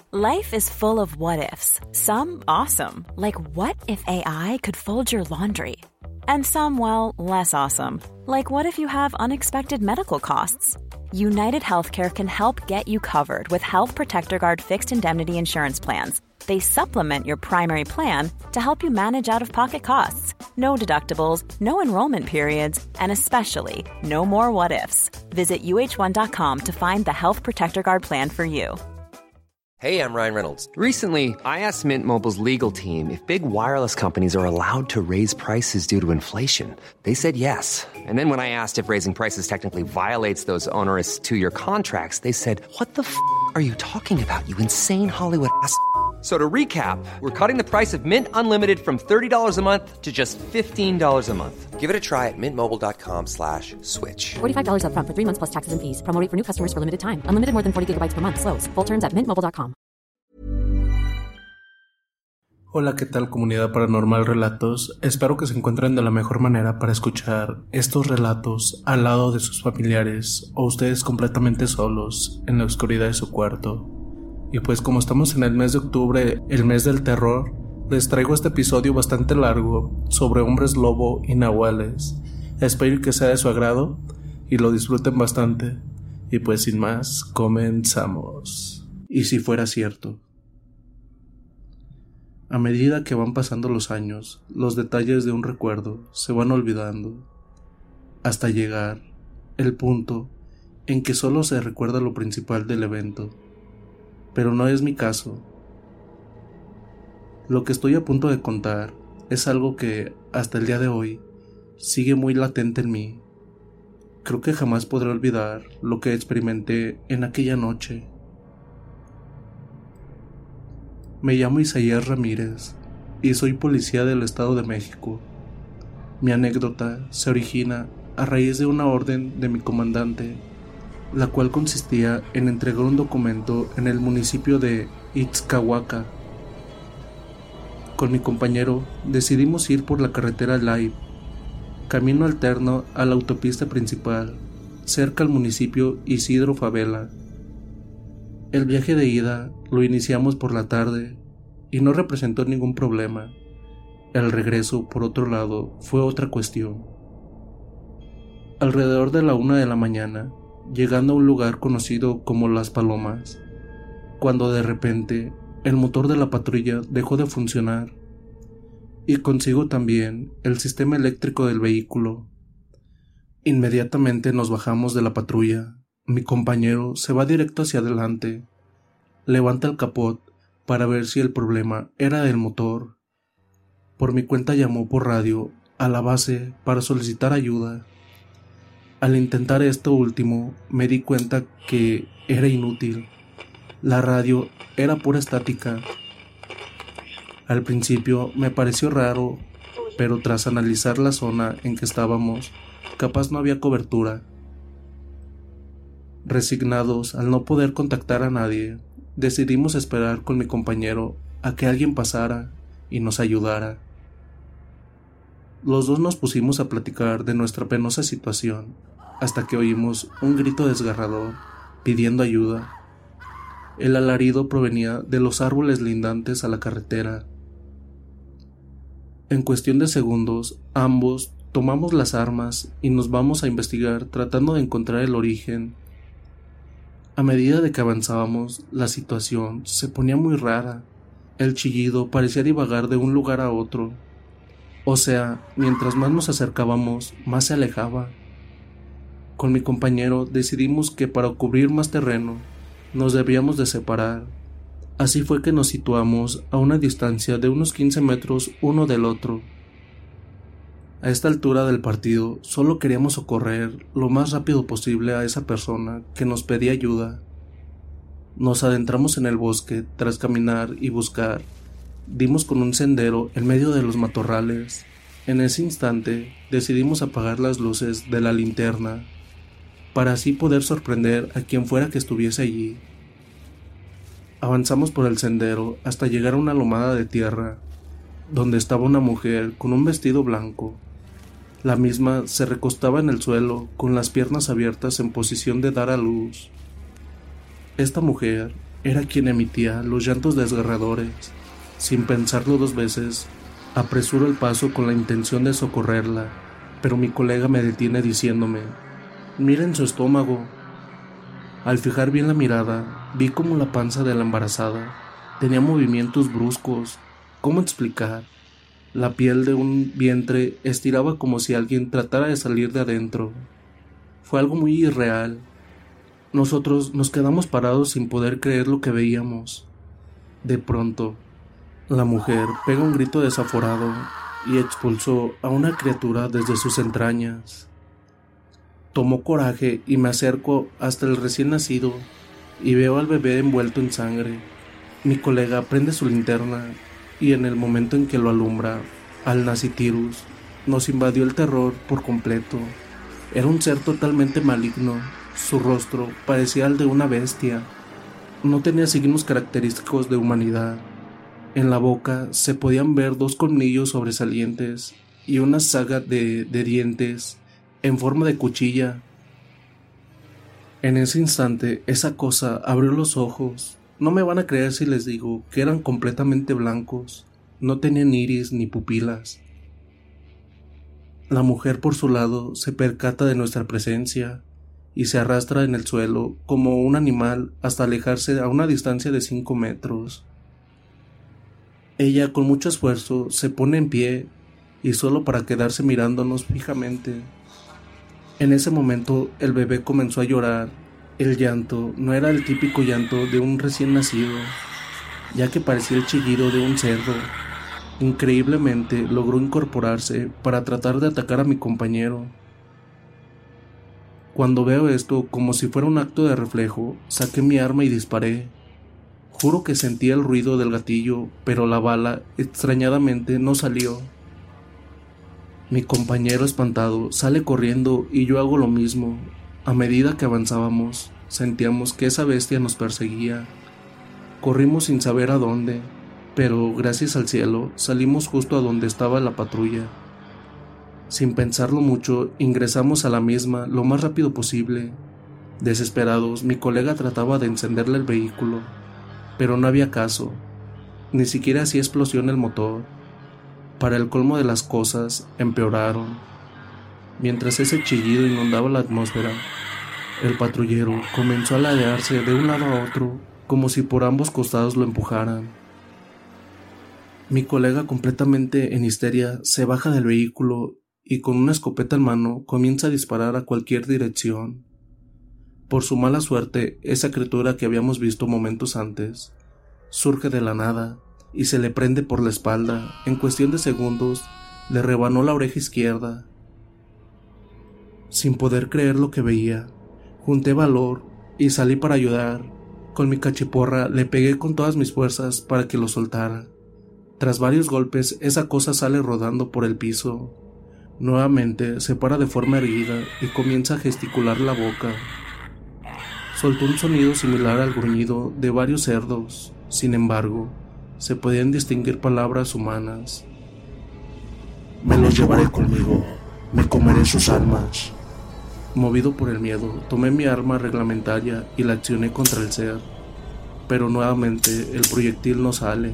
Life is full of what-ifs. Some awesome, like what if AI could fold your laundry? And some, well, less awesome, like what if you have unexpected medical costs? United Healthcare can help get you covered with Health Protector Guard fixed indemnity insurance plans. They supplement your primary plan to help you manage out-of-pocket costs. No deductibles, no enrollment periods, and especially no more what-ifs. Visit uh1.com to find the Health Protector Guard plan for you. Hey, I'm Ryan Reynolds. Recently, I asked Mint Mobile's legal team if big wireless companies are allowed to raise prices due to inflation. They said yes. And then when I asked if raising prices technically violates those onerous two-year contracts, they said, "What the f*** are you talking about, you insane Hollywood ass?" So to recap, we're cutting the price of Mint Unlimited from $30 a month to just $15 a month. Give it a try at mintmobile.com/switch. $45 up front for 3 months plus taxes and fees. Promo rate for new customers for limited time. Unlimited more than 40 gigabytes per month. Slows full terms at mintmobile.com. Hola, ¿qué tal, comunidad Paranormal Relatos? Espero que se encuentren de la mejor manera para escuchar estos relatos al lado de sus familiares o ustedes completamente solos en la oscuridad de su cuarto. Y pues como estamos en el mes de octubre, el mes del terror, les traigo este episodio bastante largo sobre hombres lobo y nahuales. Espero que sea de su agrado y lo disfruten bastante. Y pues sin más, comenzamos. Y si fuera cierto. A medida que van pasando los años, los detalles de un recuerdo se van olvidando, hasta llegar el punto en que solo se recuerda lo principal del evento. Pero no es mi caso. Lo que estoy a punto de contar es algo que, hasta el día de hoy, sigue muy latente en mí. Creo que jamás podré olvidar lo que experimenté en aquella noche. Me llamo Isaías Ramírez y soy policía del Estado de México. Mi anécdota se origina a raíz de una orden de mi comandante, la cual consistía en entregar un documento en el municipio de Ixcahuaca. Con mi compañero decidimos ir por la carretera Live, camino alterno a la autopista principal, cerca al municipio Isidro Favela. El viaje de ida lo iniciamos por la tarde y no representó ningún problema. El regreso, por otro lado, fue otra cuestión. Alrededor de la 1 de la mañana, llegando a un lugar conocido como Las Palomas, cuando de repente el motor de la patrulla dejó de funcionar y consigo también el sistema eléctrico del vehículo. Inmediatamente nos bajamos de la patrulla. Mi compañero se va directo hacia adelante, levanta el capot para ver si el problema era del motor. Por mi cuenta llamó por radio a la base para solicitar ayuda. Al intentar esto último, me di cuenta que era inútil. La radio era pura estática. Al principio me pareció raro, pero tras analizar la zona en que estábamos, capaz no había cobertura. Resignados al no poder contactar a nadie, decidimos esperar con mi compañero a que alguien pasara y nos ayudara. Los dos nos pusimos a platicar de nuestra penosa situación, hasta que oímos un grito desgarrador, pidiendo ayuda. El alarido provenía de los árboles lindantes a la carretera. En cuestión de segundos, ambos tomamos las armas y nos vamos a investigar tratando de encontrar el origen. A medida de que avanzábamos, la situación se ponía muy rara. El chillido parecía divagar de un lugar a otro. O sea, mientras más nos acercábamos, más se alejaba. Con mi compañero decidimos que para cubrir más terreno, nos debíamos de separar. Así fue que nos situamos a una distancia de unos 15 metros uno del otro. A esta altura del partido, solo queríamos socorrer lo más rápido posible a esa persona que nos pedía ayuda. Nos adentramos en el bosque tras caminar y buscar. Dimos con un sendero en medio de los matorrales. En ese instante decidimos apagar las luces de la linterna para así poder sorprender a quien fuera que estuviese allí. Avanzamos por el sendero hasta llegar a una lomada de tierra, donde estaba una mujer con un vestido blanco. La misma se recostaba en el suelo con las piernas abiertas en posición de dar a luz. Esta mujer era quien emitía los llantos desgarradores. Sin pensarlo 2 veces, apresuro el paso con la intención de socorrerla, pero mi colega me detiene diciéndome: «Miren su estómago». Al fijar bien la mirada, vi como la panza de la embarazada tenía movimientos bruscos. ¿Cómo explicar? La piel de un vientre estiraba como si alguien tratara de salir de adentro. Fue algo muy irreal. Nosotros nos quedamos parados sin poder creer lo que veíamos. De pronto, la mujer pega un grito desaforado y expulsó a una criatura desde sus entrañas. Tomó coraje y me acerco hasta el recién nacido y veo al bebé envuelto en sangre. Mi colega prende su linterna y en el momento en que lo alumbra, al nacitirus nos invadió el terror por completo. Era un ser totalmente maligno. Su rostro parecía el de una bestia. No tenía signos característicos de humanidad. En la boca se podían ver 2 colmillos sobresalientes y una saga de dientes en forma de cuchilla. En ese instante, esa cosa abrió los ojos. No me van a creer si les digo que eran completamente blancos. No tenían iris ni pupilas. La mujer, por su lado, se percata de nuestra presencia y se arrastra en el suelo como un animal hasta alejarse a una distancia de 5 metros. Ella, con mucho esfuerzo, se pone en pie y solo para quedarse mirándonos fijamente. En ese momento, el bebé comenzó a llorar. El llanto no era el típico llanto de un recién nacido, ya que parecía el chillido de un cerdo. Increíblemente, logró incorporarse para tratar de atacar a mi compañero. Cuando veo esto, como si fuera un acto de reflejo, saqué mi arma y disparé. Juro que sentía el ruido del gatillo, pero la bala, extrañadamente, no salió. Mi compañero, espantado, sale corriendo y yo hago lo mismo. A medida que avanzábamos, sentíamos que esa bestia nos perseguía. Corrimos sin saber a dónde, pero gracias al cielo salimos justo a donde estaba la patrulla. Sin pensarlo mucho, ingresamos a la misma lo más rápido posible. Desesperados, mi colega trataba de encenderle el vehículo, pero no había caso. Ni siquiera hacía explosión el motor. Para el colmo de las cosas, empeoraron. Mientras ese chillido inundaba la atmósfera, el patrullero comenzó a ladearse de un lado a otro, como si por ambos costados lo empujaran. Mi colega, completamente en histeria, se baja del vehículo y con una escopeta en mano comienza a disparar a cualquier dirección. Por su mala suerte, esa criatura que habíamos visto momentos antes surge de la nada y se le prende por la espalda. En cuestión de segundos, le rebanó la oreja izquierda. Sin poder creer lo que veía, junté valor y salí para ayudar. Con mi cachiporra le pegué con todas mis fuerzas para que lo soltara. Tras varios golpes, esa cosa sale rodando por el piso. Nuevamente se para de forma erguida y comienza a gesticular la boca. Soltó un sonido similar al gruñido de varios cerdos. Sin embargo, se podían distinguir palabras humanas. Me los llevaré conmigo, me comeré sus almas. Movido por el miedo, tomé mi arma reglamentaria y la accioné contra el ser, pero nuevamente el proyectil no sale.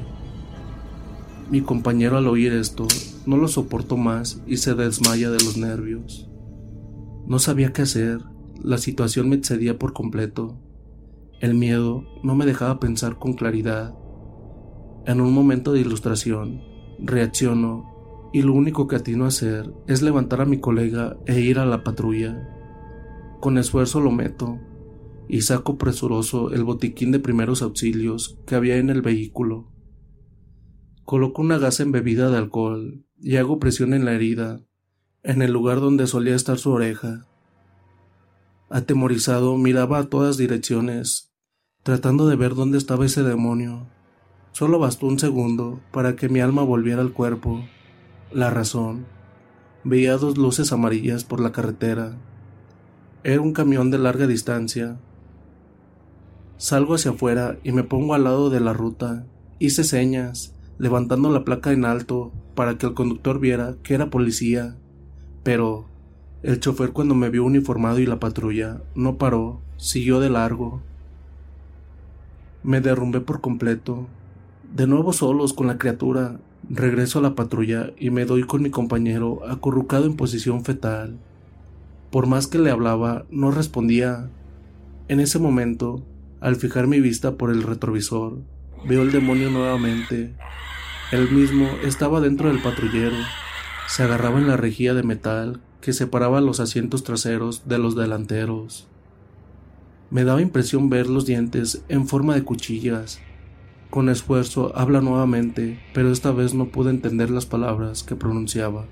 Mi compañero, al oír esto, no lo soportó más y se desmaya de los nervios. No sabía qué hacer, la situación me excedía por completo. El miedo no me dejaba pensar con claridad. En un momento de ilustración, reacciono y lo único que atino a hacer es levantar a mi colega e ir a la patrulla. Con esfuerzo lo meto y saco presuroso el botiquín de primeros auxilios que había en el vehículo. Coloco una gasa embebida de alcohol y hago presión en la herida, en el lugar donde solía estar su oreja. Atemorizado, miraba a todas direcciones, tratando de ver dónde estaba ese demonio. Solo bastó un segundo para que mi alma volviera al cuerpo. La razón: veía 2 luces amarillas por la carretera. Era un camión de larga distancia. Salgo hacia afuera y me pongo al lado de la ruta. Hice señas, levantando la placa en alto para que el conductor viera que era policía. Pero el chofer, cuando me vio uniformado y la patrulla, no paró, siguió de largo. Me derrumbé por completo. De nuevo solos con la criatura, regreso a la patrulla y me doy con mi compañero acurrucado en posición fetal. Por más que le hablaba, no respondía. En ese momento, al fijar mi vista por el retrovisor, veo el demonio nuevamente. Él mismo estaba dentro del patrullero. Se agarraba en la rejilla de metal que separaba los asientos traseros de los delanteros. Me daba impresión ver los dientes en forma de cuchillas. Con esfuerzo habla nuevamente, pero esta vez no pude entender las palabras que pronunciaba.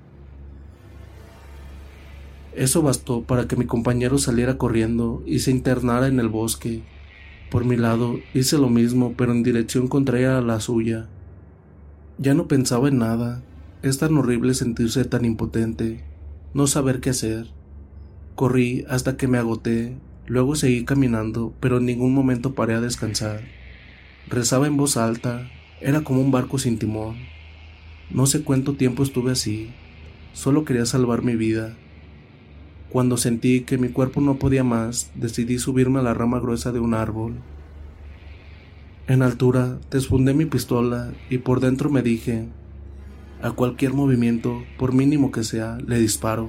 Eso bastó para que mi compañero saliera corriendo y se internara en el bosque. Por mi lado hice lo mismo, pero en dirección contraria a la suya. Ya no pensaba en nada. Es tan horrible sentirse tan impotente, no saber qué hacer. Corrí hasta que me agoté, luego seguí caminando, pero en ningún momento paré a descansar. Rezaba en voz alta, era como un barco sin timón. No sé cuánto tiempo estuve así, solo quería salvar mi vida. Cuando sentí que mi cuerpo no podía más, decidí subirme a la rama gruesa de un árbol. En altura, desfundé mi pistola y por dentro me dije: a cualquier movimiento, por mínimo que sea, le disparo.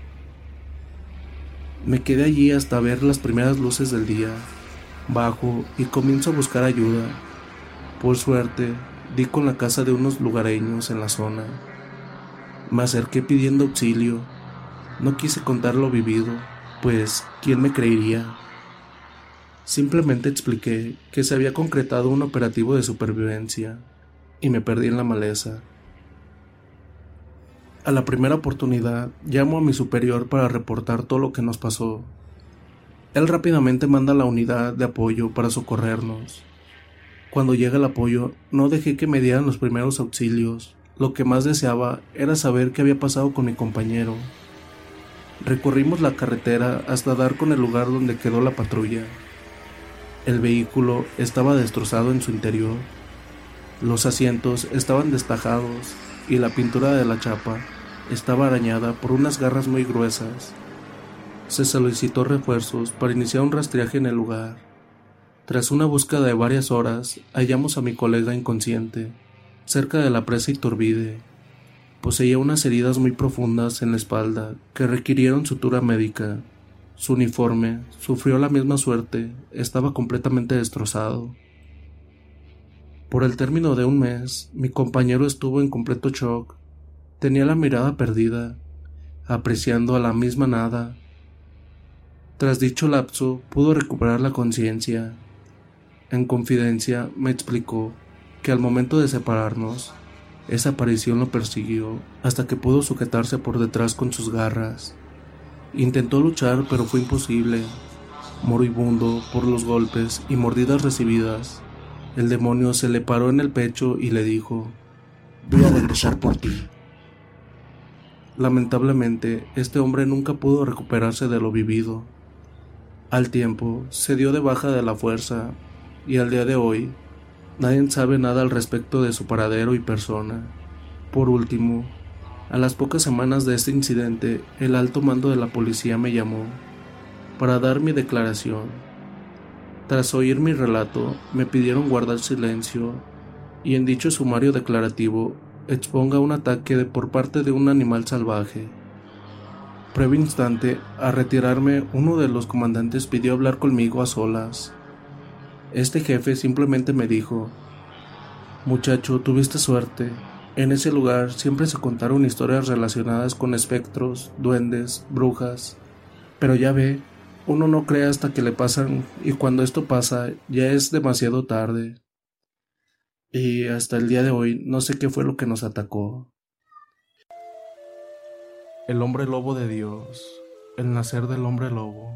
Me quedé allí hasta ver las primeras luces del día. Bajo y comienzo a buscar ayuda. Por suerte, di con la casa de unos lugareños en la zona. Me acerqué pidiendo auxilio. No quise contar lo vivido, pues ¿quién me creería? Simplemente expliqué que se había concretado un operativo de supervivencia y me perdí en la maleza. A la primera oportunidad, llamo a mi superior para reportar todo lo que nos pasó. Él rápidamente manda a la unidad de apoyo para socorrernos. Cuando llega el apoyo, no dejé que me dieran los primeros auxilios. Lo que más deseaba era saber qué había pasado con mi compañero. Recorrimos la carretera hasta dar con el lugar donde quedó la patrulla. El vehículo estaba destrozado en su interior. Los asientos estaban destajados y la pintura de la chapa estaba arañada por unas garras muy gruesas. Se solicitó refuerzos para iniciar un rastreaje en el lugar. Tras una búsqueda de varias horas, hallamos a mi colega inconsciente, cerca de la presa Iturbide. Poseía unas heridas muy profundas en la espalda que requirieron sutura médica. Su uniforme sufrió la misma suerte, estaba completamente destrozado. Por el término de un mes, mi compañero estuvo en completo shock. Tenía la mirada perdida, apreciando a la misma nada. Tras dicho lapso, pudo recuperar la conciencia. En confidencia, me explicó que al momento de separarnos, esa aparición lo persiguió hasta que pudo sujetarse por detrás con sus garras. Intentó luchar, pero fue imposible. Moribundo por los golpes y mordidas recibidas, el demonio se le paró en el pecho y le dijo: voy a regresar por ti. Lamentablemente, este hombre nunca pudo recuperarse de lo vivido. Al tiempo, se dio de baja de la fuerza, y al día de hoy, nadie sabe nada al respecto de su paradero y persona. Por último, a las pocas semanas de este incidente, el alto mando de la policía me llamó para dar mi declaración. Tras oír mi relato, me pidieron guardar silencio y en dicho sumario declarativo exponga un ataque por parte de un animal salvaje. Previo instante a retirarme, uno de los comandantes pidió hablar conmigo a solas. Este jefe simplemente me dijo: muchacho, tuviste suerte. En ese lugar siempre se contaron historias relacionadas con espectros, duendes, brujas. Pero ya ve, uno no cree hasta que le pasan, y cuando esto pasa ya es demasiado tarde. Y hasta el día de hoy no sé qué fue lo que nos atacó. El hombre lobo de Dios, el nacer del hombre lobo.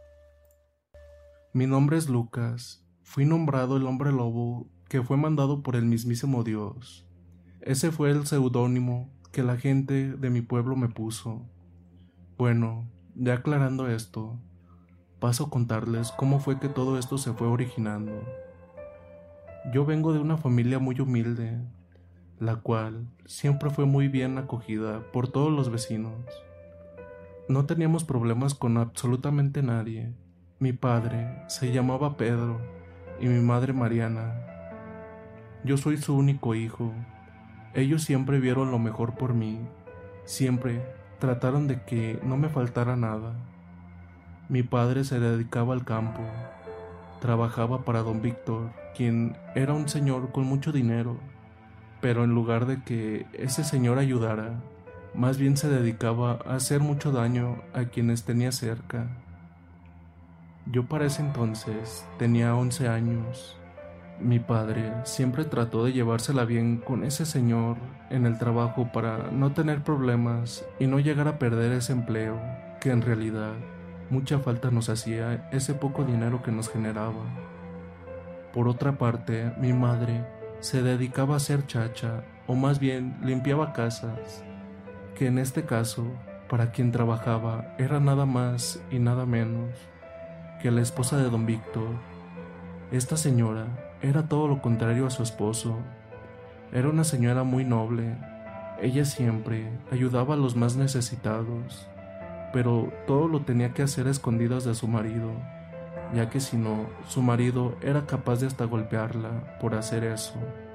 Mi nombre es Lucas. Fui nombrado el hombre lobo que fue mandado por el mismísimo Dios. Ese fue el seudónimo que la gente de mi pueblo me puso. Bueno, ya aclarando esto, paso a contarles cómo fue que todo esto se fue originando. Yo vengo de una familia muy humilde, la cual siempre fue muy bien acogida por todos los vecinos. No teníamos problemas con absolutamente nadie. Mi padre se llamaba Pedro y mi madre Mariana. Yo soy su único hijo. Ellos siempre vieron lo mejor por mí, siempre trataron de que no me faltara nada. Mi padre se dedicaba al campo, trabajaba para don Víctor, quien era un señor con mucho dinero, pero en lugar de que ese señor ayudara, más bien se dedicaba a hacer mucho daño a quienes tenía cerca. Yo para ese entonces tenía 11 años. Mi padre siempre trató de llevársela bien con ese señor en el trabajo para no tener problemas y no llegar a perder ese empleo, que en realidad mucha falta nos hacía ese poco dinero que nos generaba. Por otra parte, mi madre se dedicaba a ser chacha, o más bien limpiaba casas, que en este caso, para quien trabajaba, era nada más y nada menos que la esposa de don Víctor. Esta señora era todo lo contrario a su esposo. Era una señora muy noble. Ella siempre ayudaba a los más necesitados, pero todo lo tenía que hacer a escondidas de su marido, ya que si no, su marido era capaz de hasta golpearla por hacer eso.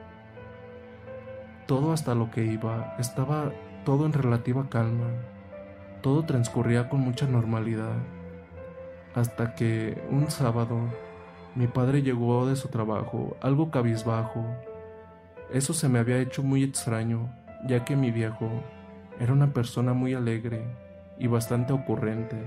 Todo hasta lo que iba, estaba todo en relativa calma. Todo transcurría con mucha normalidad, hasta que un sábado mi padre llegó de su trabajo algo cabizbajo. Eso se me había hecho muy extraño, ya que mi viejo era una persona muy alegre y bastante ocurrente,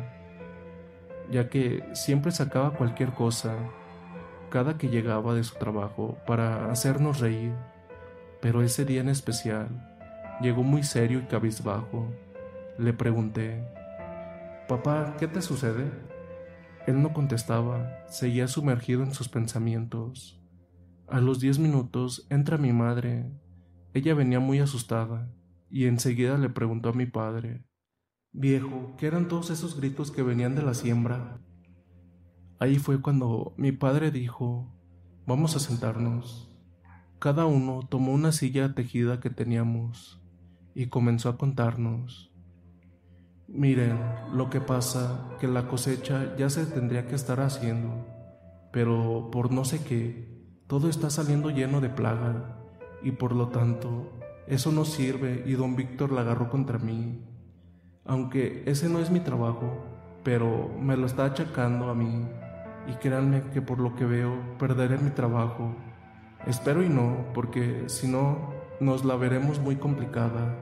ya que siempre sacaba cualquier cosa cada que llegaba de su trabajo para hacernos reír, pero ese día en especial llegó muy serio y cabizbajo. Le pregunté: «Papá, ¿qué te sucede?». Él no contestaba, seguía sumergido en sus pensamientos. A los 10 minutos entra mi madre. Ella venía muy asustada y enseguida le preguntó a mi padre: «Viejo, ¿qué eran todos esos gritos que venían de la siembra?». Ahí fue cuando mi padre dijo: «Vamos a sentarnos». Cada uno tomó una silla tejida que teníamos y comenzó a contarnos: «Miren, lo que pasa, que la cosecha ya se tendría que estar haciendo, pero por no sé qué, todo está saliendo lleno de plaga, y por lo tanto, eso no sirve y don Víctor la agarró contra mí. Aunque ese no es mi trabajo, pero me lo está achacando a mí, y créanme que por lo que veo, perderé mi trabajo. Espero y no, porque si no, nos la veremos muy complicada».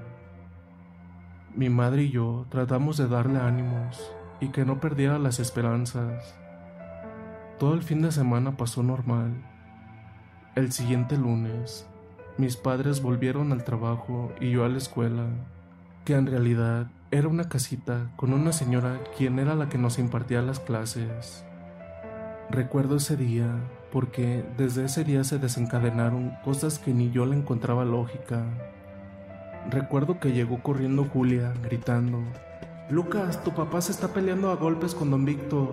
Mi madre y yo tratamos de darle ánimos y que no perdiera las esperanzas. Todo el fin de semana pasó normal. El siguiente lunes, mis padres volvieron al trabajo y yo a la escuela, que en realidad era una casita con una señora quien era la que nos impartía las clases. Recuerdo ese día porque desde ese día se desencadenaron cosas que ni yo le encontraba lógica. Recuerdo que llegó corriendo Julia, gritando: «Lucas, tu papá se está peleando a golpes con don Víctor».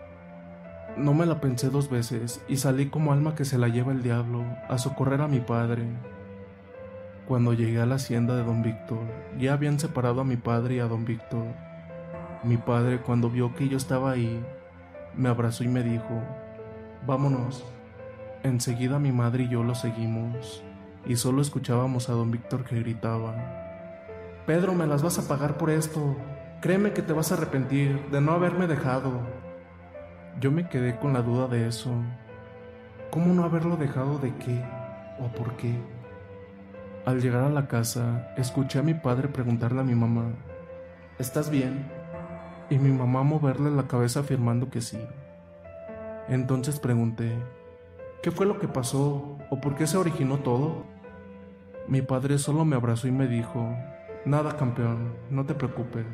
No me la pensé 2 veces y salí como alma que se la lleva el diablo a socorrer a mi padre. Cuando llegué a la hacienda de don Víctor, ya habían separado a mi padre y a don Víctor. Mi padre, cuando vio que yo estaba ahí, me abrazó y me dijo: «Vámonos». Enseguida mi madre y yo lo seguimos, y solo escuchábamos a don Víctor que gritaba: «Pedro, me las vas a pagar por esto. Créeme que te vas a arrepentir de no haberme dejado». Yo me quedé con la duda de eso. ¿Cómo no haberlo dejado de qué o por qué? Al llegar a la casa, escuché a mi padre preguntarle a mi mamá: «¿Estás bien?», y mi mamá moverle la cabeza afirmando que sí. Entonces pregunté: «¿Qué fue lo que pasó o por qué se originó todo?». Mi padre solo me abrazó y me dijo: «Nada, campeón, no te preocupes».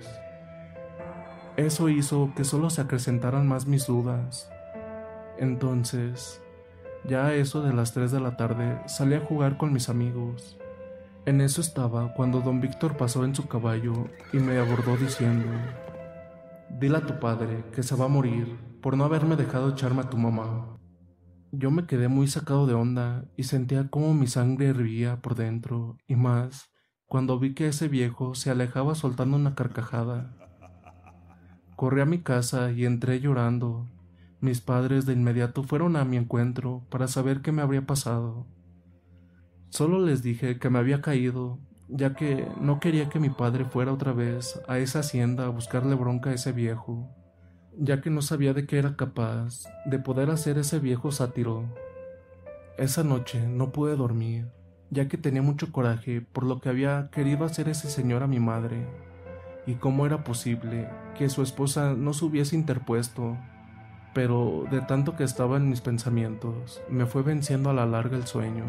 Eso hizo que solo se acrecentaran más mis dudas. Entonces, ya a eso de las 3 de la tarde, salí a jugar con mis amigos. En eso estaba cuando don Víctor pasó en su caballo y me abordó diciendo: «Dile a tu padre que se va a morir por no haberme dejado echarme a tu mamá». Yo me quedé muy sacado de onda y sentía como mi sangre hervía por dentro, y más cuando vi que ese viejo se alejaba soltando una carcajada. Corrí a mi casa y entré llorando. Mis padres de inmediato fueron a mi encuentro para saber qué me habría pasado. Solo les dije que me había caído, ya que no quería que mi padre fuera otra vez a esa hacienda a buscarle bronca a ese viejo, ya que no sabía de qué era capaz de poder hacer ese viejo sátiro. Esa noche no pude dormir, ya que tenía mucho coraje por lo que había querido hacer ese señor a mi madre, y cómo era posible que su esposa no se hubiese interpuesto. Pero de tanto que estaba en mis pensamientos, me fue venciendo a la larga el sueño.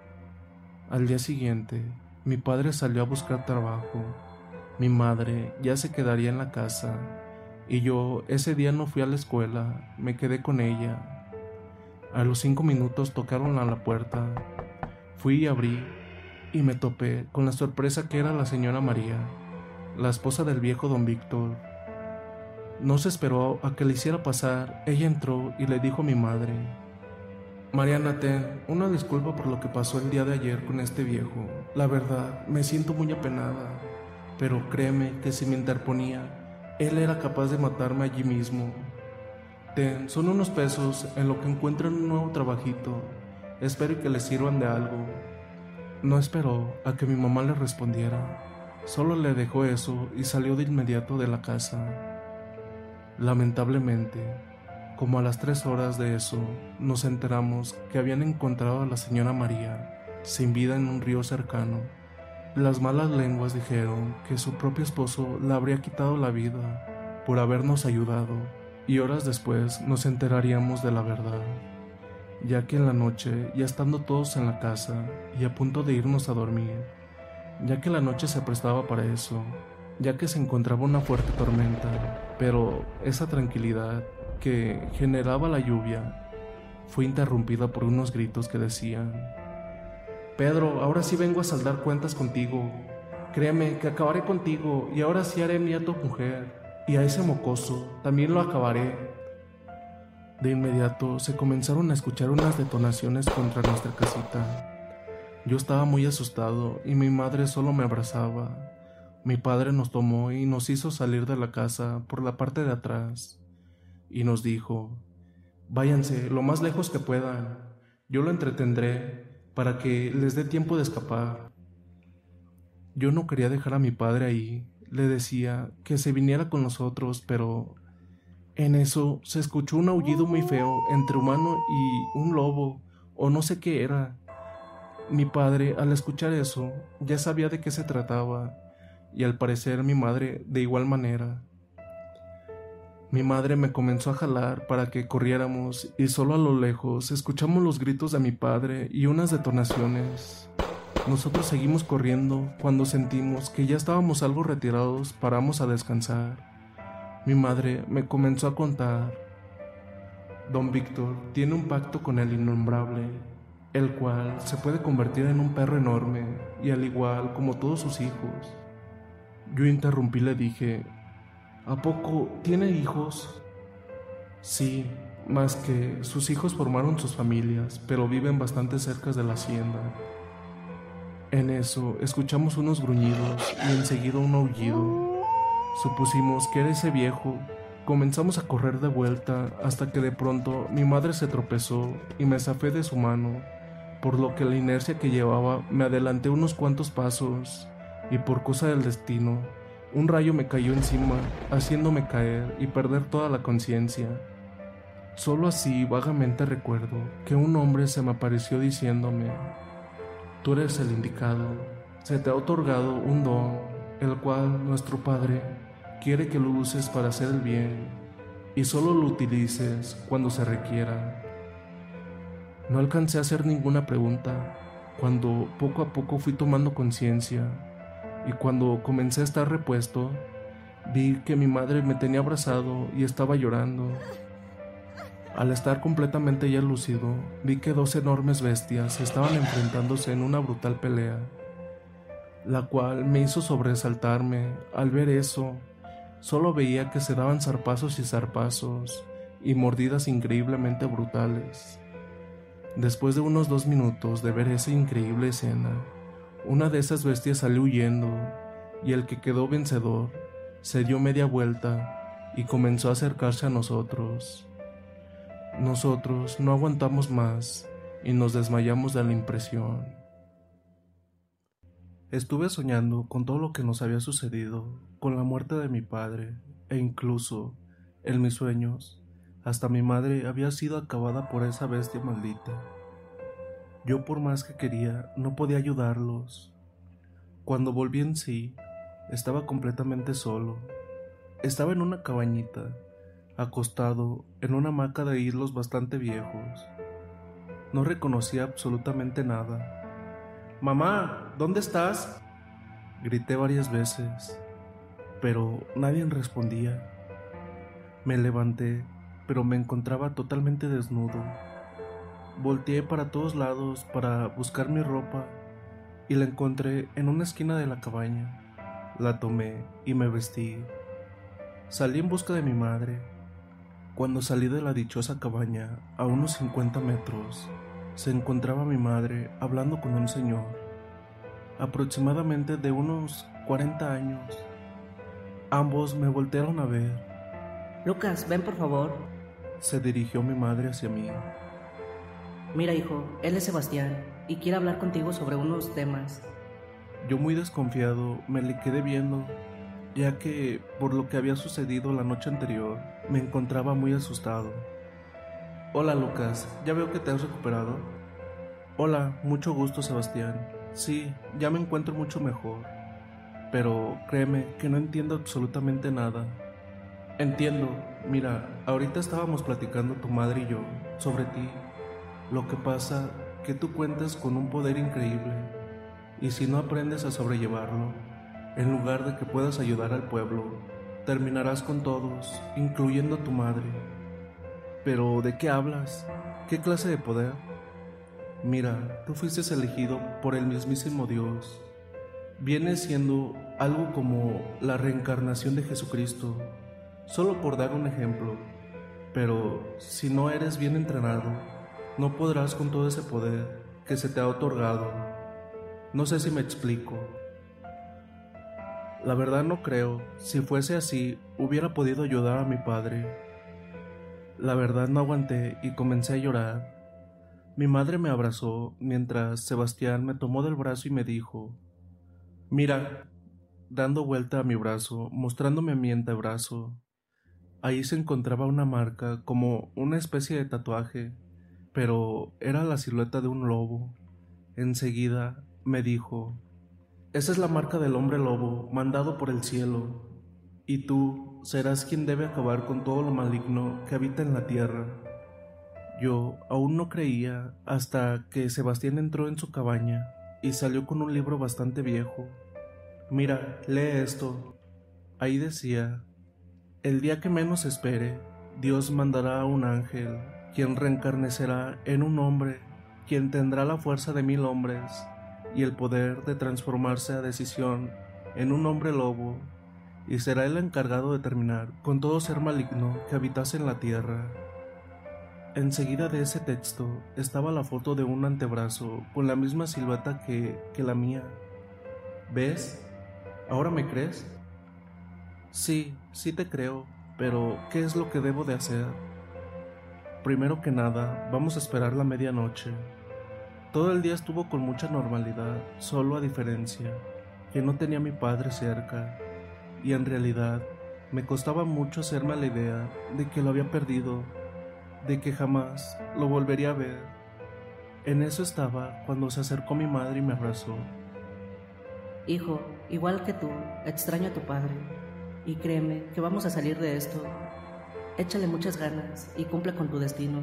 Al día siguiente, mi padre salió a buscar trabajo, mi madre ya se quedaría en la casa, y yo ese día no fui a la escuela, me quedé con ella. A los 5 minutos tocaron a la puerta, fui y abrí, y me topé con la sorpresa que era la señora María, la esposa del viejo don Víctor. No se esperó a que le hiciera pasar, ella entró y le dijo a mi madre: Mariana, ten una disculpa por lo que pasó el día de ayer con este viejo. La verdad, me siento muy apenada, pero créeme que si me interponía, él era capaz de matarme allí mismo. Ten, son unos pesos en lo que encuentran un nuevo trabajito. Espero que les sirvan de algo. No esperó a que mi mamá le respondiera, solo le dejó eso y salió de inmediato de la casa. Lamentablemente, como a las 3 horas de eso, nos enteramos que habían encontrado a la señora María sin vida en un río cercano. Las malas lenguas dijeron que su propio esposo le habría quitado la vida por habernos ayudado, y horas después nos enteraríamos de la verdad, ya que en la noche, ya estando todos en la casa y a punto de irnos a dormir, ya que la noche se prestaba para eso, ya que se encontraba una fuerte tormenta, pero esa tranquilidad que generaba la lluvia fue interrumpida por unos gritos que decían: Pedro, ahora sí vengo a saldar cuentas contigo. Créeme que acabaré contigo y ahora sí haré mía tu mujer, y a ese mocoso también lo acabaré. De inmediato se comenzaron a escuchar unas detonaciones contra nuestra casita. Yo estaba muy asustado y mi madre solo me abrazaba. Mi padre nos tomó y nos hizo salir de la casa por la parte de atrás y nos dijo: váyanse lo más lejos que puedan, yo lo entretendré para que les dé tiempo de escapar. Yo no quería dejar a mi padre ahí, le decía que se viniera con nosotros, pero en eso se escuchó un aullido muy feo entre humano y un lobo, o no sé qué era. Mi padre, al escuchar eso, ya sabía de qué se trataba, y al parecer mi madre de igual manera. Mi madre me comenzó a jalar para que corriéramos y solo a lo lejos escuchamos los gritos de mi padre y unas detonaciones. Nosotros seguimos corriendo. Cuando sentimos que ya estábamos algo retirados, paramos a descansar. Mi madre me comenzó a contar: Don Víctor tiene un pacto con el innombrable, el cual se puede convertir en un perro enorme, y al igual como todos sus hijos. Yo interrumpí y le dije: ¿a poco tiene hijos? Sí, más que sus hijos formaron sus familias, pero viven bastante cerca de la hacienda. En eso escuchamos unos gruñidos y enseguida un aullido. Supusimos que era ese viejo. Comenzamos a correr de vuelta hasta que de pronto mi madre se tropezó y me zafé de su mano, por lo que la inercia que llevaba me adelanté unos cuantos pasos y por cosa del destino un rayo me cayó encima, haciéndome caer y perder toda la conciencia. Solo así vagamente recuerdo que un hombre se me apareció diciéndome: tú eres el indicado, se te ha otorgado un don, el cual nuestro Padre quiere que lo uses para hacer el bien, y solo lo utilices cuando se requiera. No alcancé a hacer ninguna pregunta, cuando poco a poco fui tomando conciencia, y cuando comencé a estar repuesto, vi que mi madre me tenía abrazado y estaba llorando. Al estar completamente ya lúcido, vi que 2 enormes bestias estaban enfrentándose en una brutal pelea, la cual me hizo sobresaltarme. Al ver eso, solo veía que se daban zarpazos y zarpazos, y mordidas increíblemente brutales. Después de unos 2 minutos de ver esa increíble escena, una de esas bestias salió huyendo, y el que quedó vencedor se dio media vuelta y comenzó a acercarse a nosotros. Nosotros no aguantamos más y nos desmayamos de la impresión. Estuve soñando con todo lo que nos había sucedido, con la muerte de mi padre, e incluso, en mis sueños, hasta mi madre había sido acabada por esa bestia maldita. Yo, por más que quería, no podía ayudarlos. Cuando volví en sí, estaba completamente solo. Estaba en una cabañita, acostado en una hamaca de hilos bastante viejos. No reconocía absolutamente nada. «Mamá, ¿dónde estás?», grité varias veces, pero nadie respondía. Me levanté, pero me encontraba totalmente desnudo. Volteé para todos lados para buscar mi ropa y la encontré en una esquina de la cabaña. La tomé y me vestí. Salí en busca de mi madre. Cuando salí de la dichosa cabaña, a unos 50 metros, se encontraba mi madre hablando con un señor, aproximadamente de unos 40 años. Ambos me voltearon a ver. «Lucas, ven por favor». Se dirigió mi madre hacia mí. «Mira, hijo, él es Sebastián y quiere hablar contigo sobre unos temas». Yo, muy desconfiado, me le quedé viendo, ya que, por lo que había sucedido la noche anterior, me encontraba muy asustado. «Hola, Lucas, ya veo que te has recuperado». «Hola, mucho gusto, Sebastián. Sí, ya me encuentro mucho mejor. Pero créeme que no entiendo absolutamente nada». «Entiendo. Mira, ahorita estábamos platicando tu madre y yo sobre ti. Lo que pasa que tú cuentas con un poder increíble, y si no aprendes a sobrellevarlo, en lugar de que puedas ayudar al pueblo, terminarás con todos, incluyendo a tu madre». «¿Pero de qué hablas? ¿Qué clase de poder?». «Mira, tú fuiste elegido por el mismísimo Dios. Viene siendo algo como la reencarnación de Jesucristo, solo por dar un ejemplo. Pero si no eres bien entrenado, no podrás con todo ese poder que se te ha otorgado. No sé si me explico». La verdad no creo. Si fuese así, hubiera podido ayudar a mi padre. La verdad no aguanté y comencé a llorar. Mi madre me abrazó mientras Sebastián me tomó del brazo y me dijo: «Mira», dando vuelta a mi brazo, mostrándome mi antebrazo. Ahí se encontraba una marca, como una especie de tatuaje, pero era la silueta de un lobo. Enseguida me dijo: «Esa es la marca del hombre lobo, mandado por el cielo, y tú serás quien debe acabar con todo lo maligno que habita en la tierra». Yo aún no creía hasta que Sebastián entró en su cabaña y salió con un libro bastante viejo. «Mira, lee esto». Ahí decía: «El día que menos espere, Dios mandará a un ángel, quien reencarnecerá en un hombre, quien tendrá la fuerza de 1000 hombres y el poder de transformarse a decisión en un hombre lobo, y será el encargado de terminar con todo ser maligno que habitase en la tierra». Enseguida de ese texto estaba la foto de un antebrazo con la misma silueta que la mía. «¿Ves? ¿Ahora me crees?». «Sí, sí te creo, pero ¿qué es lo que debo de hacer?». «Primero que nada, vamos a esperar la medianoche». Todo el día estuvo con mucha normalidad, solo a diferencia que no tenía a mi padre cerca, y en realidad me costaba mucho hacerme a la idea de que lo había perdido, de que jamás lo volvería a ver. En eso estaba cuando se acercó mi madre y me abrazó. «Hijo, igual que tú, extraño a tu padre, y créeme que vamos a salir de esto. Échale muchas ganas y cumple con tu destino».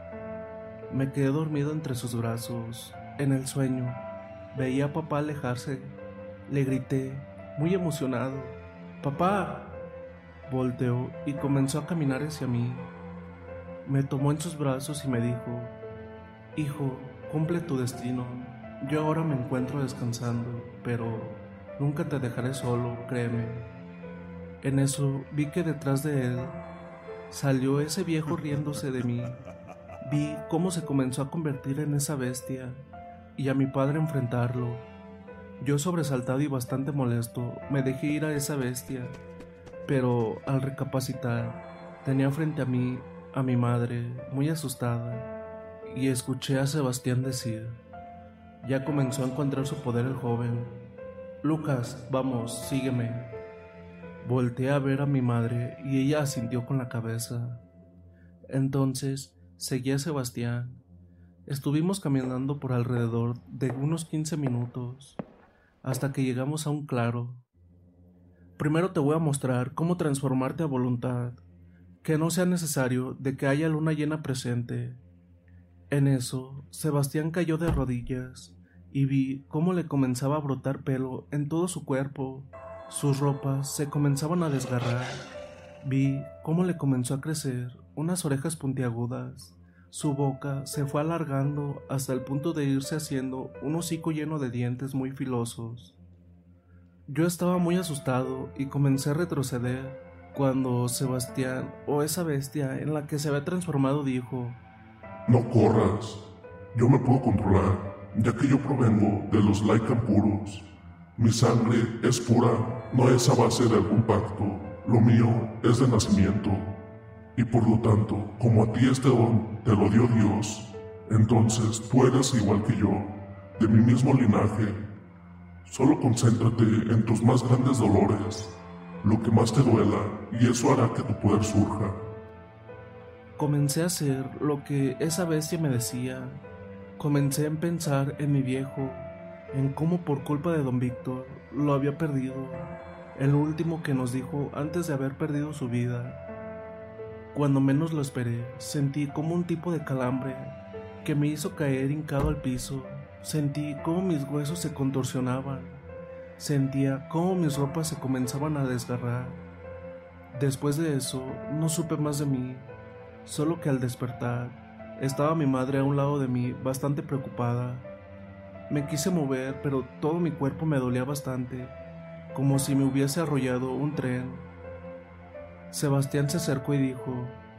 Me quedé dormido entre sus brazos. En el sueño veía a papá alejarse. Le grité, muy emocionado: «¡Papá!». Volteó y comenzó a caminar hacia mí. Me tomó en sus brazos y me dijo: «Hijo, cumple tu destino. Yo ahora me encuentro descansando, pero nunca te dejaré solo, créeme». En eso vi que detrás de él salió ese viejo riéndose de mí. Vi cómo se comenzó a convertir en esa bestia y a mi padre enfrentarlo. Yo, sobresaltado y bastante molesto, me dejé ir a esa bestia, pero al recapacitar, tenía frente a mí a mi madre, muy asustada, y escuché a Sebastián decir: ya comenzó a encontrar su poder el joven. Lucas, vamos, sígueme. Volteé a ver a mi madre y ella asintió con la cabeza. Entonces seguí a Sebastián. Estuvimos caminando por alrededor de unos 15 minutos, hasta que llegamos a un claro. Primero te voy a mostrar cómo transformarte a voluntad, que no sea necesario de que haya luna llena presente. En eso, Sebastián cayó de rodillas y vi cómo le comenzaba a brotar pelo en todo su cuerpo. Sus ropas se comenzaban a desgarrar. Vi cómo le comenzó a crecer unas orejas puntiagudas. Su boca se fue alargando hasta el punto de irse haciendo un hocico lleno de dientes muy filosos. Yo estaba muy asustado y comencé a retroceder cuando Sebastián, o esa bestia en la que se había transformado, dijo: No corras, yo me puedo controlar, ya que yo provengo de los Lycan puros. Mi sangre es pura, no es a base de algún pacto, lo mío es de nacimiento. Y por lo tanto, como a ti este don te lo dio Dios, entonces tú eres igual que yo, de mi mismo linaje. Solo concéntrate en tus más grandes dolores, lo que más te duela, y eso hará que tu poder surja. Comencé a hacer lo que esa bestia me decía. Comencé a pensar en mi viejo, en cómo por culpa de don Víctor lo había perdido, el último que nos dijo antes de haber perdido su vida. Cuando menos lo esperé, sentí como un tipo de calambre que me hizo caer hincado al piso. Sentí cómo mis huesos se contorsionaban. Sentía cómo mis ropas se comenzaban a desgarrar. Después de eso, no supe más de mí, solo que al despertar, estaba mi madre a un lado de mí, bastante preocupada. Me quise mover, pero todo mi cuerpo me dolía bastante, como si me hubiese arrollado un tren. Sebastián se acercó y dijo: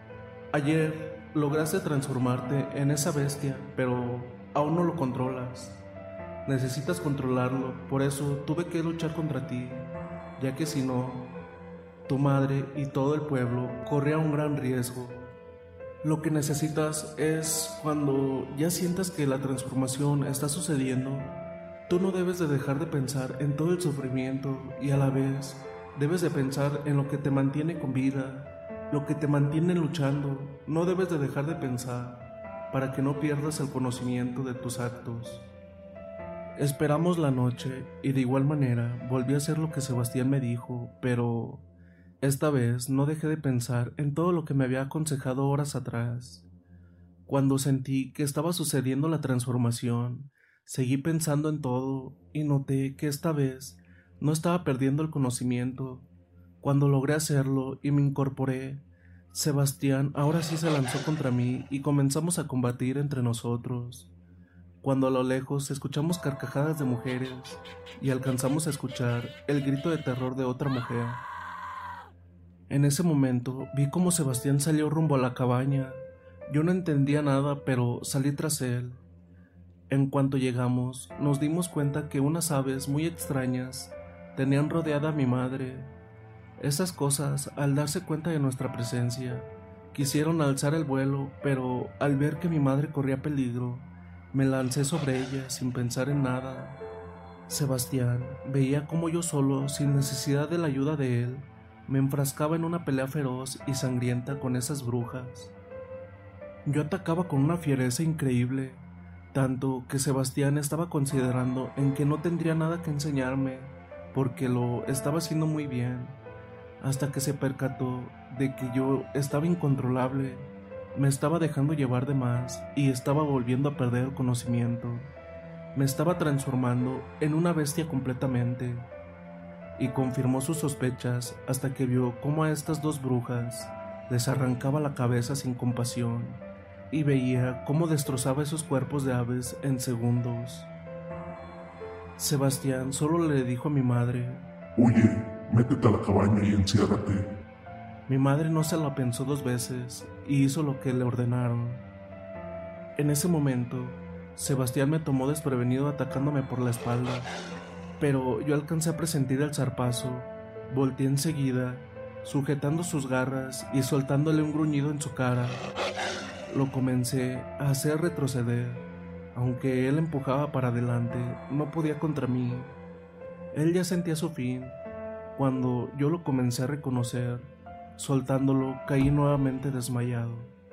ayer lograste transformarte en esa bestia, pero aún no lo controlas. Necesitas controlarlo, por eso tuve que luchar contra ti, ya que si no, tu madre y todo el pueblo corrían un gran riesgo. Lo que necesitas es, cuando ya sientas que la transformación está sucediendo, tú no debes de dejar de pensar en todo el sufrimiento y a la vez debes de pensar en lo que te mantiene con vida, lo que te mantiene luchando. No debes de dejar de pensar para que no pierdas el conocimiento de tus actos. Esperamos la noche y de igual manera volví a hacer lo que Sebastián me dijo, pero esta vez no dejé de pensar en todo lo que me había aconsejado horas atrás. Cuando sentí que estaba sucediendo la transformación, seguí pensando en todo y noté que esta vez no estaba perdiendo el conocimiento. Cuando logré hacerlo y me incorporé, Sebastián ahora sí se lanzó contra mí y comenzamos a combatir entre nosotros. Cuando a lo lejos escuchamos carcajadas de mujeres y alcanzamos a escuchar el grito de terror de otra mujer. En ese momento vi cómo Sebastián salió rumbo a la cabaña. Yo no entendía nada, pero salí tras él. En cuanto llegamos, nos dimos cuenta que unas aves muy extrañas tenían rodeada a mi madre. Esas cosas, al darse cuenta de nuestra presencia, quisieron alzar el vuelo, pero al ver que mi madre corría peligro, me lancé sobre ella sin pensar en nada. Sebastián veía cómo yo solo, sin necesidad de la ayuda de él, me enfrascaba en una pelea feroz y sangrienta con esas brujas. Yo atacaba con una fiereza increíble, tanto que Sebastián estaba considerando en que no tendría nada que enseñarme, porque lo estaba haciendo muy bien, hasta que se percató de que yo estaba incontrolable, me estaba dejando llevar de más y estaba volviendo a perder el conocimiento. Me estaba transformando en una bestia completamente, y confirmó sus sospechas hasta que vio cómo a estas dos brujas les arrancaba la cabeza sin compasión, y veía cómo destrozaba esos cuerpos de aves en segundos. Sebastián solo le dijo a mi madre: Oye, métete a la cabaña y enciérrate. Mi madre no se la pensó dos veces y hizo lo que le ordenaron. En ese momento, Sebastián me tomó desprevenido atacándome por la espalda, pero yo alcancé a presentir el zarpazo, volteé enseguida sujetando sus garras y soltándole un gruñido en su cara. Lo comencé a hacer retroceder. Aunque él empujaba para adelante, no podía contra mí. Él ya sentía su fin. Cuando yo lo comencé a reconocer, soltándolo, caí nuevamente desmayado.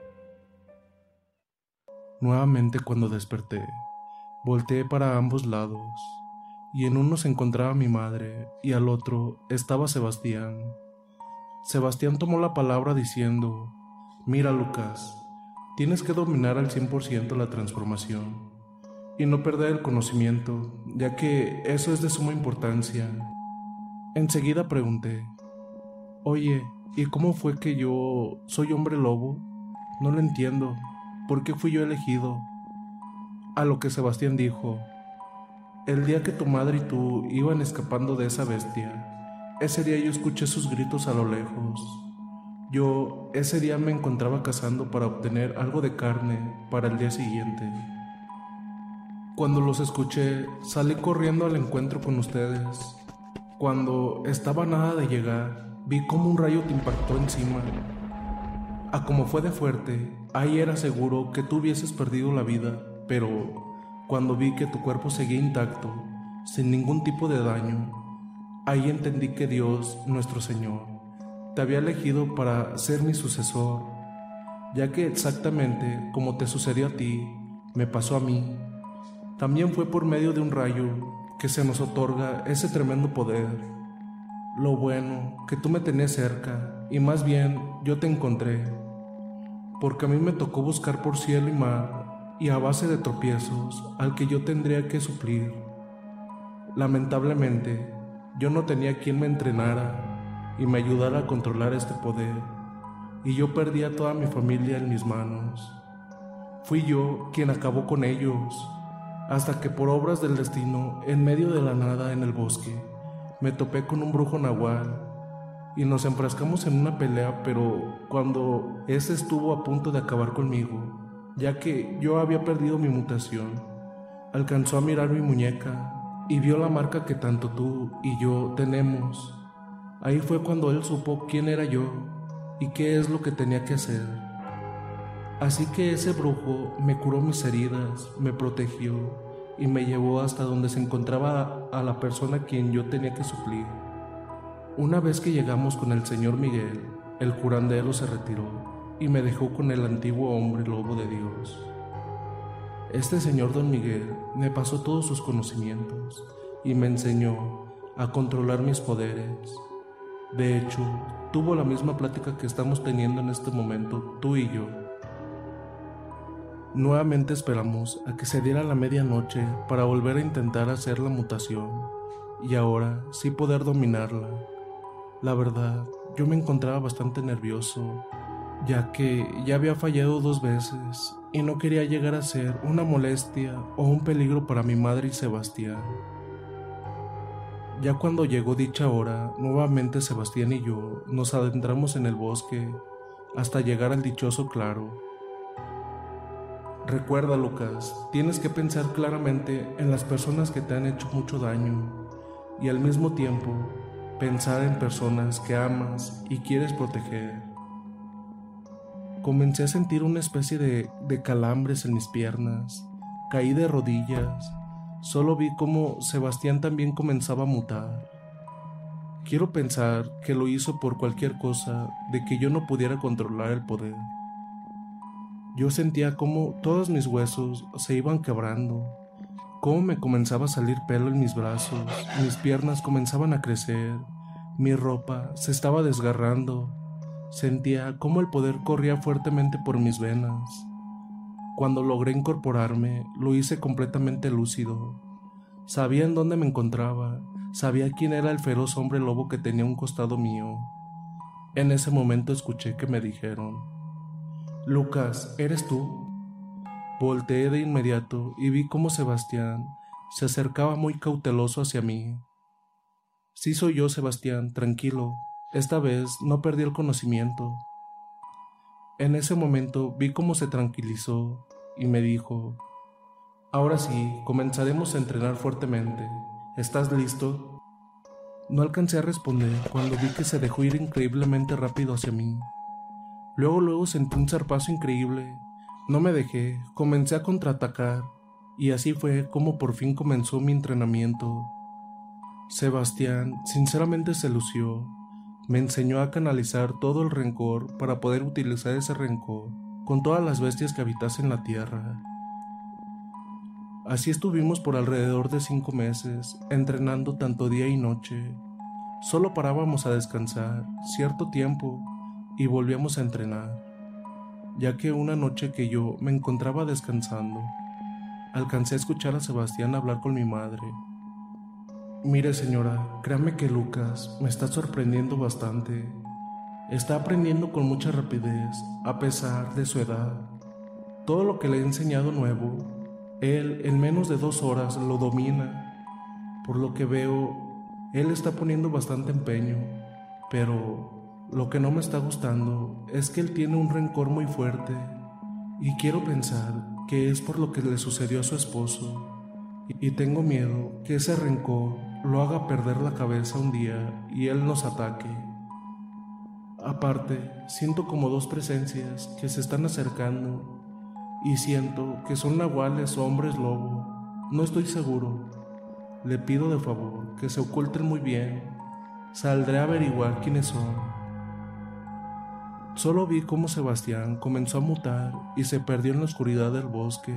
Nuevamente cuando desperté, volteé para ambos lados, y en uno se encontraba mi madre, y al otro estaba Sebastián. Sebastián tomó la palabra diciendo: «Mira, Lucas, tienes que dominar al 100% la transformación, y no perder el conocimiento, ya que eso es de suma importancia». Enseguida pregunté: «Oye, ¿y cómo fue que yo soy hombre lobo? No lo entiendo. ¿Por qué fui yo elegido?». A lo que Sebastián dijo: «El día que tu madre y tú iban escapando de esa bestia, ese día yo escuché sus gritos a lo lejos. Yo ese día me encontraba cazando para obtener algo de carne para el día siguiente. Cuando los escuché, salí corriendo al encuentro con ustedes. Cuando estaba a nada de llegar, vi cómo un rayo te impactó encima. A como fue de fuerte, ahí era seguro que tú hubieses perdido la vida, pero cuando vi que tu cuerpo seguía intacto, sin ningún tipo de daño, ahí entendí que Dios, nuestro Señor, te había elegido para ser mi sucesor, ya que exactamente como te sucedió a ti, me pasó a mí. También fue por medio de un rayo que se nos otorga ese tremendo poder. Lo bueno que tú me tenías cerca, y más bien yo te encontré, porque a mí me tocó buscar por cielo y mar, y a base de tropiezos al que yo tendría que suplir. Lamentablemente, yo no tenía quien me entrenara y me ayudara a controlar este poder, y yo perdí a toda mi familia en mis manos. Fui yo quien acabó con ellos, hasta que por obras del destino, en medio de la nada en el bosque, me topé con un brujo nahual, y nos enfrascamos en una pelea, pero cuando ese estuvo a punto de acabar conmigo, ya que yo había perdido mi mutación, alcanzó a mirar mi muñeca y vio la marca que tanto tú y yo tenemos. Ahí fue cuando él supo quién era yo y qué es lo que tenía que hacer. Así que ese brujo me curó mis heridas, me protegió y me llevó hasta donde se encontraba a la persona a quien yo tenía que suplir. Una vez que llegamos con el señor Miguel, el curandero se retiró y me dejó con el antiguo hombre lobo de Dios. Este señor don Miguel me pasó todos sus conocimientos y me enseñó a controlar mis poderes. De hecho, tuvo la misma plática que estamos teniendo en este momento tú y yo. Nuevamente esperamos a que se diera la medianoche para volver a intentar hacer la mutación y ahora sí poder dominarla. La verdad, yo me encontraba bastante nervioso, ya que ya había fallado 2 veces y no quería llegar a ser una molestia o un peligro para mi madre y Sebastián. Ya cuando llegó dicha hora, nuevamente Sebastián y yo nos adentramos en el bosque hasta llegar al dichoso claro. Recuerda, Lucas, tienes que pensar claramente en las personas que te han hecho mucho daño y al mismo tiempo pensar en personas que amas y quieres proteger. Comencé a sentir una especie de calambres en mis piernas, caí de rodillas, solo vi cómo Sebastián también comenzaba a mutar. Quiero pensar que lo hizo por cualquier cosa de que yo no pudiera controlar el poder. Yo sentía cómo todos mis huesos se iban quebrando, cómo me comenzaba a salir pelo en mis brazos, mis piernas comenzaban a crecer, mi ropa se estaba desgarrando. Sentía cómo el poder corría fuertemente por mis venas. Cuando logré incorporarme, lo hice completamente lúcido. Sabía en dónde me encontraba, sabía quién era el feroz hombre lobo que tenía a un costado mío. En ese momento escuché que me dijeron: «Lucas, ¿eres tú?». Volteé de inmediato y vi cómo Sebastián se acercaba muy cauteloso hacia mí. «Sí soy yo, Sebastián, tranquilo. Esta vez no perdí el conocimiento». En ese momento vi cómo se tranquilizó y me dijo: «Ahora sí, comenzaremos a entrenar fuertemente. ¿Estás listo?». No alcancé a responder cuando vi que se dejó ir increíblemente rápido hacia mí. Luego sentí un zarpazo increíble. No me dejé, comencé a contraatacar, y así fue como por fin comenzó mi entrenamiento. Sebastián sinceramente se lució. Me enseñó a canalizar todo el rencor para poder utilizar ese rencor con todas las bestias que habitasen la tierra. Así estuvimos por alrededor de 5 meses, entrenando tanto día y noche. Solo parábamos a descansar cierto tiempo y volvíamos a entrenar, ya que una noche que yo me encontraba descansando, alcancé a escuchar a Sebastián hablar con mi madre. Mire señora, créame que Lucas me está sorprendiendo bastante. Está aprendiendo con mucha rapidez, a pesar de su edad. Todo lo que le he enseñado nuevo, él en menos de 2 horas lo domina. Por lo que veo, él está poniendo bastante empeño, pero lo que no me está gustando es que él tiene un rencor muy fuerte, y quiero pensar que es por lo que le sucedió a su esposo, y tengo miedo que ese rencor lo haga perder la cabeza un día y él nos ataque. Aparte, siento como 2 presencias que se están acercando, y siento que son nahuales o hombres lobo. No estoy seguro. Le pido de favor que se oculten muy bien. Saldré a averiguar quiénes son. Solo vi cómo Sebastián comenzó a mutar y se perdió en la oscuridad del bosque.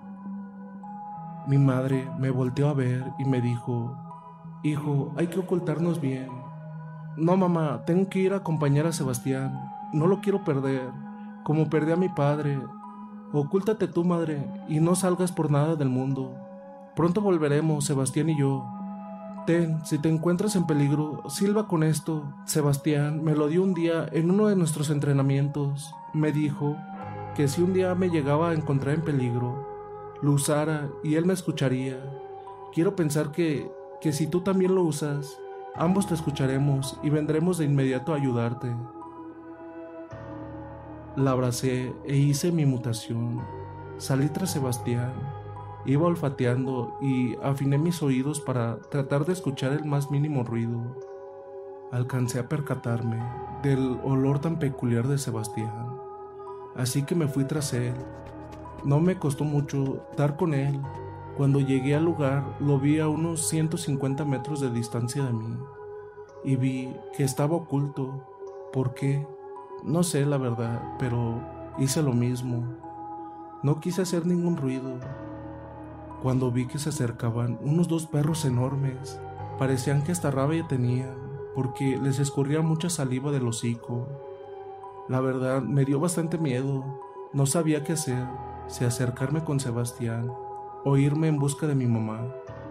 Mi madre me volteó a ver y me dijo: hijo, hay que ocultarnos bien. No mamá, tengo que ir a acompañar a Sebastián. No lo quiero perder, como perdí a mi padre. Ocúltate tú, madre, y no salgas por nada del mundo. Pronto volveremos, Sebastián y yo. Ten, si te encuentras en peligro, silba con esto. Sebastián me lo dio un día en uno de nuestros entrenamientos. Me dijo que si un día me llegaba a encontrar en peligro, lo usara y él me escucharía. Quiero pensar que si tú también lo usas, ambos te escucharemos y vendremos de inmediato a ayudarte. La abracé e hice mi mutación. Salí tras Sebastián. Iba olfateando y afiné mis oídos para tratar de escuchar el más mínimo ruido. Alcancé a percatarme del olor tan peculiar de Sebastián, así que me fui tras él. No me costó mucho dar con él. Cuando llegué al lugar, lo vi a unos 150 metros de distancia de mí, y vi que estaba oculto. ¿Por qué? No sé la verdad, pero hice lo mismo. No quise hacer ningún ruido. Cuando vi que se acercaban unos 2 perros enormes, parecían que hasta rabia tenían, porque les escurría mucha saliva del hocico. La verdad, me dio bastante miedo. No sabía qué hacer, si acercarme con Sebastián o irme en busca de mi mamá.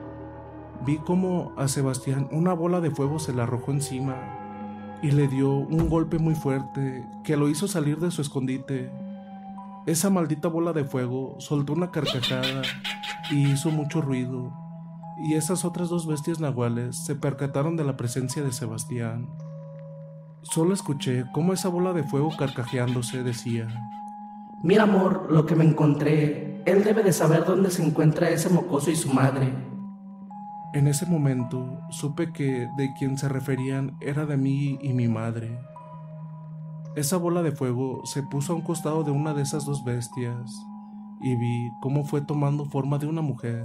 Vi cómo a Sebastián una bola de fuego se le arrojó encima y le dio un golpe muy fuerte que lo hizo salir de su escondite. Esa maldita bola de fuego soltó una carcajada y hizo mucho ruido, y esas otras 2 bestias nahuales se percataron de la presencia de Sebastián. Solo escuché cómo esa bola de fuego carcajeándose decía: Mira amor, lo que me encontré. Él debe de saber dónde se encuentra ese mocoso y su madre. En ese momento supe que de quien se referían era de mí y mi madre. Esa bola de fuego se puso a un costado de una de esas 2 bestias y vi cómo fue tomando forma de una mujer.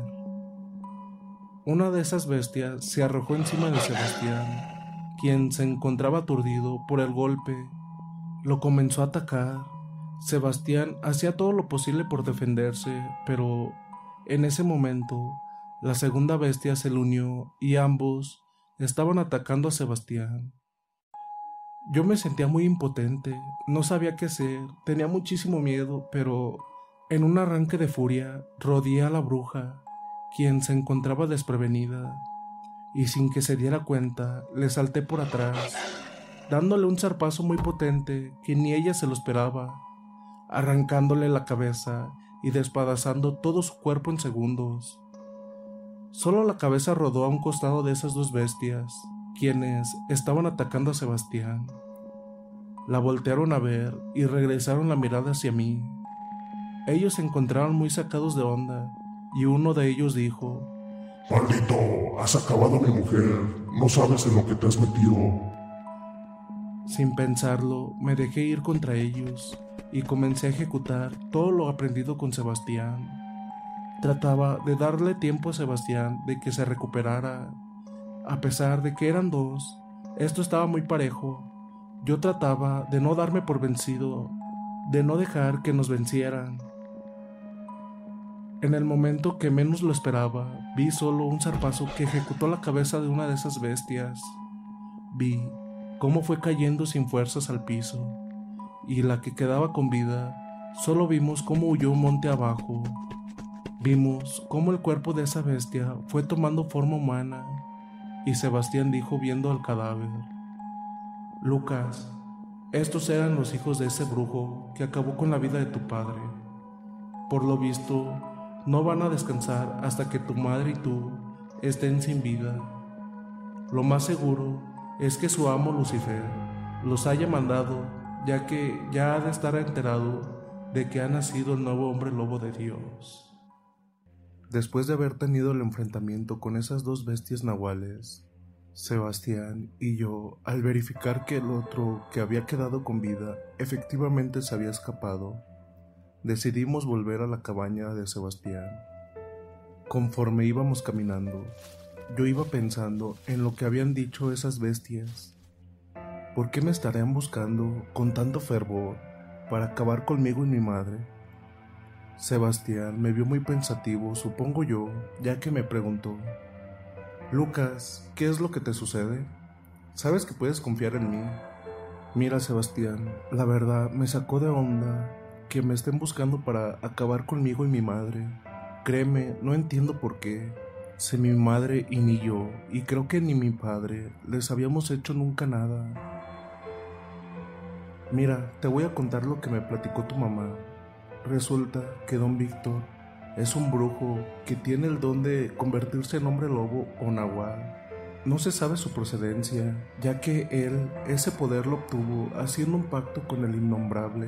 Una de esas bestias se arrojó encima de Sebastián, quien se encontraba aturdido por el golpe. Lo comenzó a atacar. Sebastián hacía todo lo posible por defenderse, pero en ese momento la segunda bestia se le unió y ambos estaban atacando a Sebastián. Yo me sentía muy impotente, no sabía qué hacer, tenía muchísimo miedo, pero en un arranque de furia rodeé a la bruja, quien se encontraba desprevenida, y sin que se diera cuenta le salté por atrás, dándole un zarpazo muy potente que ni ella se lo esperaba, arrancándole la cabeza y despedazando todo su cuerpo en segundos. Solo la cabeza rodó a un costado de esas 2 bestias, quienes estaban atacando a Sebastián. La voltearon a ver y regresaron la mirada hacia mí. Ellos se encontraron muy sacados de onda, y uno de ellos dijo: Maldito, has acabado a mi mujer. no sabes en lo que te has metido. Sin pensarlo, me dejé ir contra ellos y comencé a ejecutar todo lo aprendido con Sebastián. Trataba de darle tiempo a Sebastián de que se recuperara. A pesar de que eran dos, esto estaba muy parejo. Yo trataba de no darme por vencido, de no dejar que nos vencieran. En el momento que menos lo esperaba, vi solo un zarpazo que ejecutó la cabeza de una de esas bestias. Vi cómo fue cayendo sin fuerzas al piso, y la que quedaba con vida, solo vimos cómo huyó monte abajo. Vimos cómo el cuerpo de esa bestia fue tomando forma humana, y Sebastián dijo viendo al cadáver: Lucas, estos eran los hijos de ese brujo que acabó con la vida de tu padre. Por lo visto, no van a descansar hasta que tu madre y tú estén sin vida. Lo más seguro es que su amo Lucifer los haya mandado, ya que ya ha de estar enterado de que ha nacido el nuevo hombre lobo de Dios. Después de haber tenido el enfrentamiento con esas dos bestias nahuales, Sebastián y yo, al verificar que el otro que había quedado con vida efectivamente se había escapado, decidimos volver a la cabaña de Sebastián. Conforme íbamos caminando, yo iba pensando en lo que habían dicho esas bestias. ¿Por qué me estarían buscando con tanto fervor para acabar conmigo y mi madre? Sebastián me vio muy pensativo, supongo yo, ya que me preguntó: Lucas, ¿qué es lo que te sucede? Sabes que puedes confiar en mí. Mira, Sebastián, la verdad me sacó de onda que me estén buscando para acabar conmigo y mi madre. Créeme, no entiendo por qué. Sé mi madre y ni yo, y creo que ni mi padre, les habíamos hecho nunca nada. Mira, te voy a contar lo que me platicó tu mamá. Resulta que don Víctor es un brujo que tiene el don de convertirse en hombre lobo o nahual. No se sabe su procedencia, ya que él ese poder lo obtuvo haciendo un pacto con el innombrable.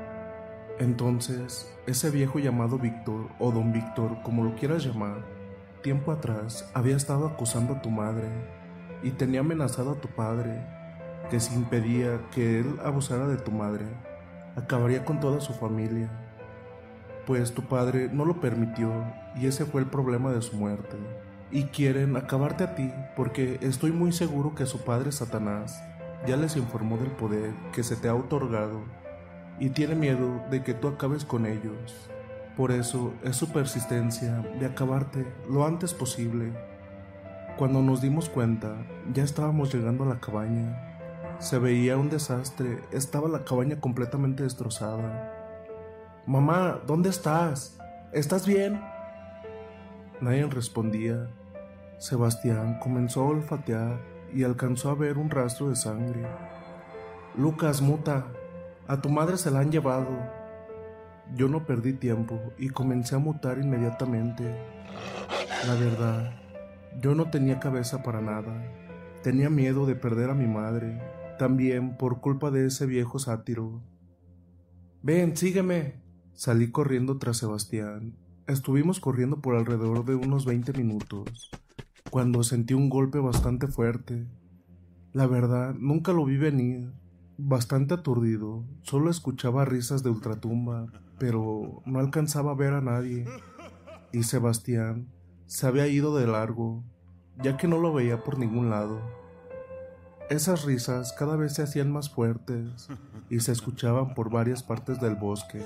Entonces, ese viejo llamado Víctor, o don Víctor, como lo quieras llamar, tiempo atrás había estado acusando a tu madre y tenía amenazado a tu padre, que si impedía que él abusara de tu madre, acabaría con toda su familia. Pues tu padre no lo permitió y ese fue el problema de su muerte. Y quieren acabarte a ti porque estoy muy seguro que su padre Satanás ya les informó del poder que se te ha otorgado y tiene miedo de que tú acabes con ellos. Por eso es su persistencia de acabarte lo antes posible. Cuando nos dimos cuenta, ya estábamos llegando a la cabaña. Se veía un desastre, estaba la cabaña completamente destrozada. Mamá, ¿dónde estás? ¿Estás bien? Nadie respondía. Sebastián comenzó a olfatear y alcanzó a ver un rastro de sangre. Lucas, muta, a tu madre se la han llevado. Yo no perdí tiempo y comencé a mutar inmediatamente. La verdad, yo no tenía cabeza para nada. Tenía miedo de perder a mi madre, también por culpa de ese viejo sátiro. Ven, sígueme. Salí corriendo tras Sebastián. Estuvimos corriendo por alrededor de unos 20 minutos, cuando sentí un golpe bastante fuerte. La verdad, nunca lo vi venir. Bastante aturdido, solo escuchaba risas de ultratumba, pero no alcanzaba a ver a nadie. Y Sebastián se había ido de largo, ya que no lo veía por ningún lado. Esas risas cada vez se hacían más fuertes y se escuchaban por varias partes del bosque.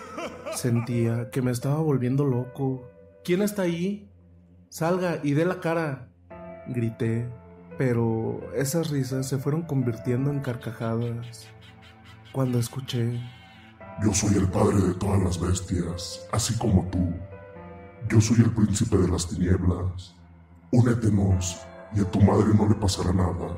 Sentía que me estaba volviendo loco. ¿Quién está ahí? Salga y dé la cara, grité, pero esas risas se fueron convirtiendo en carcajadas. Cuando escuché: Yo soy el padre de todas las bestias, así como tú. Yo soy el príncipe de las tinieblas. Únetenos y a tu madre no le pasará nada.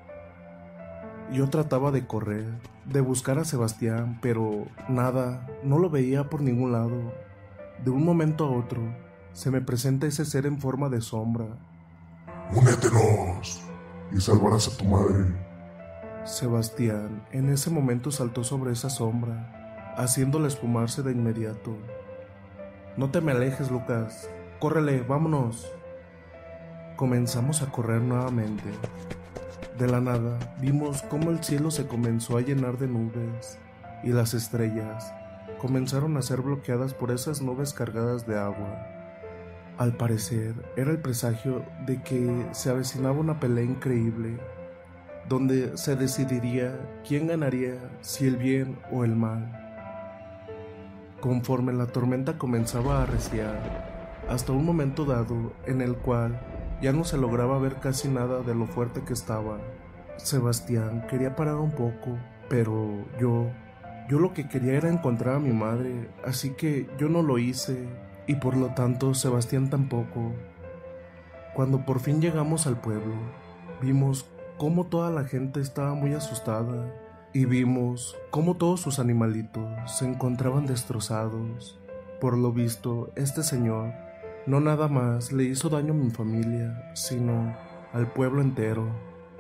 Yo trataba de correr, de buscar a Sebastián, pero nada, no lo veía por ningún lado. De un momento a otro, se me presenta ese ser en forma de sombra. ¡Únetenos! Y salvarás a tu madre. Sebastián en ese momento saltó sobre esa sombra, haciéndola esfumarse de inmediato. No te me alejes, Lucas. Córrele, vámonos. Comenzamos a correr nuevamente. De la nada, vimos cómo el cielo se comenzó a llenar de nubes y las estrellas comenzaron a ser bloqueadas por esas nubes cargadas de agua. Al parecer, era el presagio de que se avecinaba una pelea increíble, donde se decidiría quién ganaría, si el bien o el mal. Conforme la tormenta comenzaba a arreciar, hasta un momento dado en el cual ya no se lograba ver casi nada de lo fuerte que estaba. Sebastián quería parar un poco, pero yo lo que quería era encontrar a mi madre, así que yo no lo hice, y por lo tanto Sebastián tampoco. Cuando por fin llegamos al pueblo, vimos cómo toda la gente estaba muy asustada, y vimos cómo todos sus animalitos se encontraban destrozados. Por lo visto, este señor no nada más le hizo daño a mi familia, sino al pueblo entero.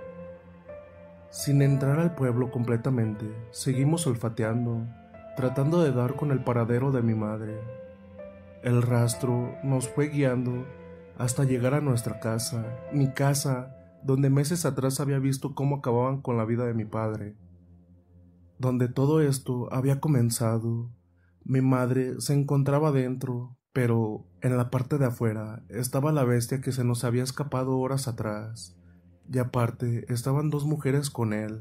Sin entrar al pueblo completamente, seguimos olfateando, tratando de dar con el paradero de mi madre. El rastro nos fue guiando hasta llegar a nuestra casa, mi casa, donde meses atrás había visto cómo acababan con la vida de mi padre. Donde todo esto había comenzado, mi madre se encontraba dentro, pero en la parte de afuera estaba la bestia que se nos había escapado horas atrás, y aparte estaban dos mujeres con él.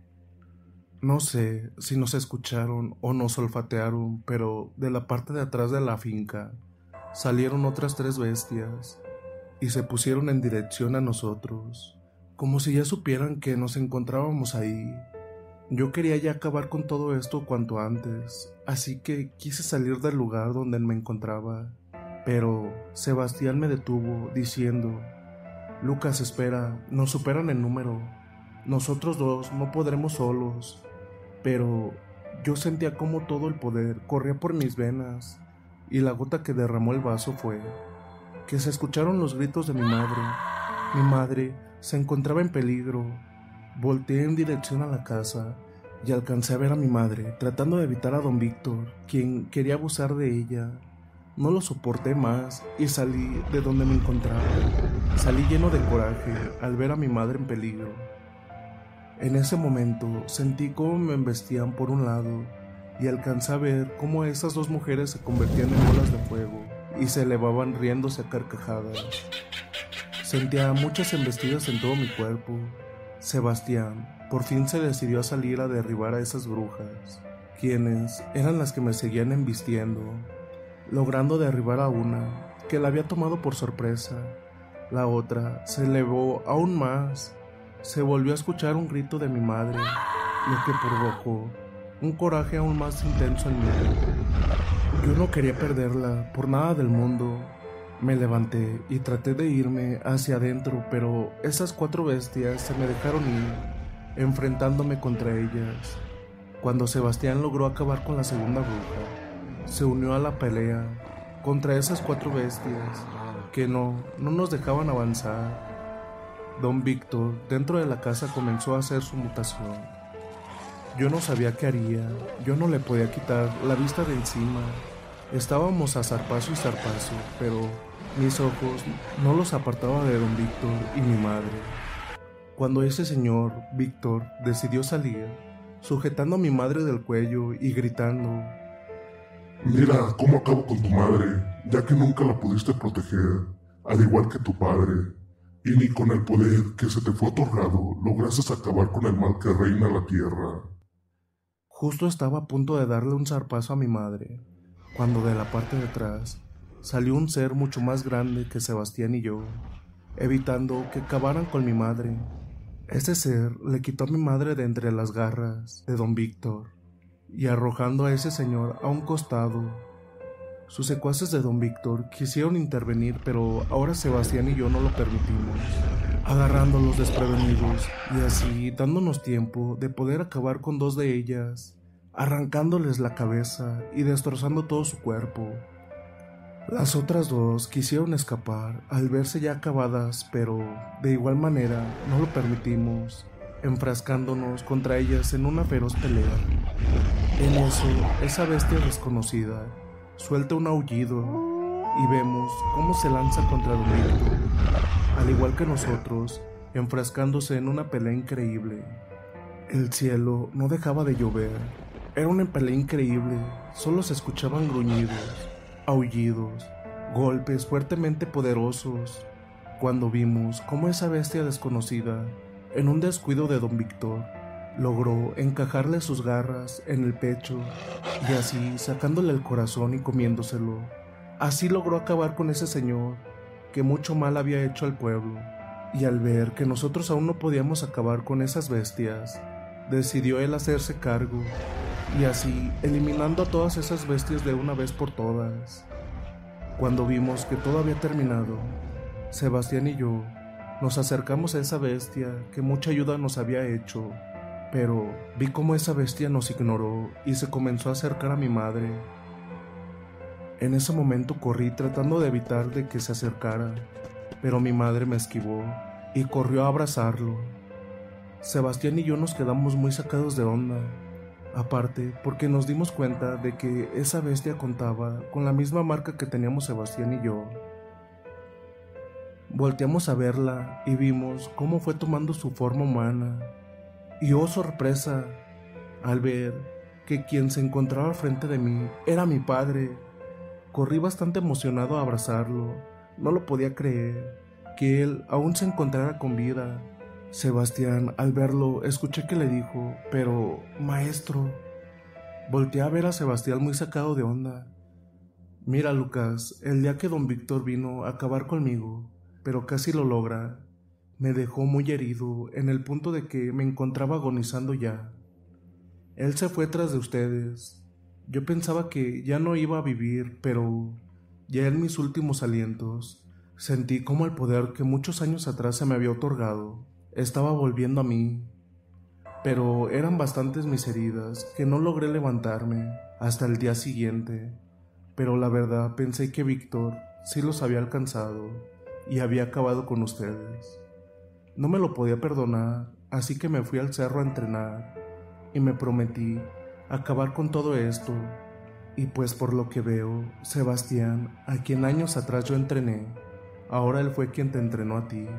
No sé si nos escucharon o nos olfatearon, pero de la parte de atrás de la finca salieron otras 3 bestias y se pusieron en dirección a nosotros, como si ya supieran que nos encontrábamos ahí. Yo quería ya acabar con todo esto cuanto antes, así que quise salir del lugar donde me encontraba, pero Sebastián me detuvo diciendo: «Lucas, espera, nos superan en número, nosotros dos no podremos solos». Pero yo sentía como todo el poder corría por mis venas, y la gota que derramó el vaso fue que se escucharon los gritos de mi madre. Mi madre se encontraba en peligro. Volteé en dirección a la casa y alcancé a ver a mi madre tratando de evitar a don Víctor, quien quería abusar de ella. No lo soporté más y salí de donde me encontraba. Salí lleno de coraje al ver a mi madre en peligro. En ese momento sentí cómo me embestían por un lado y alcancé a ver cómo esas 2 mujeres se convertían en bolas de fuego y se elevaban riéndose a carcajadas. Sentía muchas embestidas en todo mi cuerpo. Sebastián por fin se decidió a salir a derribar a esas brujas, quienes eran las que me seguían embistiendo, logrando derribar a una que la había tomado por sorpresa. La otra se elevó aún más. Se volvió a escuchar un grito de mi madre, lo que provocó un coraje aún más intenso en mí. Yo no quería perderla por nada del mundo. Me levanté y traté de irme hacia adentro, pero esas 4 bestias se me dejaron ir, enfrentándome contra ellas. Cuando Sebastián logró acabar con la segunda bruja, se unió a la pelea contra esas 4 bestias que no nos dejaban avanzar. Don Víctor, dentro de la casa, comenzó a hacer su mutación. Yo no sabía qué haría, yo no le podía quitar la vista de encima. Estábamos a zarpazo y zarpazo, pero mis ojos no los apartaba de don Víctor y mi madre. Cuando ese señor, Víctor, decidió salir, sujetando a mi madre del cuello y gritando: «Mira cómo acabo con tu madre, ya que nunca la pudiste proteger, al igual que tu padre. Y ni con el poder que se te fue otorgado lograste acabar con el mal que reina la tierra». Justo estaba a punto de darle un zarpazo a mi madre, cuando de la parte de atrás salió un ser mucho más grande que Sebastián y yo, evitando que acabaran con mi madre. Ese ser le quitó a mi madre de entre las garras de don Víctor y arrojando a ese señor a un costado. Sus secuaces de don Víctor quisieron intervenir, pero ahora Sebastián y yo no lo permitimos, agarrándolos desprevenidos y así dándonos tiempo de poder acabar con 2 de ellas, arrancándoles la cabeza y destrozando todo su cuerpo. Las otras 2 quisieron escapar al verse ya acabadas, pero de igual manera no lo permitimos, enfrascándonos contra ellas en una feroz pelea. En eso, esa bestia desconocida suelta un aullido y vemos cómo se lanza contra don Víctor. Al al igual que nosotros, enfrascándose en una pelea increíble. El cielo no dejaba de llover. Era una pelea increíble. Solo se escuchaban gruñidos, aullidos, golpes fuertemente poderosos. Cuando vimos cómo esa bestia desconocida, en un descuido de don Víctor, logró encajarle sus garras en el pecho y así sacándole el corazón y comiéndoselo. Así logró acabar con ese señor que mucho mal había hecho al pueblo. Y al ver que nosotros aún no podíamos acabar con esas bestias, decidió él hacerse cargo y así eliminando a todas esas bestias de una vez por todas. Cuando vimos que todo había terminado, Sebastián y yo nos acercamos a esa bestia que mucha ayuda nos había hecho, pero vi cómo esa bestia nos ignoró y se comenzó a acercar a mi madre. En ese momento corrí tratando de evitar de que se acercara, pero mi madre me esquivó y corrió a abrazarlo. Sebastián y yo nos quedamos muy sacados de onda, aparte porque nos dimos cuenta de que esa bestia contaba con la misma marca que teníamos Sebastián y yo. Volteamos a verla y vimos cómo fue tomando su forma humana. Y oh sorpresa, al ver que quien se encontraba al frente de mí era mi padre. Corrí bastante emocionado a abrazarlo. No lo podía creer, que él aún se encontrara con vida. Sebastián, al verlo, escuché que le dijo, pero, maestro. Volteé a ver a Sebastián muy sacado de onda. Mira, Lucas, el día que don Víctor vino a acabar conmigo, pero casi lo logra, me dejó muy herido en el punto de que me encontraba agonizando ya. Él se fue tras de ustedes. Yo pensaba que ya no iba a vivir, pero ya en mis últimos alientos sentí como el poder que muchos años atrás se me había otorgado estaba volviendo a mí. Pero eran bastantes mis heridas que no logré levantarme hasta el día siguiente. Pero la verdad pensé que Víctor sí los había alcanzado y había acabado con ustedes. No me lo podía perdonar, así que me fui al cerro a entrenar y me prometí acabar con todo esto. Y pues por lo que veo, Sebastián, a quien años atrás yo entrené, ahora él fue quien te entrenó a ti.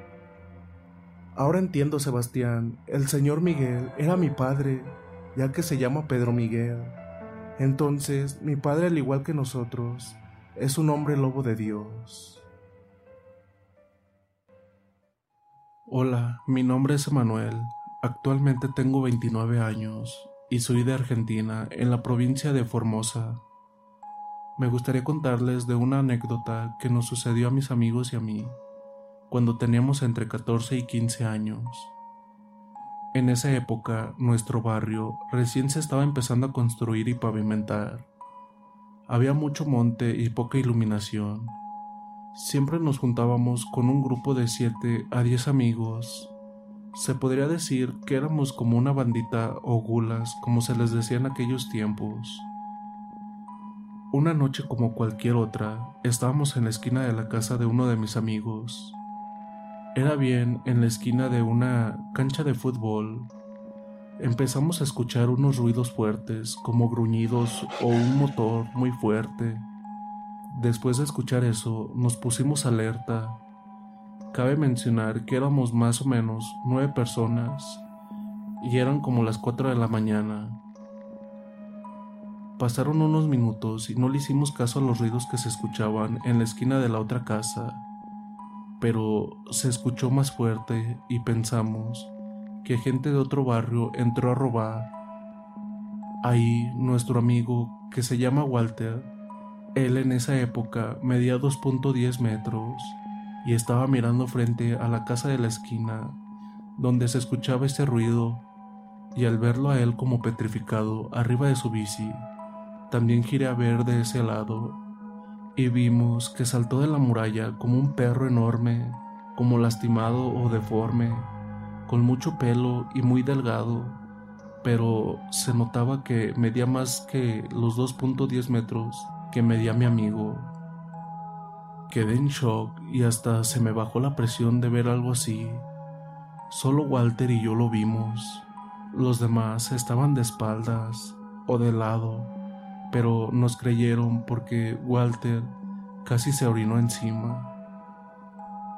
Ahora entiendo, Sebastián, el señor Miguel era mi padre, ya que se llama Pedro Miguel. Entonces, mi padre, al igual que nosotros, es un hombre lobo de Dios. Hola, mi nombre es Emanuel. Actualmente tengo 29 años y soy de Argentina, en la provincia de Formosa. Me gustaría contarles de una anécdota que nos sucedió a mis amigos y a mí, cuando teníamos entre 14 y 15 años. En esa época, nuestro barrio recién se estaba empezando a construir y pavimentar. Había mucho monte y poca iluminación. Siempre nos juntábamos con un grupo de 7 a 10 amigos. Se podría decir que éramos como una bandita o gulas, como se les decía en aquellos tiempos. Una noche como cualquier otra, estábamos en la esquina de la casa de uno de mis amigos. Era bien en la esquina de una cancha de fútbol. Empezamos a escuchar unos ruidos fuertes, como gruñidos o un motor muy fuerte. Después de escuchar eso, nos pusimos alerta. Cabe mencionar que éramos más o menos 9 personas y eran como las 4 de la mañana. Pasaron unos minutos y no le hicimos caso a los ruidos que se escuchaban en la esquina de la otra casa, pero se escuchó más fuerte y pensamos que gente de otro barrio entró a robar. Ahí nuestro amigo, que se llama Walter, él en esa época medía 2.10 metros y estaba mirando frente a la casa de la esquina donde se escuchaba ese ruido, y al verlo a él como petrificado arriba de su bici, también giré a ver de ese lado y vimos que saltó de la muralla como un perro enorme, como lastimado o deforme, con mucho pelo y muy delgado, pero se notaba que medía más que los 2.10 metros que medía mi amigo. Quedé en shock y hasta se me bajó la presión de ver algo así. Solo Walter y yo lo vimos. Los demás estaban de espaldas o de lado, pero nos creyeron porque Walter casi se orinó encima.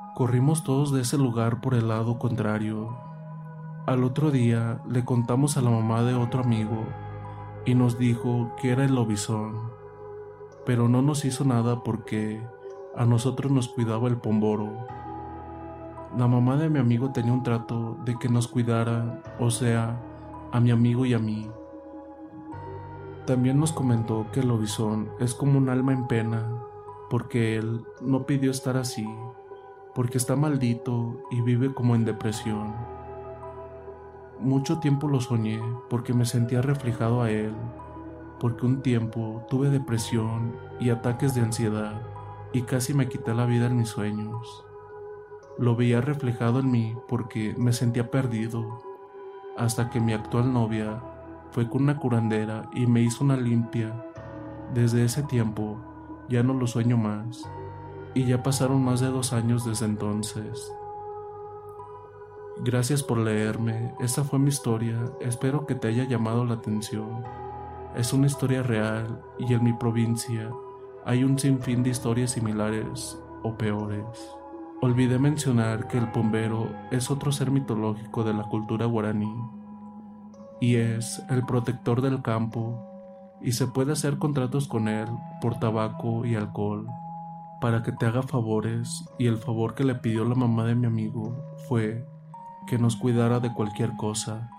Corrimos todos de ese lugar por el lado contrario. Al otro día le contamos a la mamá de otro amigo y nos dijo que era el lobizón, pero no nos hizo nada porque a nosotros nos cuidaba el pomboro. La mamá de mi amigo tenía un trato de que nos cuidara, o sea, a mi amigo y a mí. También nos comentó que el lobizón es como un alma en pena, porque él no pidió estar así, porque está maldito y vive como en depresión. Mucho tiempo lo soñé porque me sentía reflejado a él, porque un tiempo tuve depresión y ataques de ansiedad y casi me quité la vida en mis sueños. Lo veía reflejado en mí porque me sentía perdido, hasta que mi actual novia fue con una curandera y me hizo una limpia. Desde ese tiempo ya no lo sueño más, y ya pasaron más de 2 años desde entonces. Gracias por leerme, esta fue mi historia, espero que te haya llamado la atención. Es una historia real y en mi provincia hay un sinfín de historias similares o peores. Olvidé mencionar que el pombero es otro ser mitológico de la cultura guaraní y es el protector del campo, y se puede hacer contratos con él por tabaco y alcohol para que te haga favores, y el favor que le pidió la mamá de mi amigo fue que nos cuidara de cualquier cosa.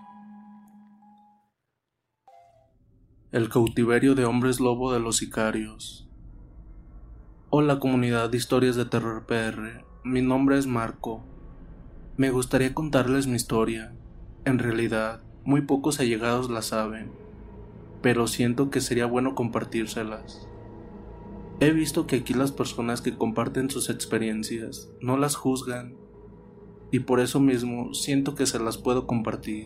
El cautiverio de hombres lobo de los sicarios. Hola comunidad de historias de terror PR, mi nombre es Marco. Me gustaría contarles mi historia. En realidad, muy pocos allegados la saben, pero siento que sería bueno compartírselas. He visto que aquí las personas que comparten sus experiencias no las juzgan, y por eso mismo siento que se las puedo compartir.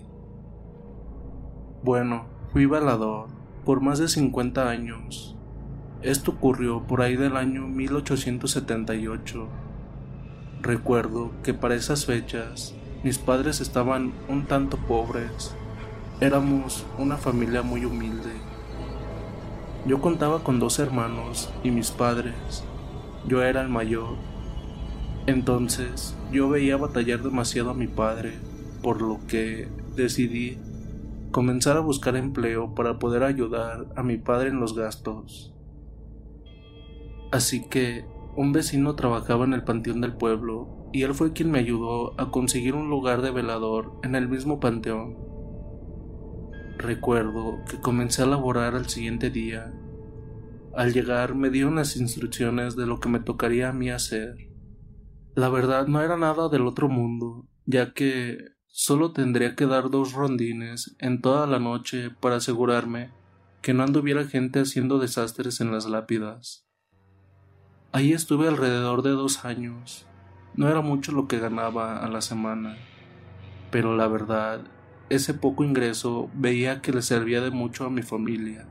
Bueno, fui velador por más de 50 años. Esto ocurrió por ahí del año 1878. Recuerdo que para esas fechas mis padres estaban un tanto pobres. Éramos una familia muy humilde. Yo contaba con 2 hermanos y mis padres. Yo era el mayor. Entonces yo veía batallar demasiado a mi padre, por lo que decidí comenzar a buscar empleo para poder ayudar a mi padre en los gastos. Así que un vecino trabajaba en el panteón del pueblo y él fue quien me ayudó a conseguir un lugar de velador en el mismo panteón. Recuerdo que comencé a laborar al siguiente día. Al llegar me dieron las instrucciones de lo que me tocaría a mí hacer. La verdad no era nada del otro mundo, ya que solo tendría que dar 2 rondines en toda la noche para asegurarme que no anduviera gente haciendo desastres en las lápidas. Ahí estuve alrededor de 2 años. No era mucho lo que ganaba a la semana, pero la verdad, ese poco ingreso veía que le servía de mucho a mi familia.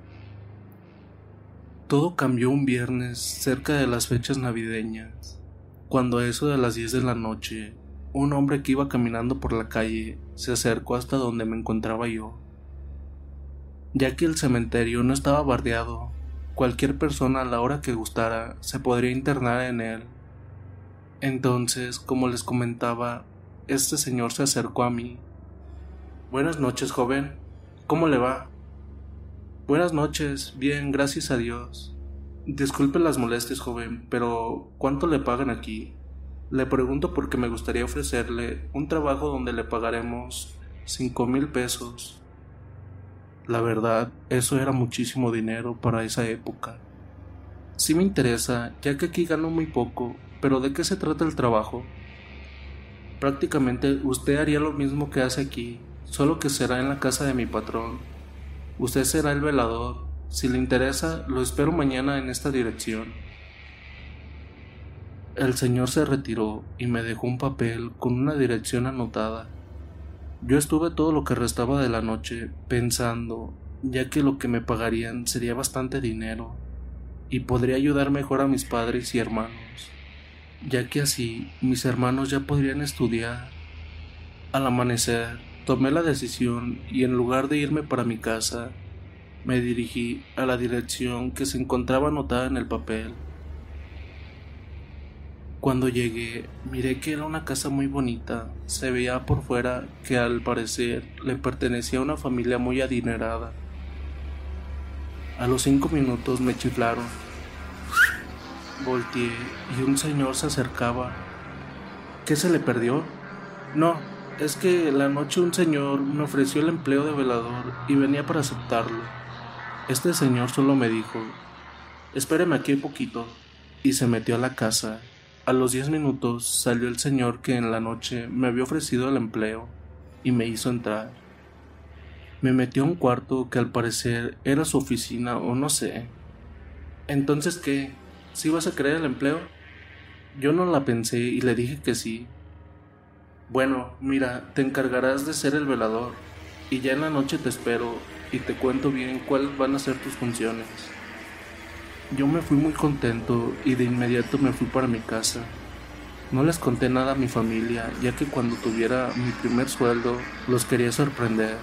Todo cambió un viernes cerca de las fechas navideñas, cuando a eso de las 10 de la noche, un hombre que iba caminando por la calle se acercó hasta donde me encontraba yo. Ya que el cementerio no estaba bardeado, cualquier persona a la hora que gustara se podría internar en él. Entonces, como les comentaba, este señor se acercó a mí. Buenas noches, joven. ¿Cómo le va? Buenas noches. Bien, gracias a Dios. Disculpe las molestias, joven, pero ¿cuánto le pagan aquí? Le pregunto porque me gustaría ofrecerle un trabajo donde le pagaremos 5,000 pesos. La verdad, eso era muchísimo dinero para esa época. Sí me interesa, ya que aquí gano muy poco, pero ¿de qué se trata el trabajo? Prácticamente usted haría lo mismo que hace aquí, solo que será en la casa de mi patrón. Usted será el velador. Si le interesa, lo espero mañana en esta dirección. El señor se retiró y me dejó un papel con una dirección anotada. Yo estuve todo lo que restaba de la noche pensando, ya que lo que me pagarían sería bastante dinero y podría ayudar mejor a mis padres y hermanos, ya que así mis hermanos ya podrían estudiar. Al amanecer, tomé la decisión y en lugar de irme para mi casa, me dirigí a la dirección que se encontraba anotada en el papel. Cuando llegué, miré que era una casa muy bonita. Se veía por fuera que al parecer le pertenecía a una familia muy adinerada. A los 5 minutos me chiflaron. Volteé y un señor se acercaba. ¿Qué se le perdió? No, es que la noche un señor me ofreció el empleo de velador y venía para aceptarlo. Este señor solo me dijo: espéreme aquí un poquito, y se metió a la casa. A los 10 minutos salió el señor que en la noche me había ofrecido el empleo y me hizo entrar. Me metió a un cuarto que al parecer era su oficina o no sé. ¿Entonces qué? ¿Sí vas a querer el empleo? Yo no la pensé y le dije que sí. Bueno, mira, te encargarás de ser el velador y ya en la noche te espero y te cuento bien cuáles van a ser tus funciones. Yo me fui muy contento y de inmediato me fui para mi casa. No les conté nada a mi familia, ya que cuando tuviera mi primer sueldo los quería sorprender.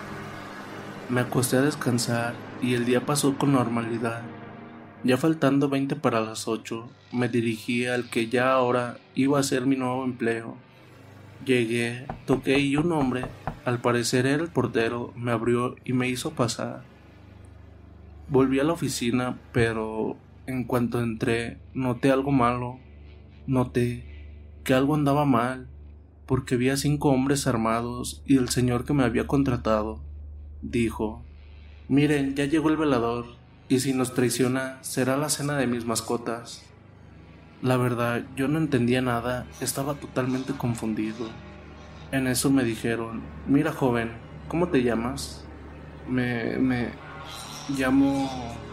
Me acosté a descansar y el día pasó con normalidad. Ya faltando 20 para las 8, me dirigí al que ya ahora iba a ser mi nuevo empleo. Llegué, toqué y un hombre, al parecer era el portero, me abrió y me hizo pasar. Volví a la oficina, pero en cuanto entré, noté algo malo. Noté que algo andaba mal, porque vi a 5 hombres armados y el señor que me había contratado dijo: miren, ya llegó el velador, y si nos traiciona, será la cena de mis mascotas. La verdad, yo no entendía nada, estaba totalmente confundido. En eso me dijeron: mira joven, ¿cómo te llamas? Me llamo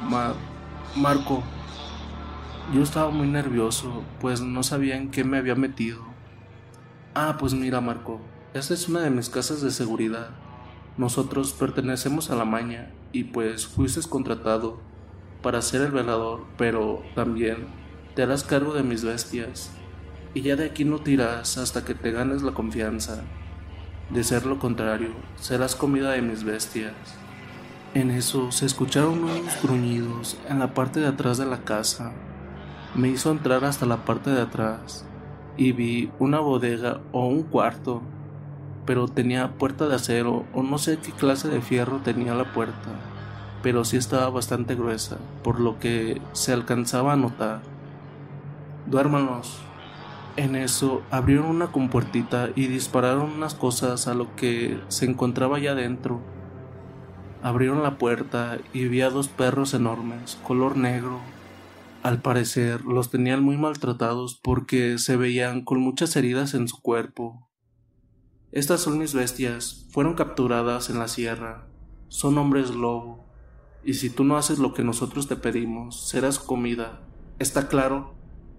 Marco. Yo estaba muy nervioso, pues no sabía en qué me había metido. Ah, pues mira Marco, esta es una de mis casas de seguridad. Nosotros pertenecemos a la maña y pues fuiste contratado para ser el velador, pero también te harás cargo de mis bestias y ya de aquí no te irás hasta que te ganes la confianza. De ser lo contrario, serás comida de mis bestias. En eso se escucharon unos gruñidos en la parte de atrás de la casa. Me hizo entrar hasta la parte de atrás y vi una bodega o un cuarto, pero tenía puerta de acero o no sé qué clase de fierro tenía la puerta, pero sí estaba bastante gruesa, por lo que se alcanzaba a notar. Duérmanos. En eso abrieron una compuertita y dispararon unas cosas a lo que se encontraba allá adentro. Abrieron la puerta y vi a 2 perros enormes, color negro. Al parecer los tenían muy maltratados porque se veían con muchas heridas en su cuerpo. Estas son mis bestias, fueron capturadas en la sierra, son hombres lobo, y si tú no haces lo que nosotros te pedimos, serás comida, ¿está claro?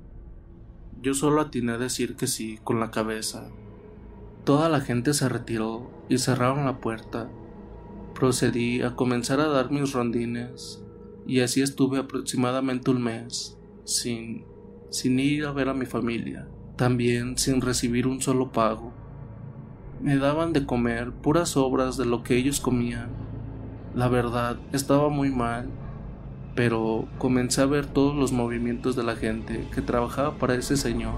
Yo solo atiné a decir que sí con la cabeza. Toda la gente se retiró y cerraron la puerta. Procedí a comenzar a dar mis rondines y así estuve aproximadamente un mes, sin ir a ver a mi familia, también sin recibir un solo pago. Me daban de comer puras sobras de lo que ellos comían. La verdad, estaba muy mal, pero comencé a ver todos los movimientos de la gente que trabajaba para ese señor.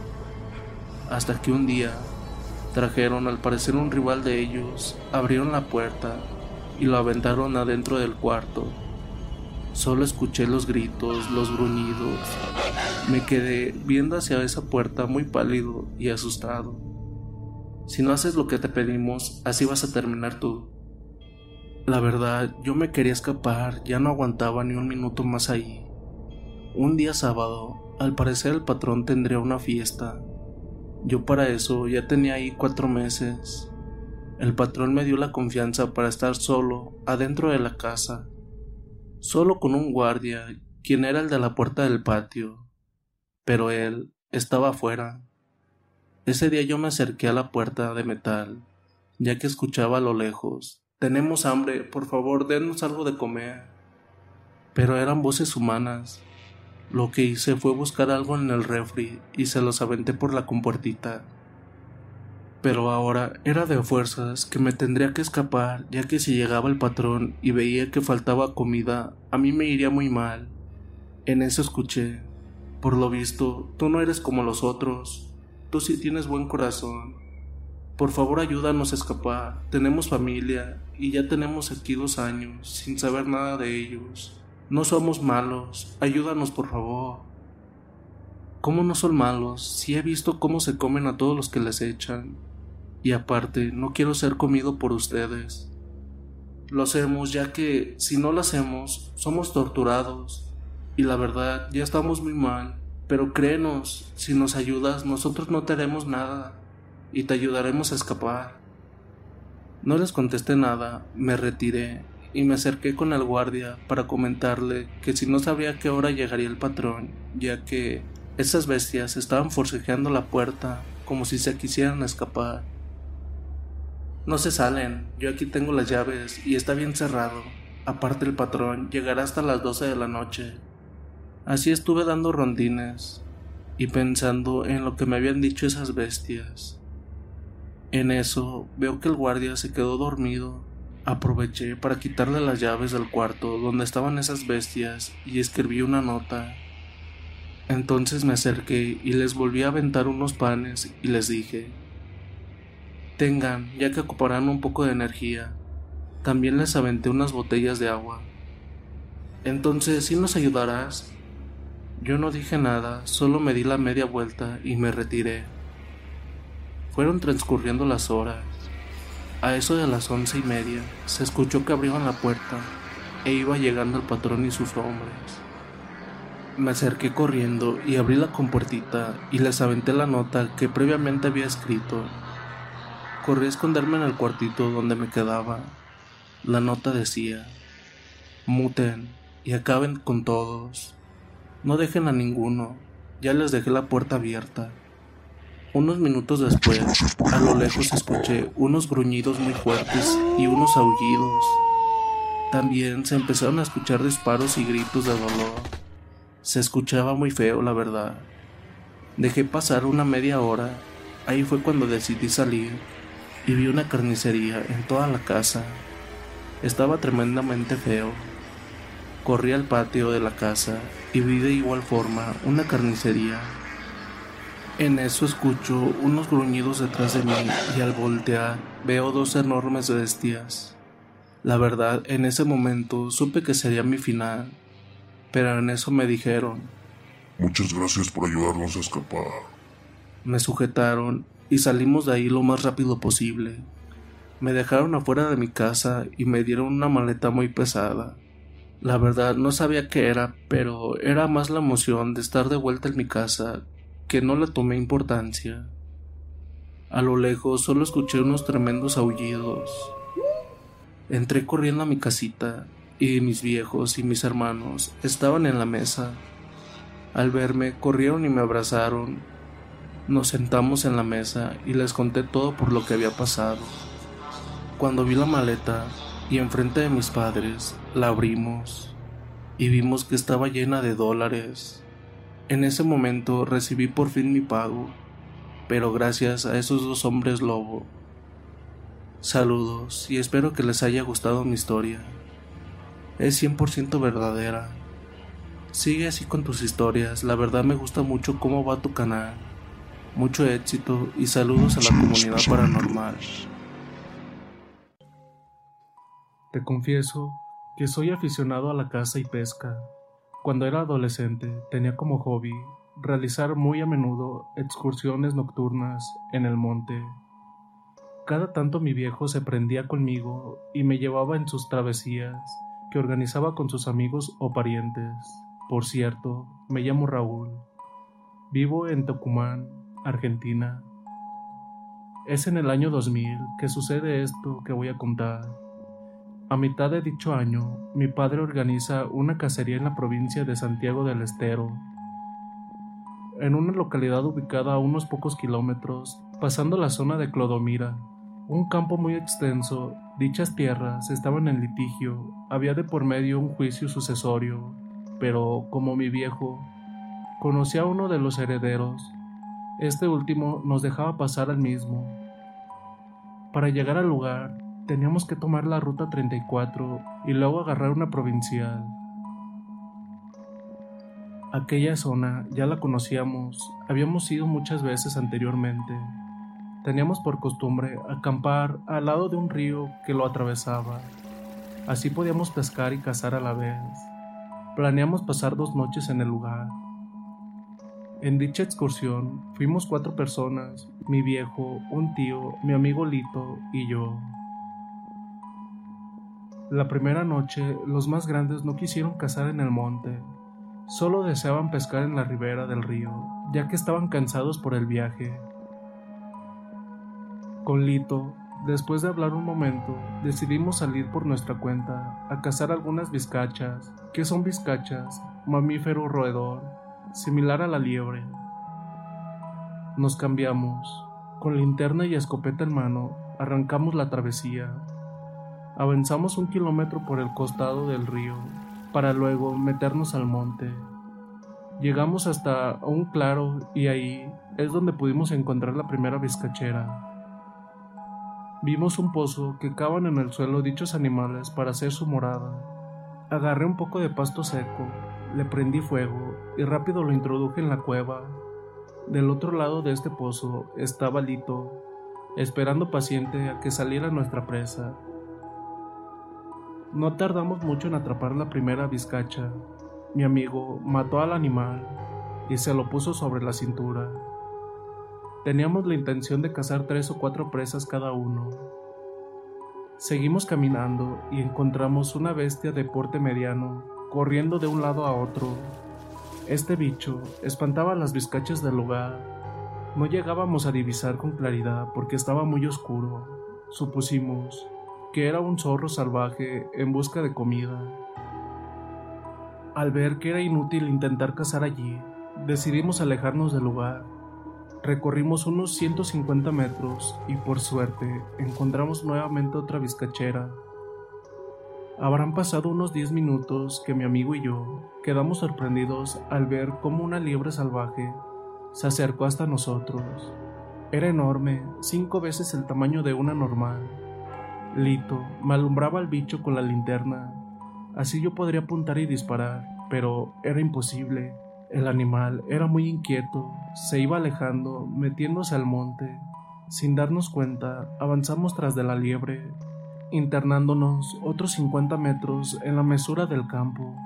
Hasta que un día trajeron al parecer un rival de ellos, abrieron la puerta y lo aventaron adentro del cuarto. Solo escuché los gritos, los gruñidos. Me quedé viendo hacia esa puerta muy pálido y asustado. Si no haces lo que te pedimos, así vas a terminar tú. La verdad, yo me quería escapar, ya no aguantaba ni un minuto más ahí. Un día sábado, al parecer el patrón tendría una fiesta. Yo para eso ya tenía ahí 4 meses. El patrón me dio la confianza para estar solo adentro de la casa, solo con un guardia, quien era el de la puerta del patio, pero él estaba afuera. Ese día yo me acerqué a la puerta de metal, ya que escuchaba a lo lejos: tenemos hambre, por favor, denos algo de comer. Pero eran voces humanas. Lo que hice fue buscar algo en el refri y se los aventé por la compuertita. Pero ahora era de fuerzas que me tendría que escapar, ya que si llegaba el patrón y veía que faltaba comida, a mí me iría muy mal. En eso escuché: Por lo visto, tú no eres como los otros. Tú sí tienes buen corazón. Por favor, ayúdanos a escapar. Tenemos familia y ya tenemos aquí 2 años sin saber nada de ellos. No somos malos. Ayúdanos, por favor. ¿Cómo no son malos? Sí he visto cómo se comen a todos los que les echan. Y aparte, no quiero ser comido por ustedes. Lo hacemos ya que, si no lo hacemos, somos torturados. Y la verdad, ya estamos muy mal. Pero créenos, si nos ayudas, nosotros no te haremos nada. Y te ayudaremos a escapar. No les contesté nada, me retiré y me acerqué con el guardia para comentarle que si no sabía a qué hora llegaría el patrón, ya que esas bestias estaban forcejeando la puerta como si se quisieran escapar. No se salen, yo aquí tengo las llaves y está bien cerrado. Aparte el patrón llegará hasta las 12 de la noche. Así estuve dando rondines y pensando en lo que me habían dicho esas bestias. En eso veo que el guardia se quedó dormido. Aproveché para quitarle las llaves del cuarto donde estaban esas bestias y escribí una nota. Entonces me acerqué y les volví a aventar unos panes y les dije: tengan, ya que ocuparán un poco de energía. También les aventé unas botellas de agua. Entonces, ¿sí nos ayudarás? Yo no dije nada, solo me di la media vuelta y me retiré. Fueron transcurriendo las horas. A eso de las 11:30 se escuchó que abrieron la puerta e iba llegando el patrón y sus hombres. Me acerqué corriendo y abrí la compuertita y les aventé la nota que previamente había escrito. Corrí a esconderme en el cuartito donde me quedaba. La nota decía: muten y acaben con todos. No dejen a ninguno, ya les dejé la puerta abierta. Unos minutos después, a lo lejos escuché unos gruñidos muy fuertes y unos aullidos. También se empezaron a escuchar disparos y gritos de dolor. Se escuchaba muy feo, la verdad. Dejé pasar una media hora. Ahí fue cuando decidí salir y vi una carnicería en toda la casa. Estaba tremendamente feo. Corrí al patio de la casa y vi de igual forma una carnicería. En eso escucho unos gruñidos detrás de mí y al voltear veo 2 enormes bestias. La verdad, en ese momento supe que sería mi final, pero en eso me dijeron: muchas gracias por ayudarnos a escapar. Me sujetaron y salimos de ahí lo más rápido posible. Me dejaron afuera de mi casa y me dieron una maleta muy pesada. La verdad no sabía qué era, pero era más la emoción de estar de vuelta en mi casa que no le tomé importancia. A lo lejos solo escuché unos tremendos aullidos. Entré corriendo a mi casita y mis viejos y mis hermanos estaban en la mesa. Al verme corrieron y me abrazaron. Nos sentamos en la mesa y les conté todo por lo que había pasado. Cuando vi la maleta y enfrente de mis padres la abrimos y vimos que estaba llena de dólares. En ese momento recibí por fin mi pago, pero gracias a esos 2 hombres lobo. Saludos y espero que les haya gustado mi historia. Es 100% verdadera. Sigue así con tus historias, la verdad me gusta mucho cómo va tu canal. Mucho éxito y saludos a la comunidad paranormal. Te confieso que soy aficionado a la caza y pesca. Cuando era adolescente tenía como hobby realizar muy a menudo excursiones nocturnas en el monte. Cada tanto mi viejo se prendía conmigo y me llevaba en sus travesías que organizaba con sus amigos o parientes. Por cierto, me llamo Raúl. Vivo en Tucumán, Argentina. Es en el año 2000 que sucede esto que voy a contar. A mitad de dicho año, mi padre organiza una cacería en la provincia de Santiago del Estero, en una localidad ubicada a unos pocos kilómetros, pasando la zona de Clodomira, un campo muy extenso. Dichas tierras estaban en litigio, había de por medio un juicio sucesorio, pero como mi viejo conocía a uno de los herederos, este último nos dejaba pasar al mismo. Para llegar al lugar, teníamos que tomar la ruta 34 y luego agarrar una provincial. Aquella zona ya la conocíamos, habíamos ido muchas veces anteriormente. Teníamos por costumbre acampar al lado de un río que lo atravesaba. Así podíamos pescar y cazar a la vez. Planeamos pasar 2 noches en el lugar. En dicha excursión fuimos 4 personas, mi viejo, un tío, mi amigo Lito y yo. La primera noche, los más grandes no quisieron cazar en el monte, solo deseaban pescar en la ribera del río, ya que estaban cansados por el viaje. Con Lito, después de hablar un momento, decidimos salir por nuestra cuenta a cazar algunas vizcachas. ¿Qué son vizcachas? Mamífero roedor, similar a la liebre. Nos cambiamos. Con linterna y escopeta en mano, arrancamos la travesía. Avanzamos 1 kilómetro por el costado del río, para luego meternos al monte. Llegamos hasta un claro y ahí es donde pudimos encontrar la primera vizcachera. Vimos un pozo que cavan en el suelo dichos animales para hacer su morada. Agarré un poco de pasto seco, le prendí fuego y rápido lo introduje en la cueva. Del otro lado de este pozo estaba Lito, esperando paciente a que saliera nuestra presa. No tardamos mucho en atrapar la primera vizcacha. Mi amigo mató al animal y se lo puso sobre la cintura. Teníamos la intención de cazar 3 o 4 presas cada uno. Seguimos caminando y encontramos una bestia de porte mediano, corriendo de un lado a otro. Este bicho espantaba a las vizcachas del lugar. No llegábamos a divisar con claridad porque estaba muy oscuro. Supusimos que era un zorro salvaje en busca de comida. Al ver que era inútil intentar cazar allí, decidimos alejarnos del lugar. Recorrimos unos 150 metros y por suerte encontramos nuevamente otra vizcachera. Habrán pasado unos 10 minutos que mi amigo y yo quedamos sorprendidos al ver cómo una liebre salvaje se acercó hasta nosotros. Era enorme, 5 veces el tamaño de una normal. Lito me alumbraba al bicho con la linterna, así yo podría apuntar y disparar, pero era imposible. El animal era muy inquieto, se iba alejando, metiéndose al monte. Sin darnos cuenta, avanzamos tras de la liebre, internándonos otros 50 metros en la mesura del campo.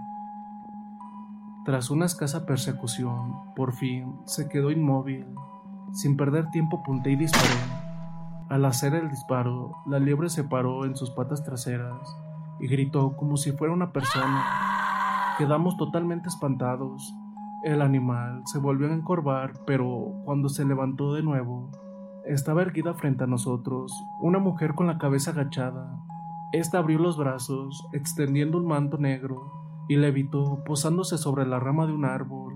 Tras una escasa persecución, por fin se quedó inmóvil. Sin perder tiempo apunté y disparé. Al hacer el disparo, la liebre se paró en sus patas traseras y gritó como si fuera una persona. Quedamos totalmente espantados. El animal se volvió a encorvar, pero cuando se levantó de nuevo, estaba erguida frente a nosotros, una mujer con la cabeza agachada. Esta abrió los brazos, extendiendo un manto negro, y levitó, posándose sobre la rama de un árbol.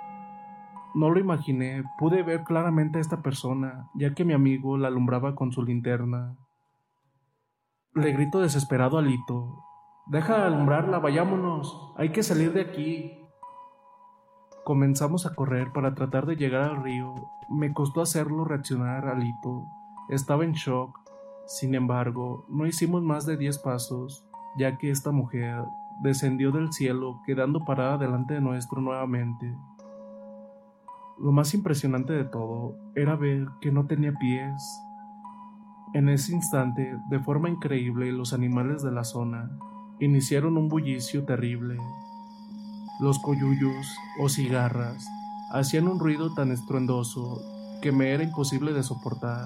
No lo imaginé, pude ver claramente a esta persona, ya que mi amigo la alumbraba con su linterna. Le grito desesperado a Lito: «Deja de alumbrarla, vayámonos, hay que salir de aquí». Comenzamos a correr para tratar de llegar al río. Me costó hacerlo reaccionar a Lito, estaba en shock. Sin embargo, no hicimos más de 10 pasos, ya que esta mujer descendió del cielo, quedando parada delante de nuestro nuevamente. Lo más impresionante de todo era ver que no tenía pies. En ese instante, de forma increíble, los animales de la zona iniciaron un bullicio terrible. Los coyullos o cigarras hacían un ruido tan estruendoso que me era imposible de soportar.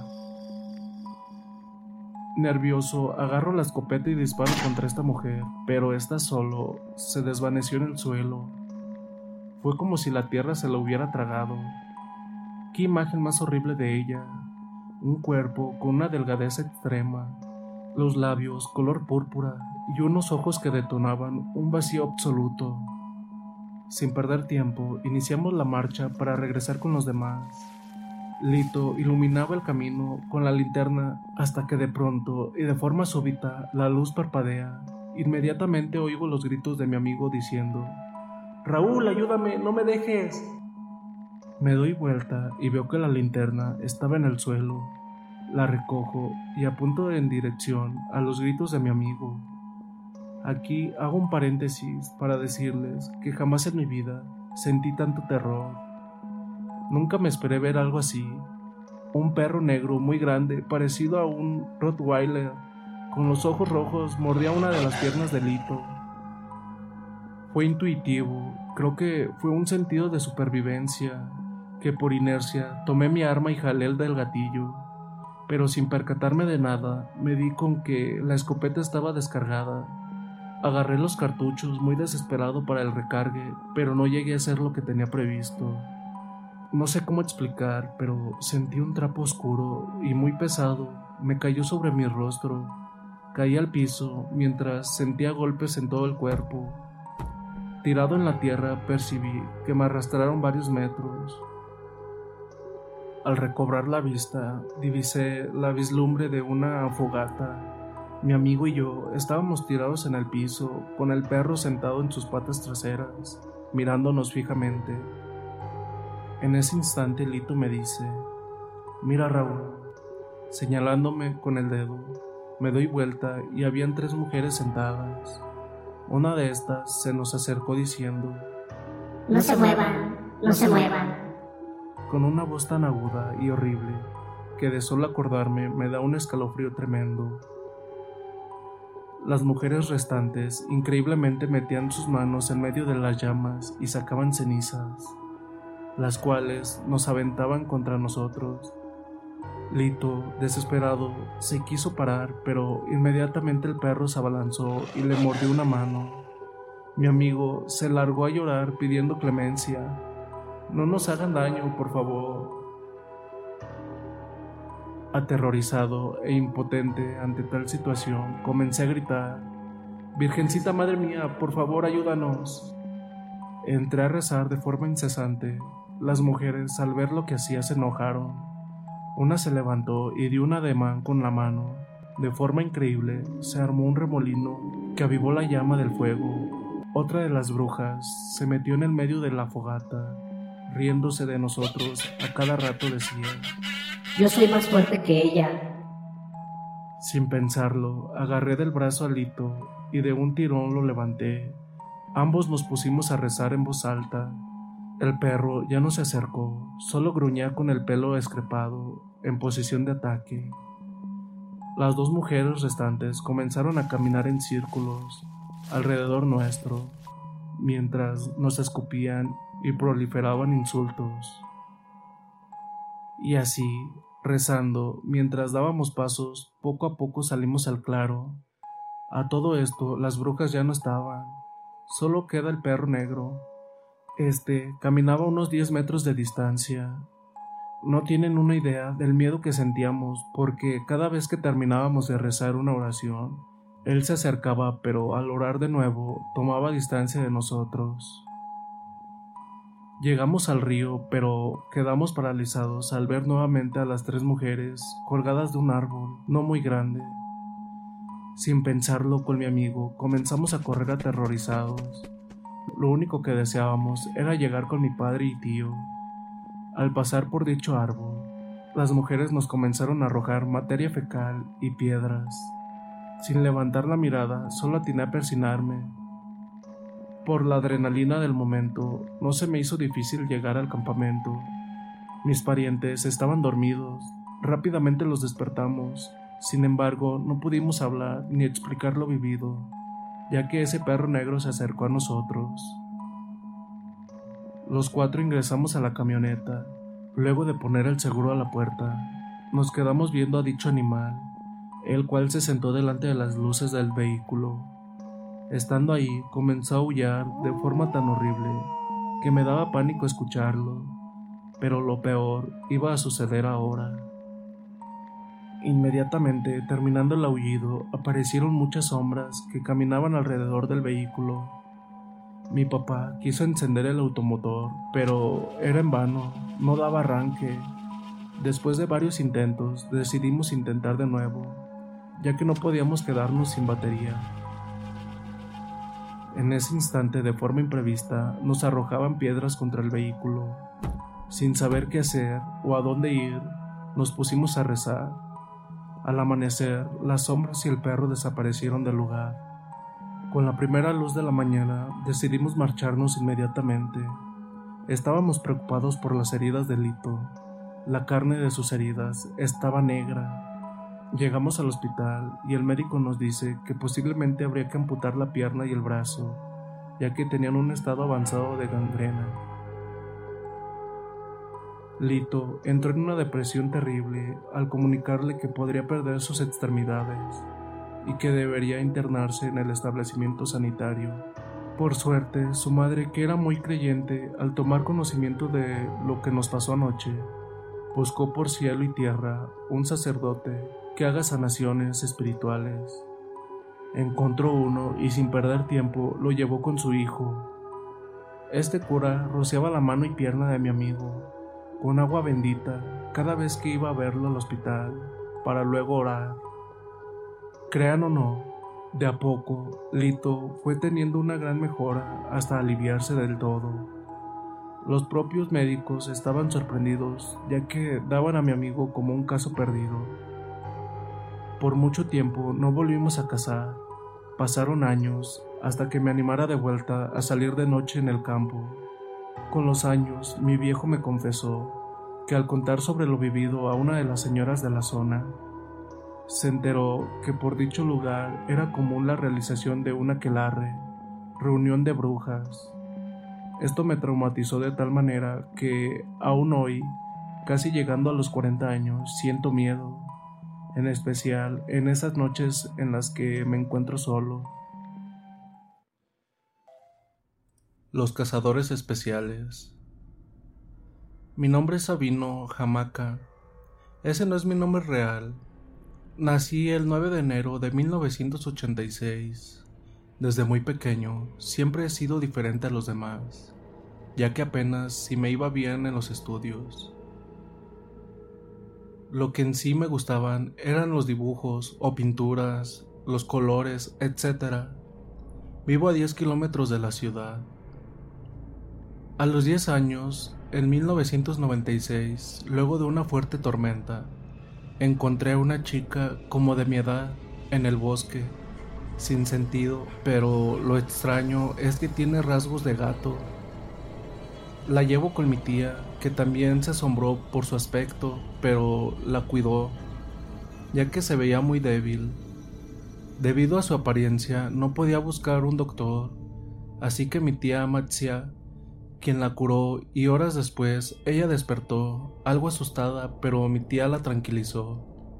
Nervioso, agarro la escopeta y disparo contra esta mujer, pero esta solo se desvaneció en el suelo. Fue como si la tierra se la hubiera tragado. Qué imagen más horrible de ella. Un cuerpo con una delgadez extrema, los labios color púrpura y unos ojos que detonaban un vacío absoluto. Sin perder tiempo, iniciamos la marcha para regresar con los demás. Lito iluminaba el camino con la linterna hasta que de pronto y de forma súbita la luz parpadea. Inmediatamente oigo los gritos de mi amigo diciendo: «Raúl, ayúdame, no me dejes». Me doy vuelta y veo que la linterna estaba en el suelo. La recojo y apunto en dirección a los gritos de mi amigo. Aquí hago un paréntesis para decirles que jamás en mi vida sentí tanto terror. Nunca me esperé ver algo así. Un perro negro muy grande, parecido a un Rottweiler, con los ojos rojos, mordía una de las piernas de Lito. Fue intuitivo, creo que fue un sentido de supervivencia, que por inercia tomé mi arma y jalé el del gatillo, pero sin percatarme de nada, me di con que la escopeta estaba descargada. Agarré los cartuchos muy desesperado para el recargue, pero no llegué a hacer lo que tenía previsto. No sé cómo explicar, pero sentí un trapo oscuro y muy pesado, me cayó sobre mi rostro. Caí al piso mientras sentía golpes en todo el cuerpo. Tirado en la tierra, percibí que me arrastraron varios metros. Al recobrar la vista, divisé la vislumbre de una fogata. Mi amigo y yo estábamos tirados en el piso, con el perro sentado en sus patas traseras, mirándonos fijamente. En ese instante Lito me dice: «Mira, Raúl», señalándome con el dedo. Me doy vuelta y habían 3 mujeres sentadas. Una de estas se nos acercó diciendo: «No se muevan, no se muevan», con una voz tan aguda y horrible que de solo acordarme me da un escalofrío tremendo. Las mujeres restantes increíblemente metían sus manos en medio de las llamas y sacaban cenizas, las cuales nos aventaban contra nosotros. Lito, desesperado, se quiso parar, pero inmediatamente el perro se abalanzó y le mordió una mano. Mi amigo se largó a llorar pidiendo clemencia. «No nos hagan daño, por favor». Aterrorizado e impotente ante tal situación, comencé a gritar: «Virgencita Madre mía, por favor, ayúdanos». Entré a rezar de forma incesante. Las mujeres, al ver lo que hacía, se enojaron. Una se levantó y dio un ademán con la mano. De forma increíble, se armó un remolino que avivó la llama del fuego. Otra de las brujas se metió en el medio de la fogata, riéndose de nosotros. A cada rato decía: «Yo soy más fuerte que ella». Sin pensarlo, agarré del brazo a Lito y de un tirón lo levanté. Ambos nos pusimos a rezar en voz alta. El perro ya no se acercó, solo gruñía con el pelo escrepado, en posición de ataque. Las 2 mujeres restantes comenzaron a caminar en círculos alrededor nuestro, mientras nos escupían y proliferaban insultos. Y así, rezando, mientras dábamos pasos, poco a poco salimos al claro. A todo esto, las brujas ya no estaban, solo queda el perro negro. Caminaba a unos 10 metros de distancia. No tienen una idea del miedo que sentíamos, porque cada vez que terminábamos de rezar una oración, él se acercaba, pero al orar de nuevo, tomaba distancia de nosotros. Llegamos al río, pero quedamos paralizados al ver nuevamente a las 3 mujeres colgadas de un árbol no muy grande. Sin pensarlo, con mi amigo, comenzamos a correr aterrorizados. Lo único que deseábamos era llegar con mi padre y tío. Al pasar por dicho árbol, las mujeres nos comenzaron a arrojar materia fecal y piedras. Sin levantar la mirada, solo atiné a persignarme. Por la adrenalina del momento, no se me hizo difícil llegar al campamento. Mis parientes estaban dormidos. Rápidamente los despertamos. Sin embargo, no pudimos hablar ni explicar lo vivido, ya que ese perro negro se acercó a nosotros. Los 4 ingresamos a la camioneta. Luego de poner el seguro a la puerta, nos quedamos viendo a dicho animal, el cual se sentó delante de las luces del vehículo. Estando ahí, comenzó a aullar de forma tan horrible que me daba pánico escucharlo, pero lo peor iba a suceder ahora. Inmediatamente, terminando el aullido, aparecieron muchas sombras que caminaban alrededor del vehículo. Mi papá quiso encender el automotor, pero era en vano, no daba arranque. Después de varios intentos, decidimos intentar de nuevo, ya que no podíamos quedarnos sin batería. En ese instante, de forma imprevista, nos arrojaban piedras contra el vehículo. Sin saber qué hacer o a dónde ir, nos pusimos a rezar. Al amanecer, las sombras y el perro desaparecieron del lugar. Con la primera luz de la mañana, decidimos marcharnos inmediatamente. Estábamos preocupados por las heridas de Lito. La carne de sus heridas estaba negra. Llegamos al hospital y el médico nos dice que posiblemente habría que amputar la pierna y el brazo, ya que tenían un estado avanzado de gangrena. Lito entró en una depresión terrible al comunicarle que podría perder sus extremidades y que debería internarse en el establecimiento sanitario. Por suerte, su madre, que era muy creyente, al tomar conocimiento de lo que nos pasó anoche, buscó por cielo y tierra un sacerdote que haga sanaciones espirituales. Encontró uno y sin perder tiempo lo llevó con su hijo. Este cura rociaba la mano y pierna de mi amigo con agua bendita cada vez que iba a verlo al hospital para luego orar. Crean o no, de a poco Lito fue teniendo una gran mejora hasta aliviarse del todo. Los propios médicos estaban sorprendidos, ya que daban a mi amigo como un caso perdido. Por mucho tiempo no volvimos a cazar. Pasaron años hasta que me animara de vuelta a salir de noche en el campo. Con los años, mi viejo me confesó que al contar sobre lo vivido a una de las señoras de la zona, se enteró que por dicho lugar era común la realización de un aquelarre, reunión de brujas. Esto me traumatizó de tal manera que, aún hoy, casi llegando a los 40 años, siento miedo, en especial en esas noches en las que me encuentro solo. Los cazadores especiales. Mi nombre es Sabino Jamaca. Ese no es mi nombre real. Nací el 9 de enero de 1986. Desde muy pequeño siempre he sido diferente a los demás, ya que apenas si me iba bien en los estudios. Lo que en sí me gustaban eran los dibujos o pinturas, los colores, etc. Vivo a 10 kilómetros de la ciudad. A los 10 años, en 1996, luego de una fuerte tormenta, encontré a una chica como de mi edad en el bosque, sin sentido, pero lo extraño es que tiene rasgos de gato. La llevo con mi tía, que también se asombró por su aspecto, pero la cuidó, ya que se veía muy débil. Debido a su apariencia, no podía buscar un doctor, así que mi tía Matsia, quien la curó, y horas después ella despertó, algo asustada, pero mi tía la tranquilizó.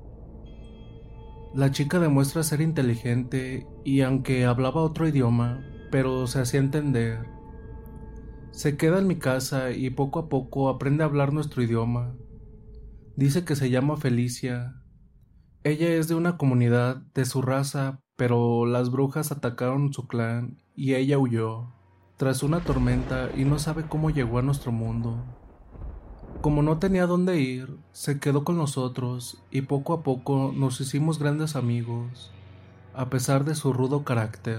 La chica demuestra ser inteligente y aunque hablaba otro idioma, pero se hacía entender. Se queda en mi casa y poco a poco aprende a hablar nuestro idioma. Dice que se llama Felicia. Ella es de una comunidad de su raza, pero las brujas atacaron su clan y ella huyó tras una tormenta y no sabe cómo llegó a nuestro mundo. Como no tenía dónde ir, se quedó con nosotros y poco a poco nos hicimos grandes amigos, a pesar de su rudo carácter.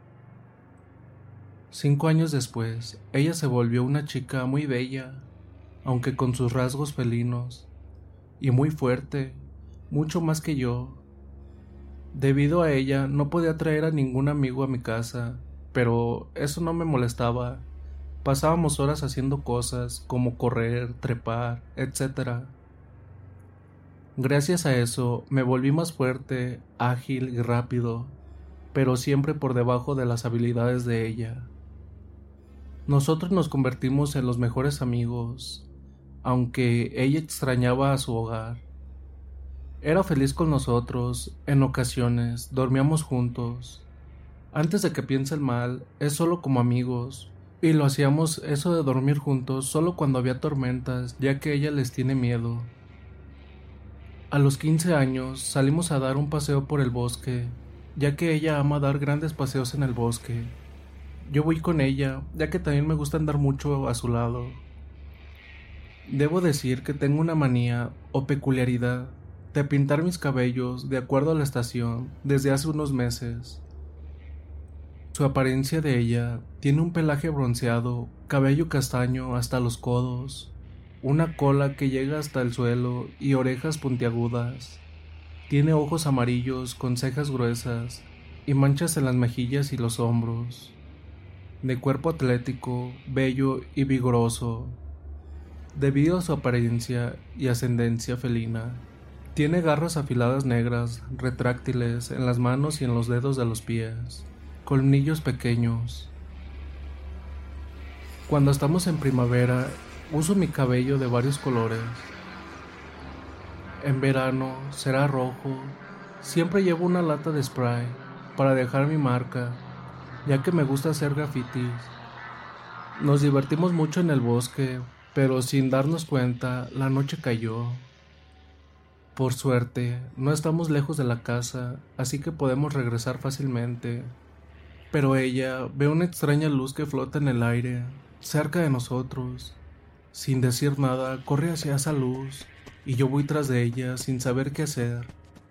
5 años después, ella se volvió una chica muy bella, aunque con sus rasgos felinos, y muy fuerte, mucho más que yo. Debido a ella, no podía traer a ningún amigo a mi casa, pero eso no me molestaba. Pasábamos horas haciendo cosas como correr, trepar, etc. Gracias a eso me volví más fuerte, ágil y rápido, pero siempre por debajo de las habilidades de ella. Nosotros nos convertimos en los mejores amigos, aunque ella extrañaba a su hogar. Era feliz con nosotros, en ocasiones dormíamos juntos. Antes de que piensen mal, es solo como amigos, y lo hacíamos eso de dormir juntos solo cuando había tormentas, ya que ella les tiene miedo. A los 15 años salimos a dar un paseo por el bosque, ya que ella ama dar grandes paseos en el bosque. Yo voy con ella, ya que también me gusta andar mucho a su lado. Debo decir que tengo una manía o peculiaridad de pintar mis cabellos de acuerdo a la estación desde hace unos meses. Su apariencia de ella tiene un pelaje bronceado, cabello castaño hasta los codos, una cola que llega hasta el suelo y orejas puntiagudas. Tiene ojos amarillos con cejas gruesas y manchas en las mejillas y los hombros. de cuerpo atlético, bello y vigoroso. Debido a su apariencia y ascendencia felina, tiene garras afiladas negras, retráctiles en las manos y en los dedos de los pies, colmillos pequeños. Cuando estamos en primavera, uso mi cabello de varios colores. En verano será rojo. Siempre llevo una lata de spray para dejar mi marca, ya que me gusta hacer grafitis. Nos divertimos mucho en el bosque, pero sin darnos cuenta, la noche cayó. Por suerte, no estamos lejos de la casa, así que podemos regresar fácilmente. Pero ella ve una extraña luz que flota en el aire, cerca de nosotros. Sin decir nada, corre hacia esa luz, y yo voy tras de ella sin saber qué hacer.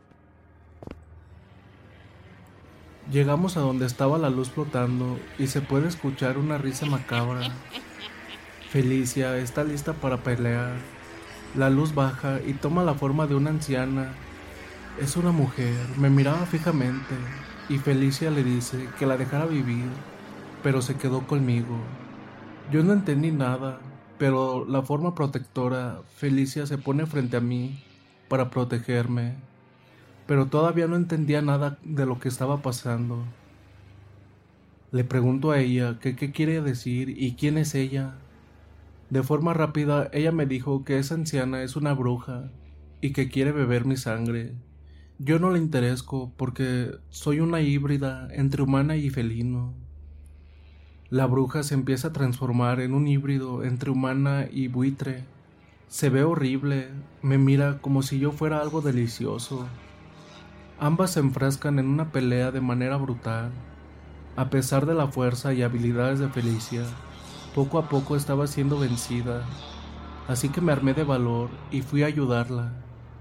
Llegamos a donde estaba la luz flotando y se puede escuchar una risa macabra. Felicia está lista para pelear. La luz baja y toma la forma de una anciana. Es una mujer, me miraba fijamente y Felicia le dice que la dejara vivir, pero se quedó conmigo. Yo no entendí nada, pero la forma protectora, Felicia se pone frente a mí para protegerme, pero todavía no entendía nada de lo que estaba pasando. Le pregunto a ella que qué quiere decir y quién es ella. De forma rápida, ella me dijo que esa anciana es una bruja y que quiere beber mi sangre. Yo no le interesco porque soy una híbrida entre humana y felino. La bruja se empieza a transformar en un híbrido entre humana y buitre. Se ve horrible, me mira como si yo fuera algo delicioso. Ambas se enfrascan en una pelea de manera brutal. A pesar de la fuerza y habilidades de Felicia, poco a poco estaba siendo vencida, así que me armé de valor y fui a ayudarla.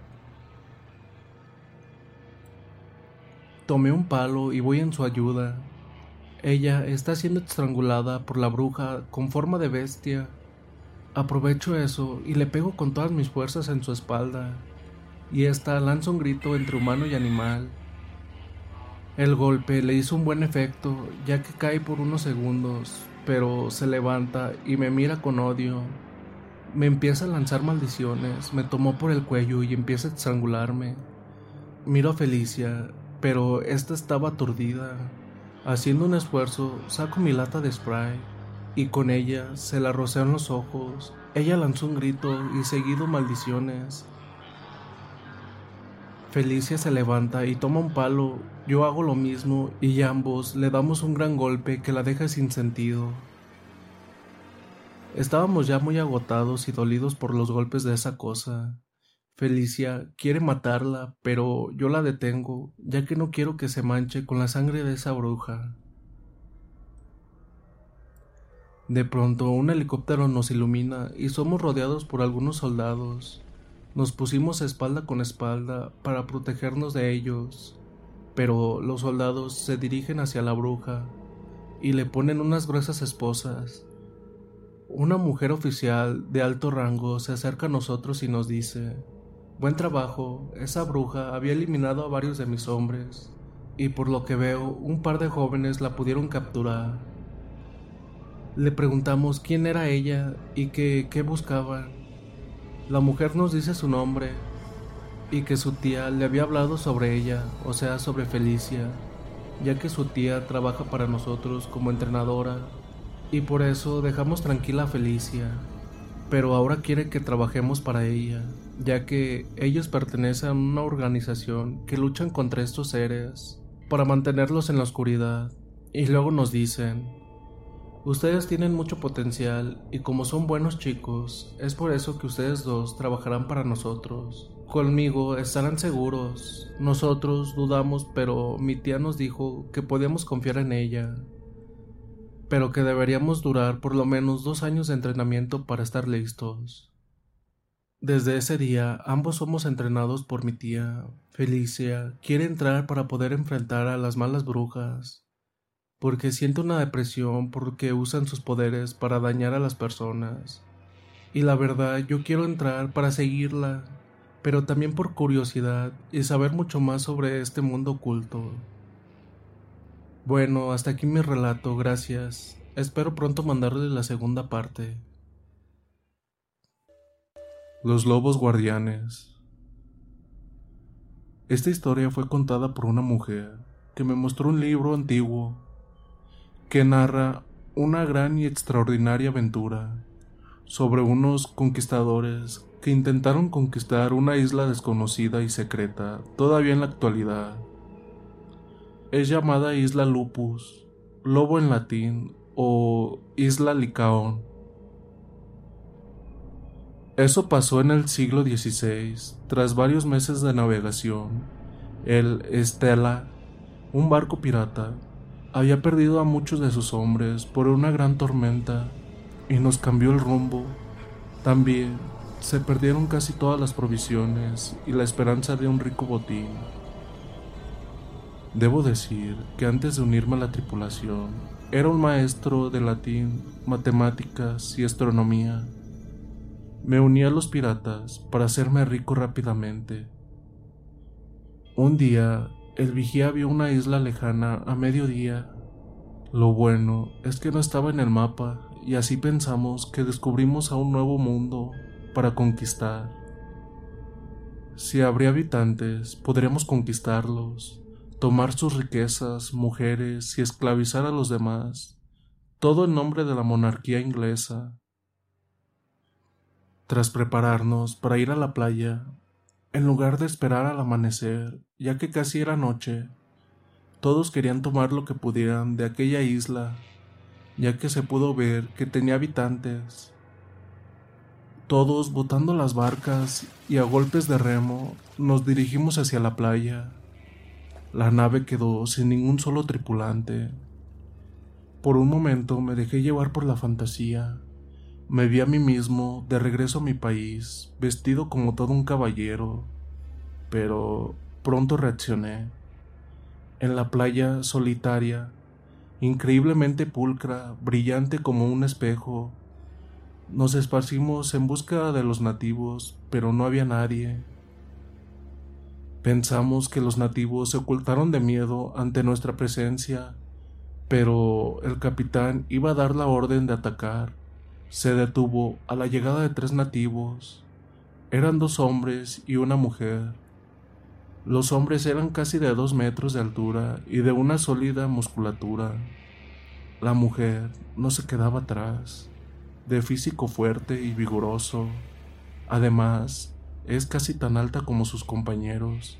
Tomé un palo y voy en su ayuda. Ella está siendo estrangulada por la bruja con forma de bestia. Aprovecho eso y le pego con todas mis fuerzas en su espalda, y ésta lanza un grito entre humano y animal. El golpe le hizo un buen efecto, ya que cae por unos segundos, pero se levanta y me mira con odio. Me empieza a lanzar maldiciones, me tomó por el cuello y empieza a estrangularme. Miro a Felicia, pero esta estaba aturdida. Haciendo un esfuerzo, saco mi lata de spray y con ella se la roceo en los ojos. Ella lanzó un grito y seguido maldiciones. Felicia se levanta y toma un palo, yo hago lo mismo y ambos le damos un gran golpe que la deja sin sentido. Estábamos ya muy agotados y dolidos por los golpes de esa cosa. Felicia quiere matarla, pero yo la detengo, ya que no quiero que se manche con la sangre de esa bruja. De pronto un helicóptero nos ilumina y somos rodeados por algunos soldados. Nos pusimos espalda con espalda para protegernos de ellos, pero los soldados se dirigen hacia la bruja y le ponen unas gruesas esposas. Una mujer oficial de alto rango se acerca a nosotros y nos dice: «Buen trabajo, esa bruja había eliminado a varios de mis hombres, y por lo que veo, un par de jóvenes la pudieron capturar». Le preguntamos quién era ella y qué buscaban. La mujer nos dice su nombre y que su tía le había hablado sobre ella, o sea, sobre Felicia, ya que su tía trabaja para nosotros como entrenadora y por eso dejamos tranquila a Felicia, pero ahora quiere que trabajemos para ella, ya que ellos pertenecen a una organización que luchan contra estos seres para mantenerlos en la oscuridad. Y luego nos dicen: «Ustedes tienen mucho potencial y como son buenos chicos, es por eso que ustedes dos trabajarán para nosotros. Conmigo estarán seguros. Nosotros dudamos, pero mi tía nos dijo que podíamos confiar en ella, pero que deberíamos durar por lo menos 2 años de entrenamiento para estar listos». Desde ese día, ambos somos entrenados por mi tía. Felicia quiere entrar para poder enfrentar a las malas brujas, porque siente una depresión porque usan sus poderes para dañar a las personas. Y la verdad, yo quiero entrar para seguirla, pero también por curiosidad y saber mucho más sobre este mundo oculto. Bueno, hasta aquí mi relato, gracias. Espero pronto mandarles la segunda parte. Los lobos guardianes. Esta historia fue contada por una mujer que me mostró un libro antiguo que narra una gran y extraordinaria aventura sobre unos conquistadores que intentaron conquistar una isla desconocida y secreta todavía en la actualidad. Es llamada Isla Lupus, lobo en latín, o Isla Licaón. Eso pasó en el siglo XVI, tras varios meses de navegación. El Estela, un barco pirata, había perdido a muchos de sus hombres por una gran tormenta y nos cambió el rumbo. También se perdieron casi todas las provisiones y la esperanza de un rico botín. Debo decir que antes de unirme a la tripulación, era un maestro de latín, matemáticas y astronomía. Me uní a los piratas para hacerme rico rápidamente. Un día, el vigía vio una isla lejana a mediodía. Lo bueno es que no estaba en el mapa y así pensamos que descubrimos a un nuevo mundo para conquistar. Si habría habitantes, podríamos conquistarlos, tomar sus riquezas, mujeres y esclavizar a los demás, todo en nombre de la monarquía inglesa. Tras prepararnos para ir a la playa, en lugar de esperar al amanecer, ya que casi era noche, todos querían tomar lo que pudieran de aquella isla, ya que se pudo ver que tenía habitantes. Todos botando las barcas y a golpes de remo nos dirigimos hacia la playa. La nave quedó sin ningún solo tripulante. Por un momento me dejé llevar por la fantasía. Me vi a mí mismo de regreso a mi país, vestido como todo un caballero, pero pronto reaccioné. En la playa solitaria, increíblemente pulcra, brillante como un espejo, nos esparcimos en busca de los nativos, pero no había nadie. Pensamos que los nativos se ocultaron de miedo ante nuestra presencia, pero el capitán iba a dar la orden de atacar. Se detuvo a la llegada de 3 nativos. Eran 2 hombres y una mujer. Los hombres eran casi de 2 metros de altura y de una sólida musculatura. La mujer no se quedaba atrás, de físico fuerte y vigoroso. Además, es casi tan alta como sus compañeros.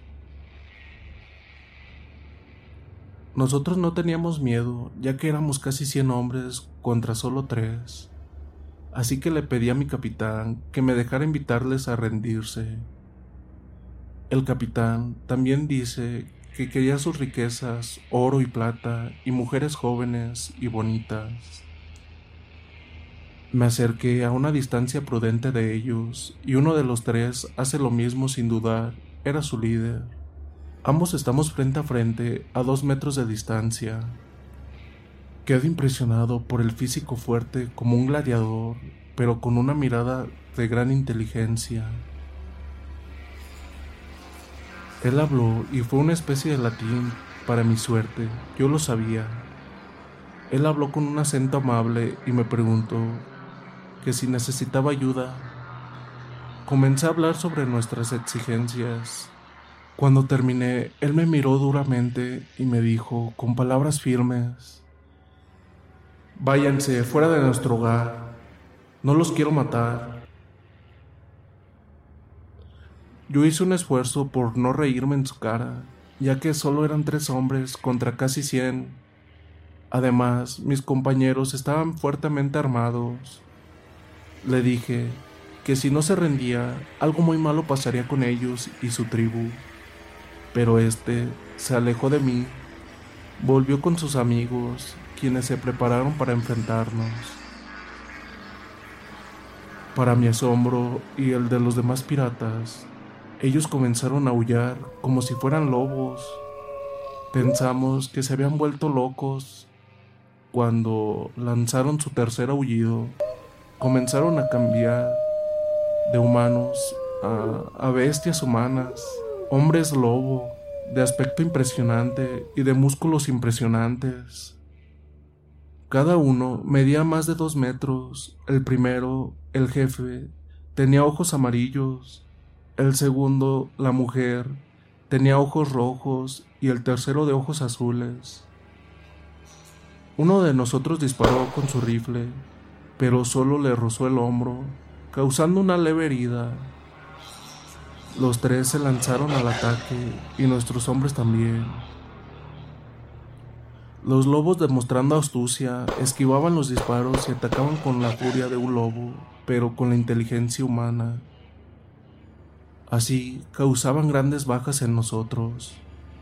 Nosotros no teníamos miedo, ya que éramos casi 100 hombres contra solo 3. Así que le pedí a mi capitán que me dejara invitarles a rendirse. El capitán también dice que quería sus riquezas, oro y plata, y mujeres jóvenes y bonitas. Me acerqué a una distancia prudente de ellos, y uno de los 3 hace lo mismo sin dudar, era su líder. Ambos estamos frente a frente, a 2 metros de distancia. Quedo impresionado por el físico fuerte como un gladiador, pero con una mirada de gran inteligencia. Él habló y fue una especie de latín, para mi suerte, yo lo sabía. Él habló con un acento amable y me preguntó que si necesitaba ayuda. Comencé a hablar sobre nuestras exigencias. Cuando terminé, él me miró duramente y me dijo con palabras firmes: «Váyanse fuera de nuestro hogar, no los quiero matar». Yo hice un esfuerzo por no reírme en su cara, ya que solo eran 3 hombres contra casi 100. Además, mis compañeros estaban fuertemente armados. Le dije que si no se rendía, algo muy malo pasaría con ellos y su tribu. Pero se alejó de mí, volvió con sus amigos, quienes se prepararon para enfrentarnos. Para mi asombro y el de los demás piratas, ellos comenzaron a aullar como si fueran lobos. Pensamos que se habían vuelto locos. Cuando lanzaron su tercer aullido, comenzaron a cambiar de humanos a bestias humanas, hombres lobo, de aspecto impresionante y de músculos impresionantes. Cada uno medía más de 2 metros. El primero, el jefe, tenía ojos amarillos. El segundo, la mujer, tenía ojos rojos y el tercero de ojos azules. Uno de nosotros disparó con su rifle, pero solo le rozó el hombro, causando una leve herida. Los 3 se lanzaron al ataque y nuestros hombres también. Los lobos, demostrando astucia, esquivaban los disparos y atacaban con la furia de un lobo, pero con la inteligencia humana. Así causaban grandes bajas en nosotros.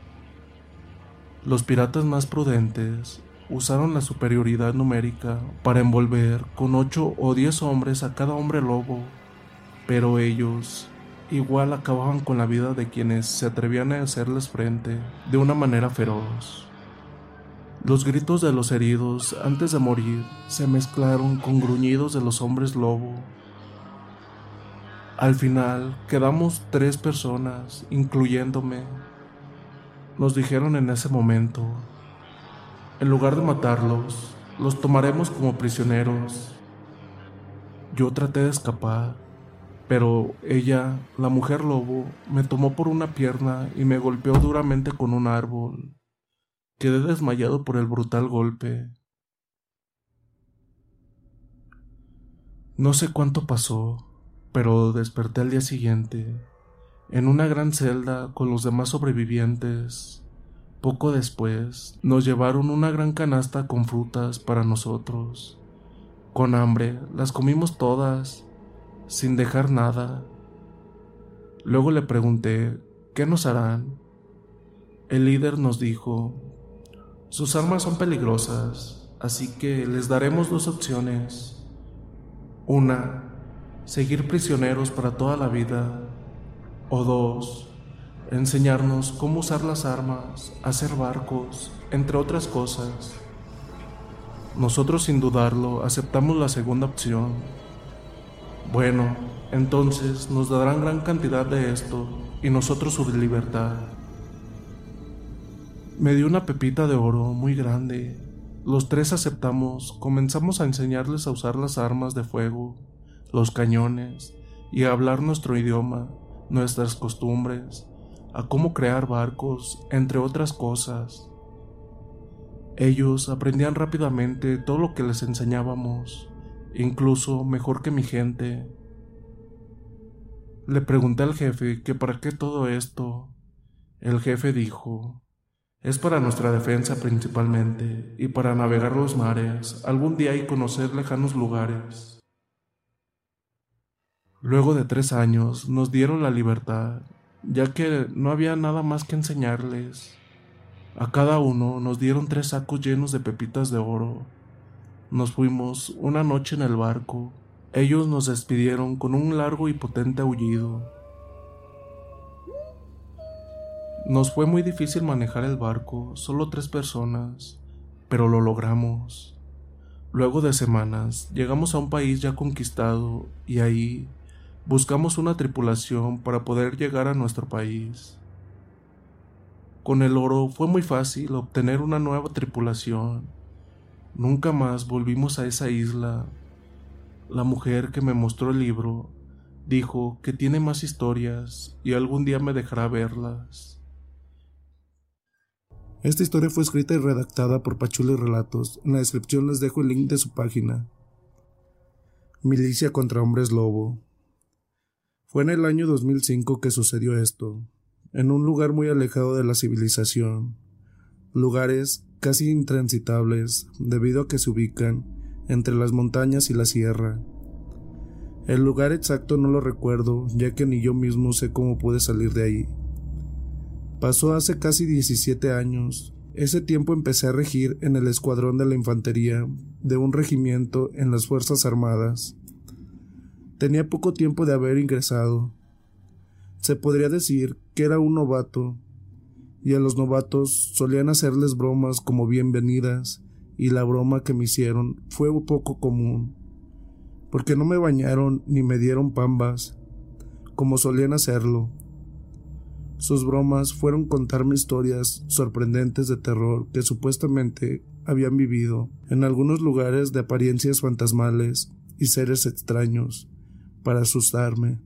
Los piratas más prudentes usaron la superioridad numérica para envolver con 8 o 10 hombres a cada hombre lobo, pero ellos igual acababan con la vida de quienes se atrevían a hacerles frente de una manera feroz. Los gritos de los heridos antes de morir se mezclaron con gruñidos de los hombres lobo. Al final quedamos 3 personas, incluyéndome. Nos dijeron en ese momento: en lugar de matarlos, los tomaremos como prisioneros. Yo traté de escapar, pero ella, la mujer lobo, me tomó por una pierna y me golpeó duramente con un árbol. Quedé desmayado por el brutal golpe. No sé cuánto pasó, pero desperté al día siguiente, en una gran celda con los demás sobrevivientes. Poco después, nos llevaron una gran canasta con frutas para nosotros. Con hambre, las comimos todas, sin dejar nada. Luego le pregunté, ¿qué nos harán? El líder nos dijo: sus armas son peligrosas, así que les daremos 2 opciones. Una, seguir prisioneros para toda la vida. O 2, enseñarnos cómo usar las armas, hacer barcos, entre otras cosas. Nosotros, sin dudarlo, aceptamos la segunda opción. Bueno, entonces nos darán gran cantidad de esto y nosotros su libertad. Me dio una pepita de oro muy grande. Los 3 aceptamos. Comenzamos a enseñarles a usar las armas de fuego, los cañones, y a hablar nuestro idioma, nuestras costumbres, a cómo crear barcos, entre otras cosas. Ellos aprendían rápidamente todo lo que les enseñábamos, incluso mejor que mi gente. Le pregunté al jefe que para qué todo esto. El jefe dijo: es para nuestra defensa principalmente, y para navegar los mares algún día y conocer lejanos lugares. Luego de 3 años nos dieron la libertad, ya que no había nada más que enseñarles. A cada uno nos dieron 3 sacos llenos de pepitas de oro. Nos fuimos una noche en el barco. Ellos nos despidieron con un largo y potente aullido. Nos fue muy difícil manejar el barco, solo 3 personas, pero lo logramos. Luego de semanas, llegamos a un país ya conquistado y ahí buscamos una tripulación para poder llegar a nuestro país. Con el oro fue muy fácil obtener una nueva tripulación. Nunca más volvimos a esa isla. La mujer que me mostró el libro dijo que tiene más historias y algún día me dejará verlas. Esta historia fue escrita y redactada por Pachuli Relatos. En la descripción les dejo el link de su página. Milicia contra hombres lobo. Fue en el año 2005 que sucedió esto, en un lugar muy alejado de la civilización, lugares casi intransitables debido a que se ubican entre las montañas y la sierra. El lugar exacto no lo recuerdo, ya que ni yo mismo sé cómo pude salir de ahí. Pasó hace casi 17 años. Ese tiempo empecé a regir en el escuadrón de la infantería de un regimiento en las Fuerzas Armadas. Tenía poco tiempo de haber ingresado. Se podría decir que era un novato, y a los novatos solían hacerles bromas como bienvenidas, y la broma que me hicieron fue un poco común, porque no me bañaron ni me dieron pambas, como solían hacerlo. Sus bromas fueron contarme historias sorprendentes de terror que supuestamente habían vivido en algunos lugares de apariencias fantasmales y seres extraños, para asustarme.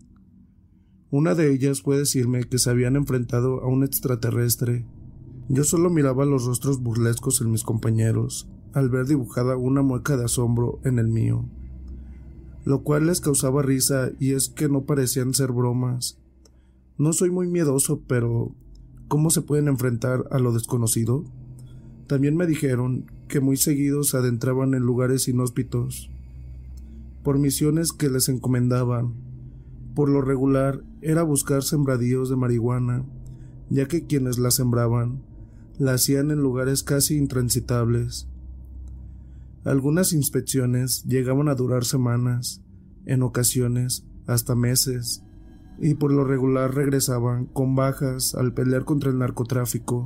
Una de ellas fue decirme que se habían enfrentado a un extraterrestre. Yo solo miraba los rostros burlescos en mis compañeros, al ver dibujada una mueca de asombro en el mío, lo cual les causaba risa, y es que no parecían ser bromas. No soy muy miedoso, pero ¿cómo se pueden enfrentar a lo desconocido? También me dijeron que muy seguido se adentraban en lugares inhóspitos, por misiones que les encomendaban. Por lo regular era buscar sembradíos de marihuana, ya que quienes la sembraban la hacían en lugares casi intransitables. Algunas inspecciones llegaban a durar semanas, en ocasiones hasta meses, y por lo regular regresaban con bajas al pelear contra el narcotráfico.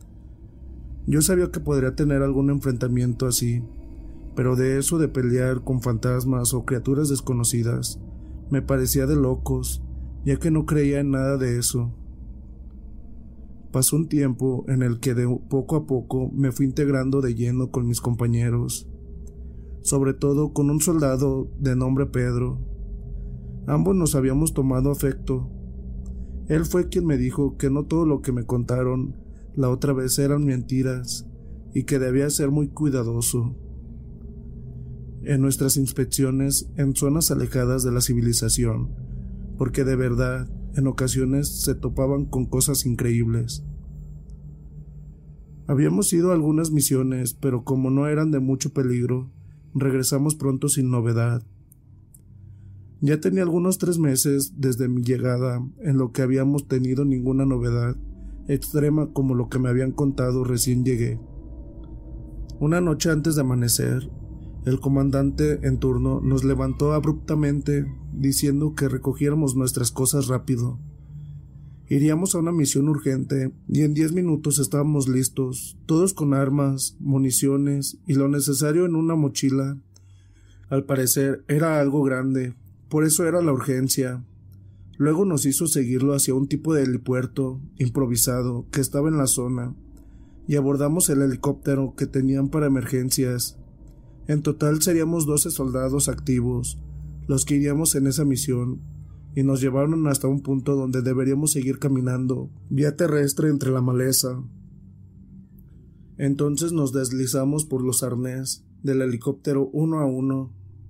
Yo sabía que podría tener algún enfrentamiento así, pero de eso de pelear con fantasmas o criaturas desconocidas me parecía de locos, ya que no creía en nada de eso. Pasó un tiempo en el que de poco a poco me fui integrando de lleno con mis compañeros, sobre todo con un soldado de nombre Pedro. Ambos nos habíamos tomado afecto. Él fue quien me dijo que no todo lo que me contaron la otra vez eran mentiras y que debía ser muy cuidadoso. En nuestras inspecciones en zonas alejadas de la civilización, porque de verdad en ocasiones se topaban con cosas increíbles. Habíamos ido a algunas misiones, pero como no eran de mucho peligro, regresamos pronto sin novedad. Ya tenía algunos 3 meses desde mi llegada en lo que habíamos tenido ninguna novedad extrema como lo que me habían contado recién llegué. Una noche antes de amanecer, el comandante en turno nos levantó abruptamente diciendo que recogiéramos nuestras cosas rápido. Iríamos a una misión urgente y en 10 minutos estábamos listos, todos con armas, municiones y lo necesario en una mochila. Al parecer era algo grande, por eso era la urgencia. Luego nos hizo seguirlo hacia un tipo de helipuerto improvisado que estaba en la zona y abordamos el helicóptero que tenían para emergencias. En total seríamos 12 soldados activos, los que iríamos en esa misión, y nos llevaron hasta un punto donde deberíamos seguir caminando, vía terrestre entre la maleza. Entonces nos deslizamos por los arnés del helicóptero uno a uno.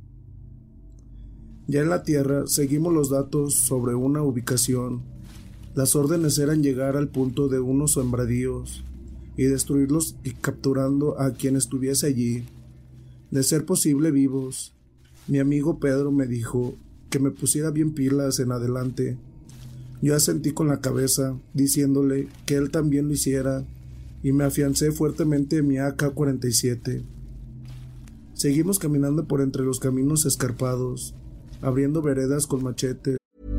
Ya en la tierra seguimos los datos sobre una ubicación. Las órdenes eran llegar al punto de unos sembradíos y destruirlos y capturando a quien estuviese allí, de ser posible vivos. Mi amigo Pedro me dijo que me pusiera bien pilas en adelante. Yo asentí con la cabeza, diciéndole que él también lo hiciera, y me afiancé fuertemente en mi AK-47. Seguimos caminando por entre los caminos escarpados, abriendo veredas con machete.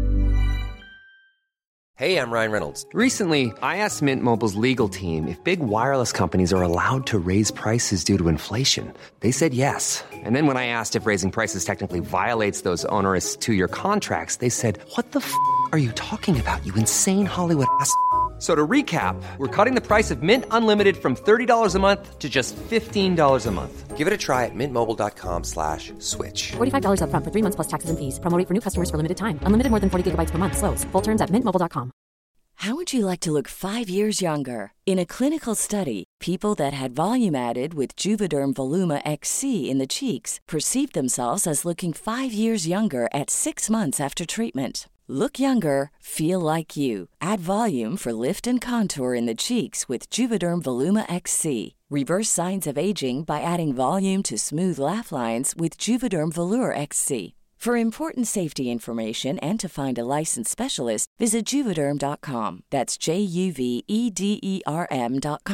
Hey, I'm Ryan Reynolds. Recently, I asked Mint Mobile's legal team if big wireless companies are allowed to raise prices due to inflation. They said yes. And then when I asked if raising prices technically violates those onerous 2-year contracts, they said, "What the f*** are you talking about, you insane Hollywood ass?" So to recap, we're cutting the price of Mint Unlimited from $30 a month to just $15 a month. Give it a try at mintmobile.com/switch. $45 up front for 3 months plus taxes and fees. Promo rate for new customers for limited time. Unlimited more than 40 gigabytes per month. Slows full terms at mintmobile.com. How would you like to look 5 years younger? In a clinical study, people that had volume added with Juvederm Voluma XC in the cheeks perceived themselves as looking 5 years younger at 6 months after treatment. Look younger, feel like you. Add volume for lift and contour in the cheeks with Juvederm Voluma XC. Reverse signs of aging by adding volume to smooth laugh lines with Juvederm Volure XC. For important safety information and to find a licensed specialist, visit Juvederm.com. That's JUVEDERM.com.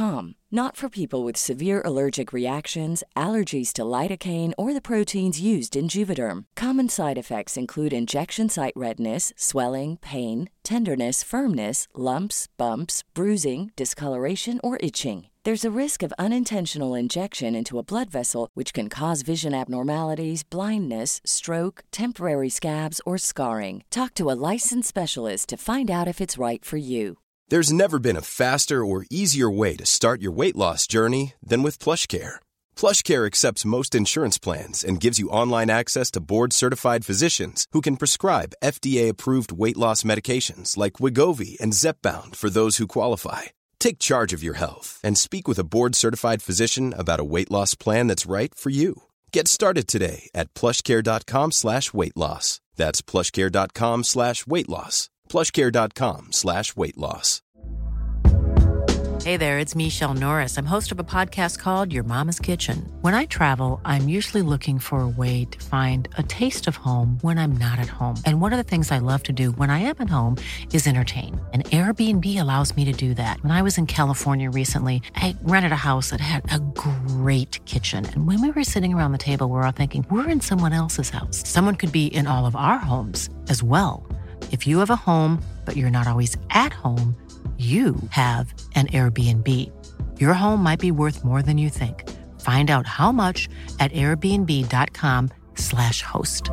Not for people with severe allergic reactions, allergies to lidocaine, or the proteins used in Juvederm. Common side effects include injection site redness, swelling, pain, tenderness, firmness, lumps, bumps, bruising, discoloration, or itching. There's a risk of unintentional injection into a blood vessel, which can cause vision abnormalities, blindness, stroke, temporary scabs, or scarring. Talk to a licensed specialist to find out if it's right for you. There's never been a faster or easier way to start your weight loss journey than with PlushCare. PlushCare accepts most insurance plans and gives you online access to board-certified physicians who can prescribe FDA-approved weight loss medications like Wegovy and Zepbound for those who qualify. Take charge of your health and speak with a board-certified physician about a weight loss plan that's right for you. Get started today at plushcare.com/weight loss. That's plushcare.com/weight loss. plushcare.com/weight loss. Hey there, it's Michelle Norris. I'm host of a podcast called Your Mama's Kitchen. When I travel, I'm usually looking for a way to find a taste of home when I'm not at home. And one of the things I love to do when I am at home is entertain. And Airbnb allows me to do that. When I was in California recently, I rented a house that had a great kitchen. And when we were sitting around the table, we were all thinking, we're in someone else's house. Someone could be in all of our homes as well. If you have a home, but you're not always at home, you have an Airbnb. Your home might be worth more than you think. Find out how much at airbnb.com/host.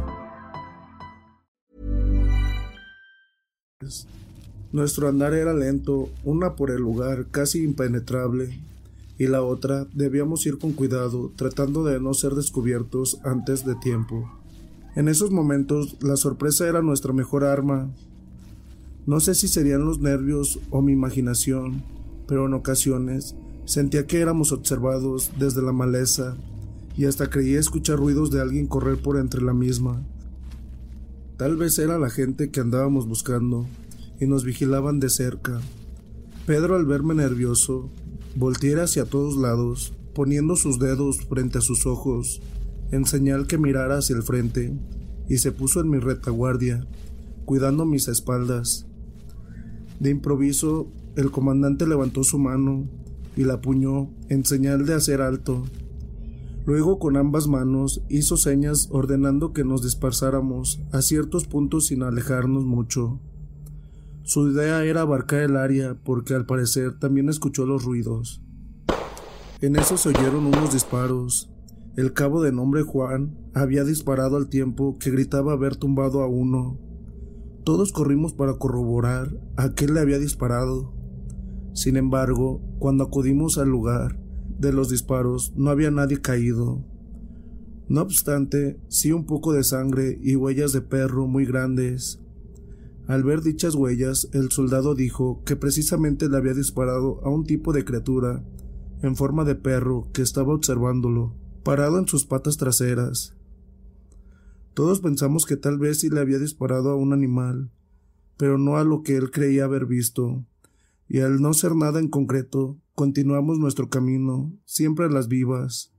Nuestro andar era lento, una por el lugar casi impenetrable, y la otra debíamos ir con cuidado, tratando de no ser descubiertos antes de tiempo. En esos momentos, la sorpresa era nuestra mejor arma. No sé si serían los nervios o mi imaginación, pero en ocasiones sentía que éramos observados desde la maleza y hasta creía escuchar ruidos de alguien correr por entre la misma. Tal vez era la gente que andábamos buscando y nos vigilaban de cerca. Pedro, al verme nervioso, volteó hacia todos lados, poniendo sus dedos frente a sus ojos, en señal que mirara hacia el frente, y se puso en mi retaguardia, cuidando mis espaldas. De improviso, el comandante levantó su mano y la apuñó en señal de hacer alto. Luego, con ambas manos, hizo señas ordenando que nos dispersáramos a ciertos puntos sin alejarnos mucho. Su idea era abarcar el área porque al parecer también escuchó los ruidos. En eso se oyeron unos disparos. El cabo de nombre Juan había disparado al tiempo que gritaba haber tumbado a uno. Todos corrimos para corroborar a quién le había disparado. Sin embargo, cuando acudimos al lugar de los disparos, no había nadie caído. No obstante, sí un poco de sangre y huellas de perro muy grandes. Al ver dichas huellas, el soldado dijo que precisamente le había disparado a un tipo de criatura en forma de perro que estaba observándolo, parado en sus patas traseras. Todos pensamos que tal vez sí le había disparado a un animal, pero no a lo que él creía haber visto, y al no ser nada en concreto, continuamos nuestro camino, siempre a las vivas.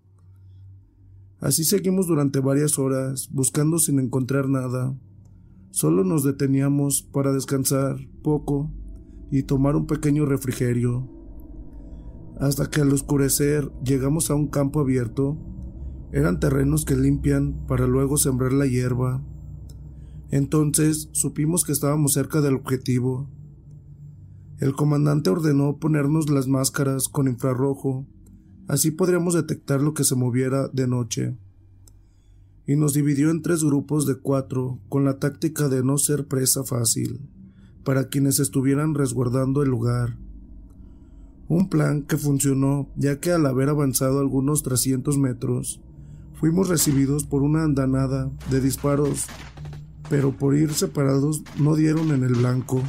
Así seguimos durante varias horas, buscando sin encontrar nada. Solo nos deteníamos para descansar poco y tomar un pequeño refrigerio. Hasta que al oscurecer llegamos a un campo abierto. Eran terrenos que limpian para luego sembrar la hierba. Entonces supimos que estábamos cerca del objetivo. El comandante ordenó ponernos las máscaras con infrarrojo, así podríamos detectar lo que se moviera de noche. Y nos dividió en 3 grupos de 4, con la táctica de no ser presa fácil, para quienes estuvieran resguardando el lugar. Un plan que funcionó, ya que al haber avanzado algunos 300 metros, fuimos recibidos por una andanada de disparos, pero por ir separados no dieron en el blanco.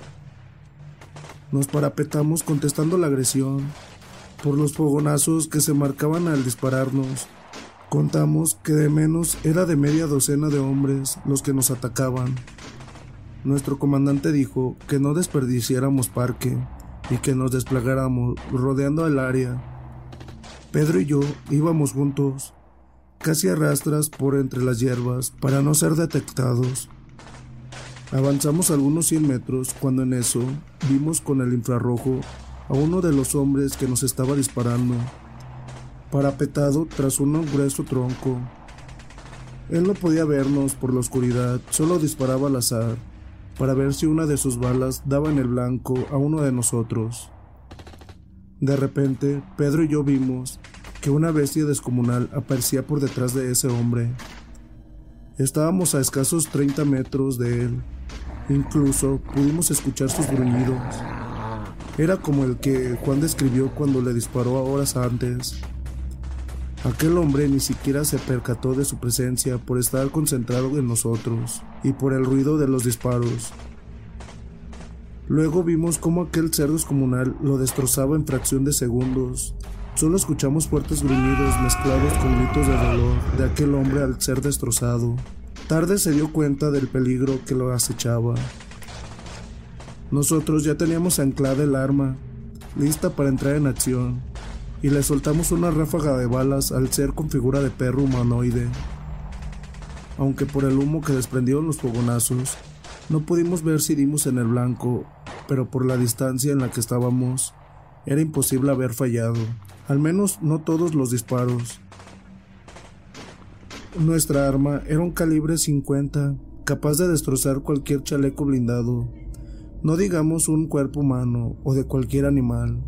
Nos parapetamos contestando la agresión. Por los fogonazos que se marcaban al dispararnos, contamos que de menos era de media docena de hombres los que nos atacaban. Nuestro comandante dijo que no desperdiciáramos parque y que nos desplegáramos rodeando el área. Pedro y yo íbamos juntos, casi a rastras por entre las hierbas para no ser detectados. Avanzamos algunos 100 metros cuando en eso vimos con el infrarrojo a uno de los hombres que nos estaba disparando, parapetado tras un grueso tronco. Él no podía vernos por la oscuridad, solo disparaba al azar, para ver si una de sus balas daba en el blanco a uno de nosotros. De repente, Pedro y yo vimos que una bestia descomunal aparecía por detrás de ese hombre. Estábamos a escasos 30 metros de él. Incluso pudimos escuchar sus gruñidos. Era como el que Juan describió cuando le disparó horas antes. Aquel hombre ni siquiera se percató de su presencia por estar concentrado en nosotros y por el ruido de los disparos. Luego vimos cómo aquel ser descomunal lo destrozaba en fracción de segundos. Solo escuchamos fuertes gruñidos mezclados con gritos de dolor de aquel hombre al ser destrozado. Tarde se dio cuenta del peligro que lo acechaba. Nosotros ya teníamos anclada el arma, lista para entrar en acción, y le soltamos una ráfaga de balas al ser con figura de perro humanoide. Aunque por el humo que desprendieron los fogonazos, no pudimos ver si dimos en el blanco, pero por la distancia en la que estábamos, era imposible haber fallado, al menos no todos los disparos. Nuestra arma era un calibre 50, capaz de destrozar cualquier chaleco blindado, no digamos un cuerpo humano o de cualquier animal.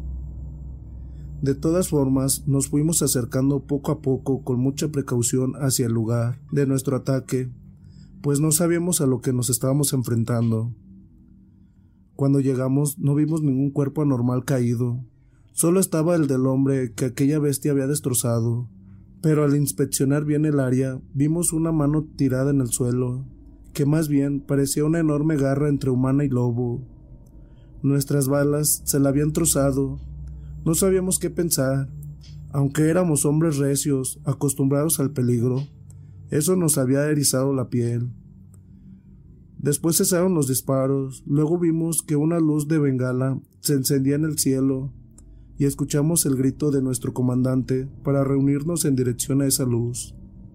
De todas formas, nos fuimos acercando poco a poco con mucha precaución hacia el lugar de nuestro ataque, pues no sabíamos a lo que nos estábamos enfrentando. Cuando llegamos no vimos ningún cuerpo anormal caído, solo estaba el del hombre que aquella bestia había destrozado, pero al inspeccionar bien el área vimos una mano tirada en el suelo, que más bien parecía una enorme garra entre humana y lobo. Nuestras balas se la habían trozado. No sabíamos qué pensar, aunque éramos hombres recios, acostumbrados al peligro. Eso nos había erizado la piel. Después cesaron los disparos, luego vimos que una luz de bengala se encendía en el cielo y escuchamos el grito de nuestro comandante para reunirnos en dirección a esa luz.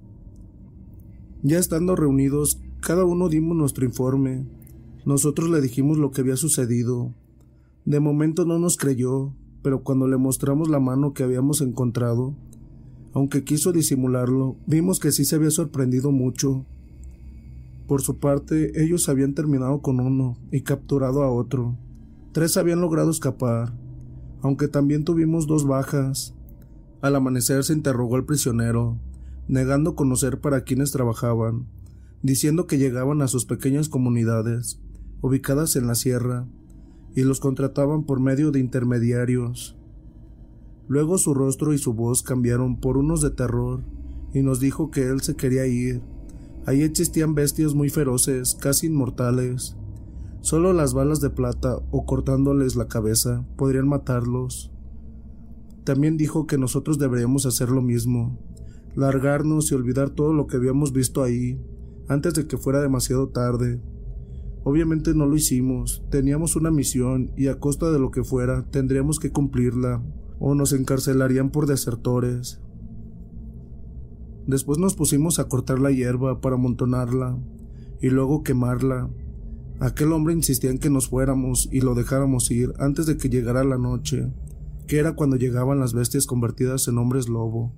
Ya estando reunidos, cada uno dimos nuestro informe. Nosotros le dijimos lo que había sucedido. De momento no nos creyó, pero cuando le mostramos la mano que habíamos encontrado, aunque quiso disimularlo, vimos que sí se había sorprendido mucho. Por su parte, ellos habían terminado con uno y capturado a otro. 3 habían logrado escapar, aunque también tuvimos 2 bajas. Al amanecer se interrogó al prisionero, negando conocer para quiénes trabajaban, diciendo que llegaban a sus pequeñas comunidades, ubicadas en la sierra, y los contrataban por medio de intermediarios. Luego su rostro y su voz cambiaron por unos de terror, y nos dijo que él se quería ir. Ahí existían bestias muy feroces, casi inmortales. Solo las balas de plata o cortándoles la cabeza podrían matarlos. También dijo que nosotros deberíamos hacer lo mismo, largarnos y olvidar todo lo que habíamos visto ahí, antes de que fuera demasiado tarde. Obviamente no lo hicimos, teníamos una misión y a costa de lo que fuera tendríamos que cumplirla, o nos encarcelarían por desertores. Después nos pusimos a cortar la hierba para amontonarla y luego quemarla. Aquel hombre insistía en que nos fuéramos y lo dejáramos ir antes de que llegara la noche, que era cuando llegaban las bestias convertidas en hombres lobo.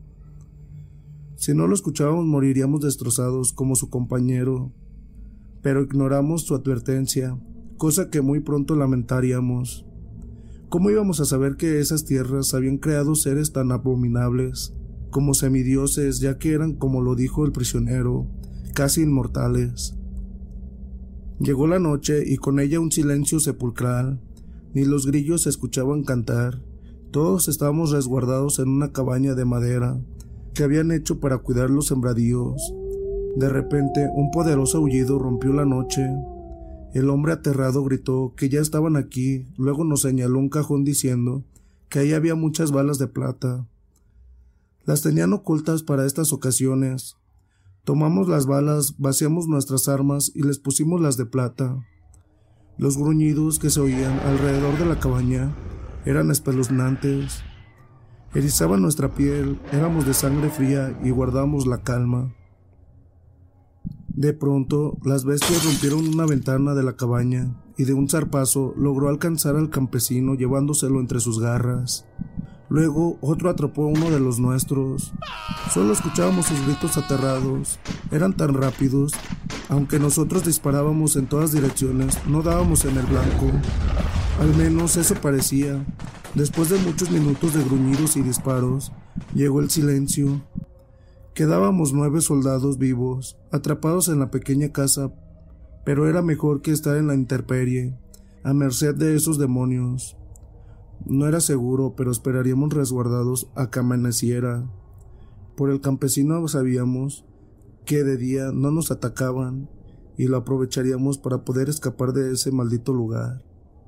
Si no lo escuchábamos moriríamos destrozados como su compañero, pero ignoramos su advertencia, cosa que muy pronto lamentaríamos. ¿Cómo íbamos a saber que esas tierras habían creado seres tan abominables, como semidioses, ya que eran, como lo dijo el prisionero, casi inmortales? Llegó la noche y con ella un silencio sepulcral, ni los grillos se escuchaban cantar. Todos estábamos resguardados en una cabaña de madera que habían hecho para cuidar los sembradíos. De repente, un poderoso aullido rompió la noche. El hombre aterrado gritó que ya estaban aquí, luego nos señaló un cajón diciendo que ahí había muchas balas de plata. Las tenían ocultas para estas ocasiones. Tomamos las balas, vaciamos nuestras armas y les pusimos las de plata. Los gruñidos que se oían alrededor de la cabaña eran espeluznantes. Erizaban nuestra piel, éramos de sangre fría y guardábamos la calma. De pronto, las bestias rompieron una ventana de la cabaña y de un zarpazo logró alcanzar al campesino llevándoselo entre sus garras. Luego otro atrapó a uno de los nuestros. Solo escuchábamos sus gritos aterrados. Eran tan rápidos. Aunque nosotros disparábamos en todas direcciones, no dábamos en el blanco. Al menos eso parecía. Después de muchos minutos de gruñidos y disparos, llegó el silencio. Quedábamos 9 soldados vivos, atrapados en la pequeña casa, pero era mejor que estar en la intemperie, a merced de esos demonios. No era seguro, pero esperaríamos resguardados a que amaneciera. Por el campesino sabíamos que de día no nos atacaban y lo aprovecharíamos para poder escapar de ese maldito lugar.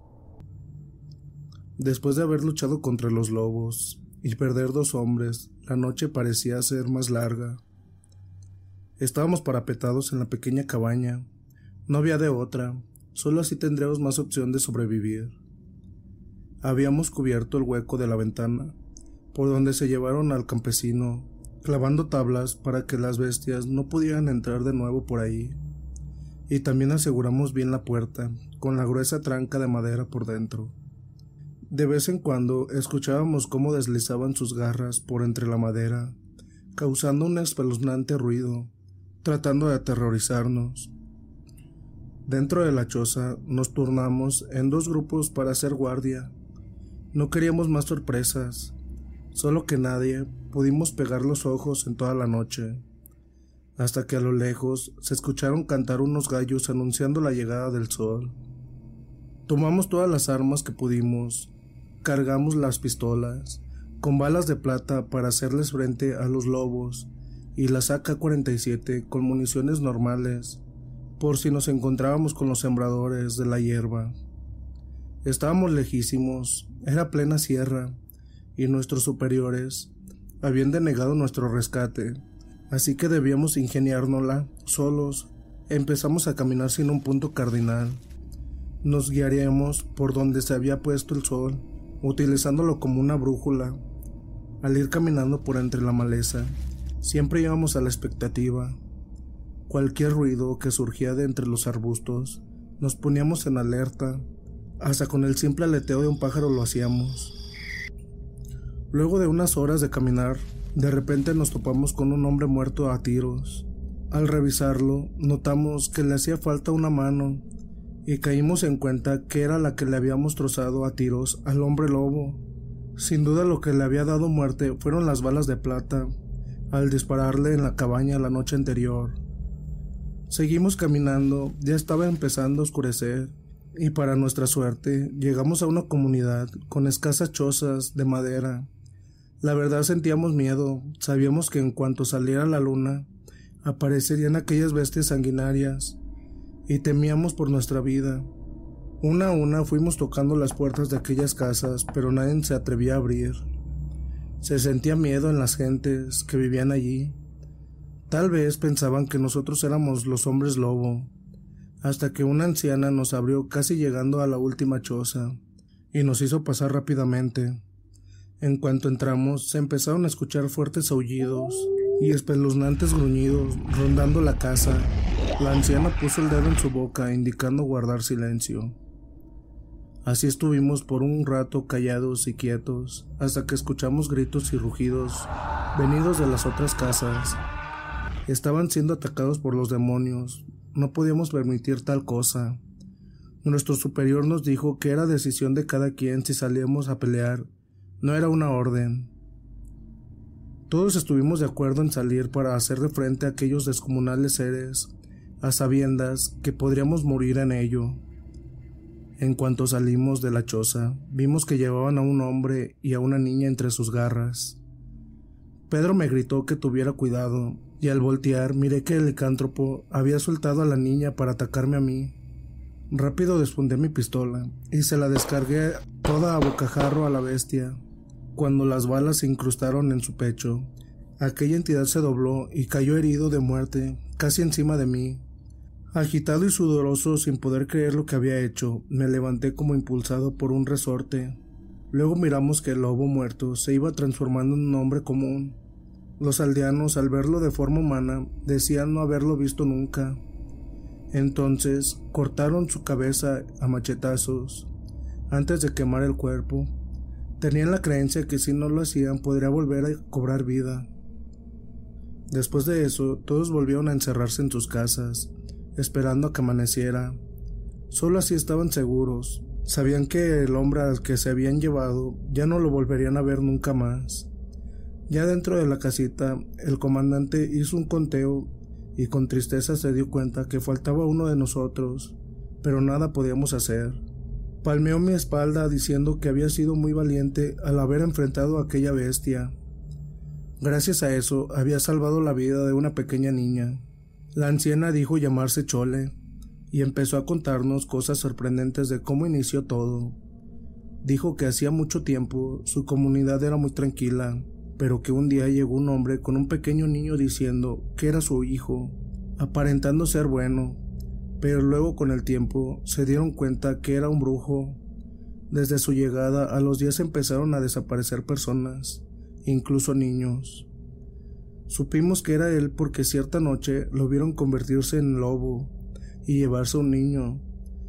Después de haber luchado contra los lobos y perder 2 hombres, la noche parecía ser más larga. Estábamos parapetados en la pequeña cabaña. No había de otra, solo así tendríamos más opción de sobrevivir. Habíamos cubierto el hueco de la ventana, por donde se llevaron al campesino, clavando tablas para que las bestias no pudieran entrar de nuevo por ahí. Y también aseguramos bien la puerta, con la gruesa tranca de madera por dentro. De vez en cuando escuchábamos cómo deslizaban sus garras por entre la madera, causando un espeluznante ruido, tratando de aterrorizarnos. Dentro de la choza nos turnamos en 2 grupos para hacer guardia. No queríamos más sorpresas, solo que nadie pudimos pegar los ojos en toda la noche, hasta que a lo lejos se escucharon cantar unos gallos anunciando la llegada del sol. Tomamos todas las armas que pudimos, cargamos las pistolas, con balas de plata para hacerles frente a los lobos, y las AK-47 con municiones normales, por si nos encontrábamos con los sembradores de la hierba. Estábamos lejísimos, era plena sierra, y nuestros superiores habían denegado nuestro rescate, así que debíamos ingeniárnosla solos. Empezamos a caminar sin un punto cardinal. Nos guiaríamos por donde se había puesto el sol, utilizándolo como una brújula. Al ir caminando por entre la maleza, siempre íbamos a la expectativa. Cualquier ruido que surgía de entre los arbustos, nos poníamos en alerta. Hasta con el simple aleteo de un pájaro lo hacíamos. Luego de unas horas de caminar, de repente nos topamos con un hombre muerto a tiros. Al revisarlo, notamos que le hacía falta una mano, y caímos en cuenta que era la que le habíamos trozado a tiros al hombre lobo. Sin duda lo que le había dado muerte fueron las balas de plata, al dispararle en la cabaña la noche anterior. Seguimos caminando, ya estaba empezando a oscurecer, y para nuestra suerte llegamos a una comunidad con escasas chozas de madera. La verdad sentíamos miedo, sabíamos que en cuanto saliera la luna, aparecerían aquellas bestias sanguinarias, y temíamos por nuestra vida. Una a una fuimos tocando las puertas de aquellas casas, pero nadie se atrevía a abrir. Se sentía miedo en las gentes que vivían allí. Tal vez pensaban que nosotros éramos los hombres lobo, hasta que una anciana nos abrió casi llegando a la última choza, y nos hizo pasar rápidamente. En cuanto entramos, se empezaron a escuchar fuertes aullidos y espeluznantes gruñidos rondando la casa. La anciana puso el dedo en su boca, indicando guardar silencio. Así estuvimos por un rato callados y quietos, hasta que escuchamos gritos y rugidos venidos de las otras casas. Estaban siendo atacados por los demonios. No podíamos permitir tal cosa. Nuestro superior nos dijo que era decisión de cada quien si salíamos a pelear, no era una orden. Todos estuvimos de acuerdo en salir para hacer de frente a aquellos descomunales seres, a sabiendas que podríamos morir en ello. En cuanto salimos de la choza, vimos que llevaban a un hombre y a una niña entre sus garras. Pedro me gritó que tuviera cuidado, y al voltear miré que el licántropo había soltado a la niña para atacarme a mí. Rápido desfundé mi pistola y se la descargué toda a bocajarro a la bestia. Cuando las balas se incrustaron en su pecho, aquella entidad se dobló y cayó herido de muerte, casi encima de mí. Agitado y sudoroso, sin poder creer lo que había hecho, me levanté como impulsado por un resorte. Luego miramos que el lobo muerto se iba transformando en un hombre común. Los aldeanos, al verlo de forma humana, decían no haberlo visto nunca. Entonces cortaron su cabeza a machetazos antes de quemar el cuerpo. Tenían la creencia que si no lo hacían podría volver a cobrar vida. Después de eso, todos volvieron a encerrarse en sus casas, esperando a que amaneciera. Solo así estaban seguros. Sabían que el hombre al que se habían llevado ya no lo volverían a ver nunca más. Ya dentro de la casita, el comandante hizo un conteo y con tristeza se dio cuenta que faltaba uno de nosotros, pero nada podíamos hacer. Palmeó mi espalda diciendo que había sido muy valiente al haber enfrentado a aquella bestia. Gracias a eso había salvado la vida de una pequeña niña. La anciana dijo llamarse Chole y empezó a contarnos cosas sorprendentes de cómo inició todo. Dijo que hacía mucho tiempo su comunidad era muy tranquila, pero que un día llegó un hombre con un pequeño niño diciendo que era su hijo, aparentando ser bueno, pero luego con el tiempo se dieron cuenta que era un brujo. Desde su llegada a los días empezaron a desaparecer personas, incluso niños. Supimos que era él porque cierta noche lo vieron convertirse en lobo y llevarse a un niño.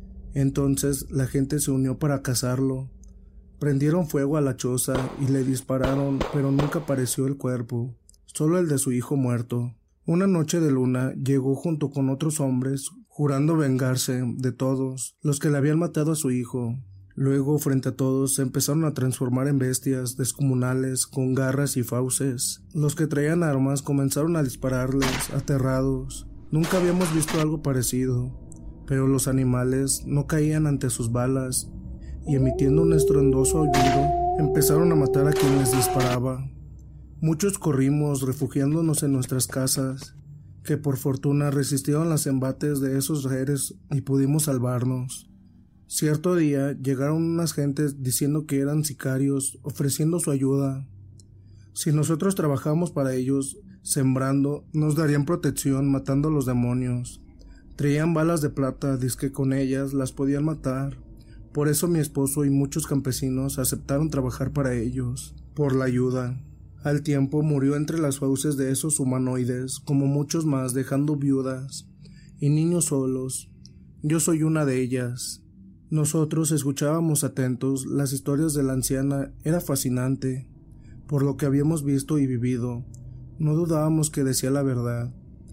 Entonces la gente se unió para cazarlo. Prendieron fuego a la choza y le dispararon, pero nunca apareció el cuerpo, solo el de su hijo muerto. Una noche de luna llegó junto con otros hombres, jurando vengarse de todos los que le habían matado a su hijo. Luego, frente a todos, se empezaron a transformar en bestias descomunales con garras y fauces. Los que traían armas comenzaron a dispararles, aterrados. Nunca habíamos visto algo parecido, pero los animales no caían ante sus balas y emitiendo un estruendoso aullido, empezaron a matar a quien les disparaba. Muchos corrimos refugiándonos en nuestras casas, que por fortuna resistieron los embates de esos seres y pudimos salvarnos. Cierto día llegaron unas gentes diciendo que eran sicarios, ofreciendo su ayuda. Si nosotros trabajamos para ellos, sembrando, nos darían protección matando a los demonios. Traían balas de plata, dizque con ellas las podían matar. Por eso mi esposo y muchos campesinos aceptaron trabajar para ellos, por la ayuda. Al tiempo murió entre las fauces de esos humanoides, como muchos más, dejando viudas y niños solos. Yo soy una de ellas. Nosotros escuchábamos atentos las historias de la anciana. Era fascinante, por lo que habíamos visto y vivido. No dudábamos que decía la verdad.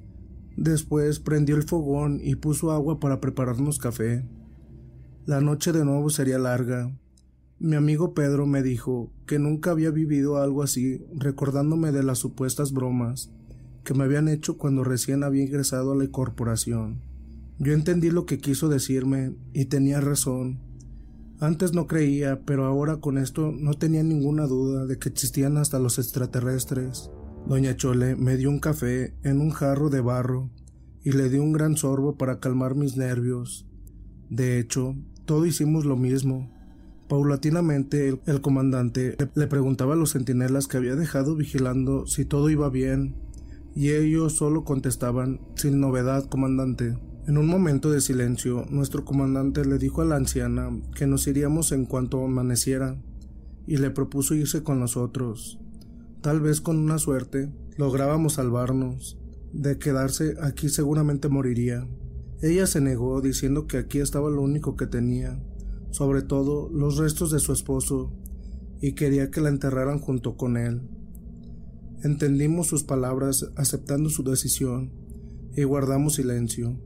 Después prendió el fogón y puso agua para prepararnos café. La noche de nuevo sería larga. Mi amigo Pedro me dijo que nunca había vivido algo así, recordándome de las supuestas bromas que me habían hecho cuando recién había ingresado a la corporación. Yo entendí lo que quiso decirme y tenía razón. Antes no creía, pero ahora con esto no tenía ninguna duda de que existían hasta los extraterrestres. Doña Chole me dio un café en un jarro de barro y le di un gran sorbo para calmar mis nervios. De hecho, todos hicimos lo mismo. Paulatinamente el comandante le preguntaba a los centinelas que había dejado vigilando si todo iba bien, y ellos solo contestaban: sin novedad, comandante. En un momento de silencio, nuestro comandante le dijo a la anciana que nos iríamos en cuanto amaneciera, y le propuso irse con nosotros. Tal vez con una suerte lográbamos salvarnos. De quedarse aquí seguramente moriría. Ella se negó diciendo que aquí estaba lo único que tenía, sobre todo los restos de su esposo, y quería que la enterraran junto con él. Entendimos sus palabras aceptando su decisión y guardamos silencio.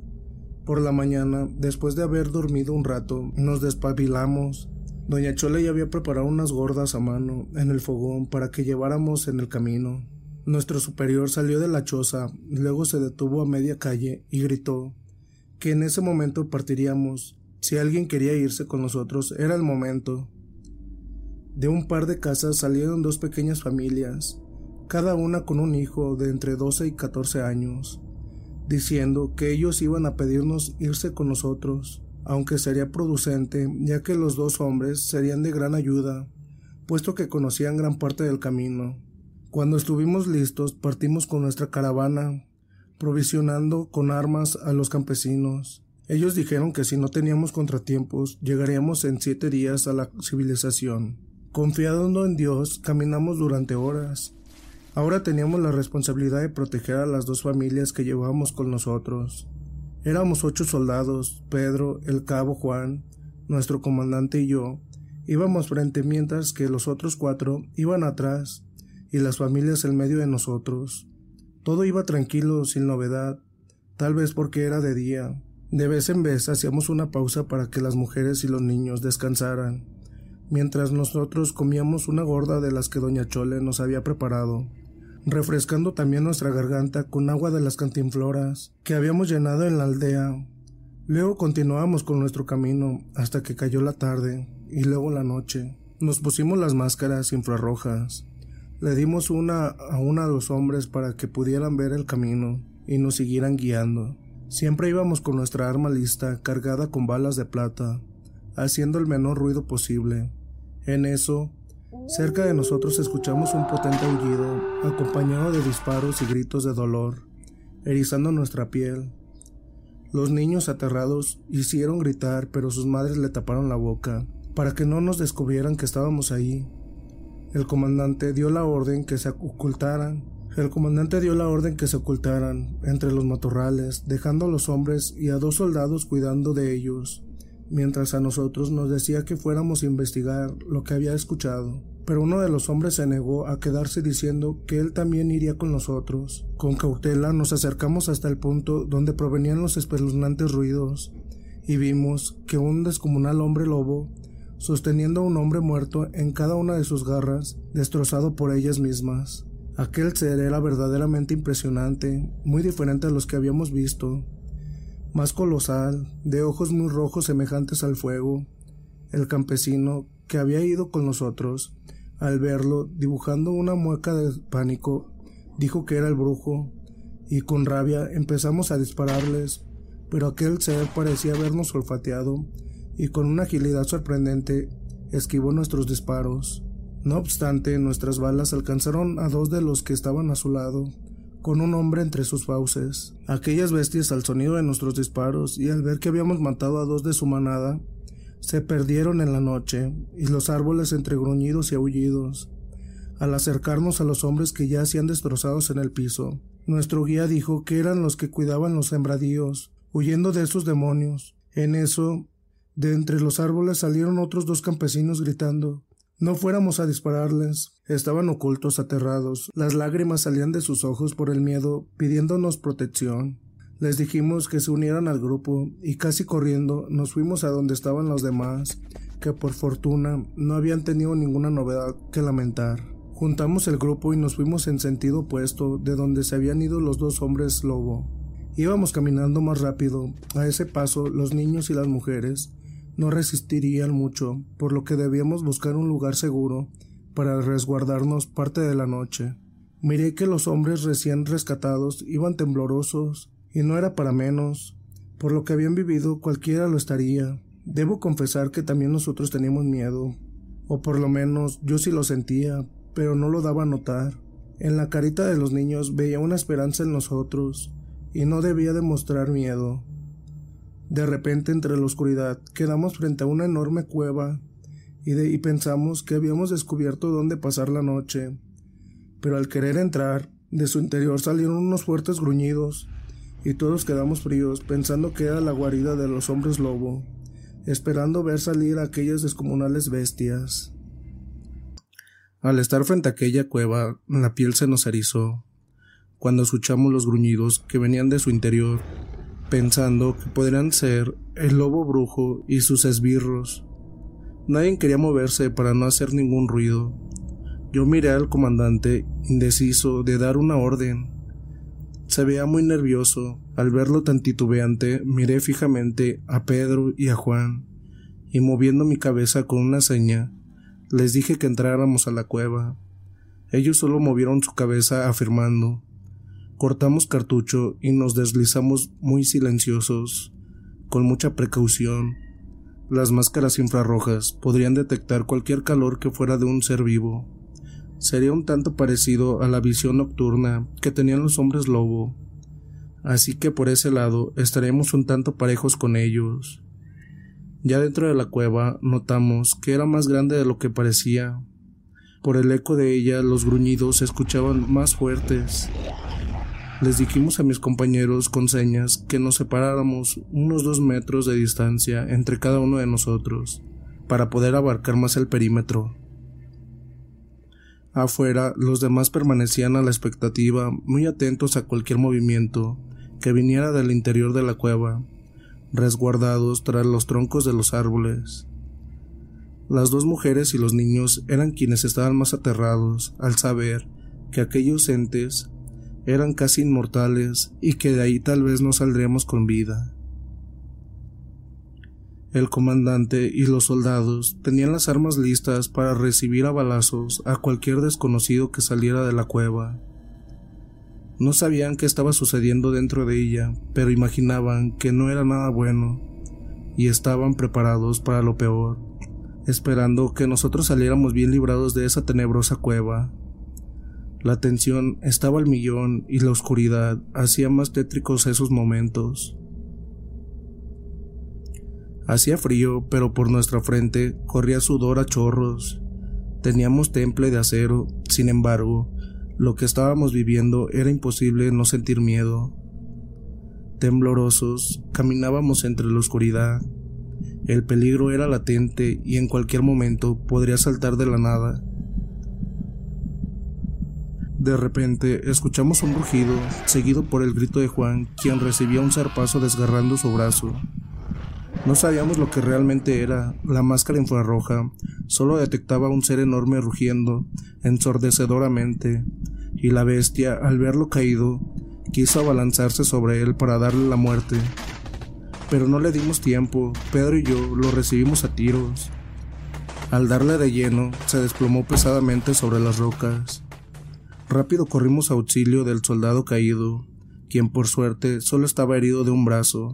Por la mañana, después de haber dormido un rato, nos despabilamos. Doña Chole ya había preparado unas gordas a mano en el fogón para que lleváramos en el camino. Nuestro superior salió de la choza, luego se detuvo a media calle y gritó que en ese momento partiríamos. Si alguien quería irse con nosotros, era el momento. De un par de casas salieron dos pequeñas familias, cada una con un hijo de entre 12 y 14 años, diciendo que ellos iban a pedirnos irse con nosotros, aunque sería producente, ya que los dos hombres serían de gran ayuda, puesto que conocían gran parte del camino. Cuando estuvimos listos, partimos con nuestra caravana, provisionando con armas a los campesinos. Ellos dijeron que si no teníamos contratiempos, llegaríamos en 7 días a la civilización. Confiando en Dios, caminamos durante horas. Ahora teníamos la responsabilidad de proteger a las dos familias que llevábamos con nosotros. Éramos 8 soldados, Pedro, el cabo Juan, nuestro comandante y yo. Íbamos frente mientras que los otros 4 iban atrás y las familias en medio de nosotros. Todo iba tranquilo, sin novedad, tal vez porque era de día. De vez en vez hacíamos una pausa para que las mujeres y los niños descansaran, mientras nosotros comíamos una gorda de las que doña Chole nos había preparado, refrescando también nuestra garganta con agua de las cantinfloras que habíamos llenado en la aldea. Luego continuábamos con nuestro camino hasta que cayó la tarde y luego la noche. Nos pusimos las máscaras infrarrojas. Le dimos una a los hombres para que pudieran ver el camino y nos siguieran guiando. Siempre íbamos con nuestra arma lista, cargada con balas de plata, haciendo el menor ruido posible. En eso, cerca de nosotros escuchamos un potente aullido, acompañado de disparos y gritos de dolor, erizando nuestra piel. Los niños, aterrados, hicieron gritar, pero sus madres le taparon la boca, para que no nos descubrieran que estábamos ahí. El comandante dio la orden que se ocultaran entre los matorrales, dejando a los hombres y a 2 soldados cuidando de ellos, mientras a nosotros nos decía que fuéramos a investigar lo que había escuchado. Pero uno de los hombres se negó a quedarse, diciendo que él también iría con nosotros. Con cautela nos acercamos hasta el punto donde provenían los espeluznantes ruidos y vimos que un descomunal hombre lobo, sosteniendo a un hombre muerto en cada una de sus garras, destrozado por ellas mismas. Aquel ser era verdaderamente impresionante, muy diferente a los que habíamos visto, más colosal, de ojos muy rojos semejantes al fuego. El campesino, que había ido con nosotros, al verlo, dibujando una mueca de pánico, dijo que era el brujo, y con rabia empezamos a dispararles, pero aquel ser parecía habernos olfateado, y con una agilidad sorprendente esquivó nuestros disparos. No obstante, nuestras balas alcanzaron a 2 de los que estaban a su lado, con un hombre entre sus fauces. Aquellas bestias, al sonido de nuestros disparos y al ver que habíamos matado a 2 de su manada, se perdieron en la noche, y los árboles entre gruñidos y aullidos. Al acercarnos a los hombres que yacían destrozados en el piso, nuestro guía dijo que eran los que cuidaban los sembradíos, huyendo de esos demonios. En eso, de entre los árboles salieron otros 2 campesinos gritando: no fuéramos a dispararles. Estaban ocultos, aterrados. Las lágrimas salían de sus ojos por el miedo, pidiéndonos protección. Les dijimos que se unieran al grupo, y casi corriendo nos fuimos a donde estaban los demás, que por fortuna no habían tenido ninguna novedad que lamentar. Juntamos el grupo y nos fuimos en sentido opuesto de donde se habían ido los 2 hombres lobo. Íbamos caminando más rápido. A ese paso, los niños y las mujeres no resistirían mucho, por lo que debíamos buscar un lugar seguro para resguardarnos parte de la noche. Miré que los hombres recién rescatados iban temblorosos, y no era para menos. Por lo que habían vivido, cualquiera lo estaría. Debo confesar que también nosotros teníamos miedo, o por lo menos yo sí lo sentía, pero no lo daba a notar. En la carita de los niños veía una esperanza en nosotros, y no debía demostrar miedo. De repente, entre la oscuridad, quedamos frente a una enorme cueva y pensamos que habíamos descubierto dónde pasar la noche. Pero al querer entrar, de su interior salieron unos fuertes gruñidos y todos quedamos fríos, pensando que era la guarida de los hombres lobo, esperando ver salir a aquellas descomunales bestias. Al estar frente a aquella cueva, la piel se nos erizó cuando escuchamos los gruñidos que venían de su interior, pensando que podrían ser el lobo brujo y sus esbirros. Nadie quería moverse para no hacer ningún ruido. Yo miré al comandante, indeciso de dar una orden. Se veía muy nervioso. Al verlo tan titubeante, miré fijamente a Pedro y a Juan, y moviendo mi cabeza con una seña, les dije que entráramos a la cueva. Ellos solo movieron su cabeza afirmando. Cortamos cartucho y nos deslizamos muy silenciosos, con mucha precaución. Las máscaras infrarrojas podrían detectar cualquier calor que fuera de un ser vivo. Sería un tanto parecido a la visión nocturna que tenían los hombres lobo, así que por ese lado estaremos un tanto parejos con ellos. Ya dentro de la cueva notamos que era más grande de lo que parecía. Por el eco de ella los gruñidos se escuchaban más fuertes. Les dijimos a mis compañeros con señas que nos separáramos unos 2 metros de distancia entre cada uno de nosotros, para poder abarcar más el perímetro. Afuera, los demás permanecían a la expectativa, muy atentos a cualquier movimiento que viniera del interior de la cueva, resguardados tras los troncos de los árboles. Las 2 mujeres y los niños eran quienes estaban más aterrados al saber que aquellos entes eran casi inmortales y que de ahí tal vez no saldríamos con vida. El comandante y los soldados tenían las armas listas para recibir a balazos a cualquier desconocido que saliera de la cueva. No sabían qué estaba sucediendo dentro de ella, pero imaginaban que no era nada bueno, y estaban preparados para lo peor, esperando que nosotros saliéramos bien librados de esa tenebrosa cueva. La tensión estaba al millón y la oscuridad hacía más tétricos esos momentos. Hacía frío, pero por nuestra frente corría sudor a chorros. Teníamos temple de acero, sin embargo, lo que estábamos viviendo era imposible no sentir miedo. Temblorosos, caminábamos entre la oscuridad. El peligro era latente y en cualquier momento podría saltar de la nada. De repente, escuchamos un rugido, seguido por el grito de Juan, quien recibía un zarpazo desgarrando su brazo. No sabíamos lo que realmente era. La máscara infrarroja solo detectaba un ser enorme rugiendo ensordecedoramente, y la bestia, al verlo caído, quiso abalanzarse sobre él para darle la muerte. Pero no le dimos tiempo. Pedro y yo lo recibimos a tiros. Al darle de lleno, se desplomó pesadamente sobre las rocas. Rápido corrimos a auxilio del soldado caído, quien por suerte solo estaba herido de un brazo.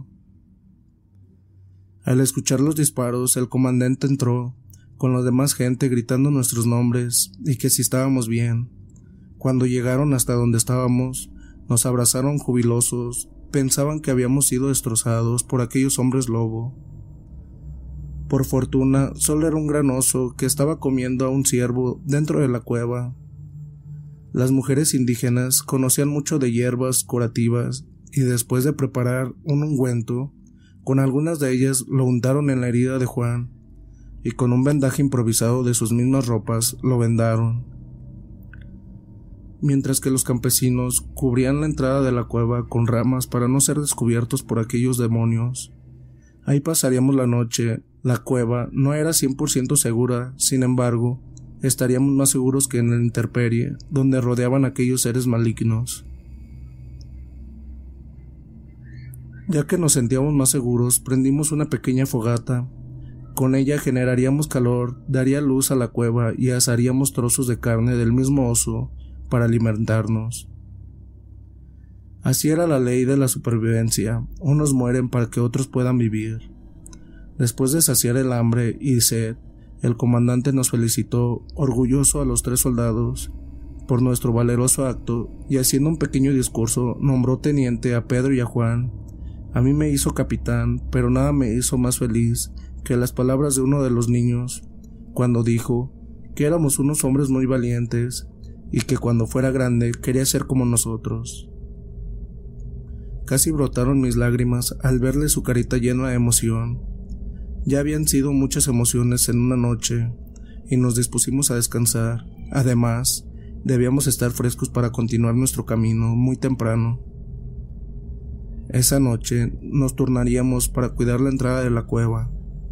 Al escuchar los disparos, el comandante entró, con la demás gente gritando nuestros nombres y que si estábamos bien. Cuando llegaron hasta donde estábamos, nos abrazaron jubilosos, pensaban que habíamos sido destrozados por aquellos hombres lobo. Por fortuna, solo era un gran oso que estaba comiendo a un ciervo dentro de la cueva. Las mujeres indígenas conocían mucho de hierbas curativas y después de preparar un ungüento, con algunas de ellas lo untaron en la herida de Juan y con un vendaje improvisado de sus mismas ropas lo vendaron. Mientras que los campesinos cubrían la entrada de la cueva con ramas para no ser descubiertos por aquellos demonios. Ahí pasaríamos la noche. La cueva no era 100% segura, sin embargo, estaríamos más seguros que en la intemperie, donde rodeaban aquellos seres malignos. Ya que nos sentíamos más seguros, prendimos una pequeña fogata. Con ella generaríamos calor, daría luz a la cueva y asaríamos trozos de carne del mismo oso para alimentarnos. Así era la ley de la supervivencia. Unos mueren para que otros puedan vivir. Después de saciar el hambre y sed, el comandante nos felicitó, orgulloso a los 3 soldados, por nuestro valeroso acto, y haciendo un pequeño discurso, nombró teniente a Pedro y a Juan. A mí me hizo capitán, pero nada me hizo más feliz que las palabras de uno de los niños, cuando dijo que éramos unos hombres muy valientes y que cuando fuera grande quería ser como nosotros. Casi brotaron mis lágrimas al verle su carita llena de emoción. Ya habían sido muchas emociones en una noche y nos dispusimos a descansar. Además, debíamos estar frescos para continuar nuestro camino muy temprano. Esa noche nos turnaríamos para cuidar la entrada de la cueva.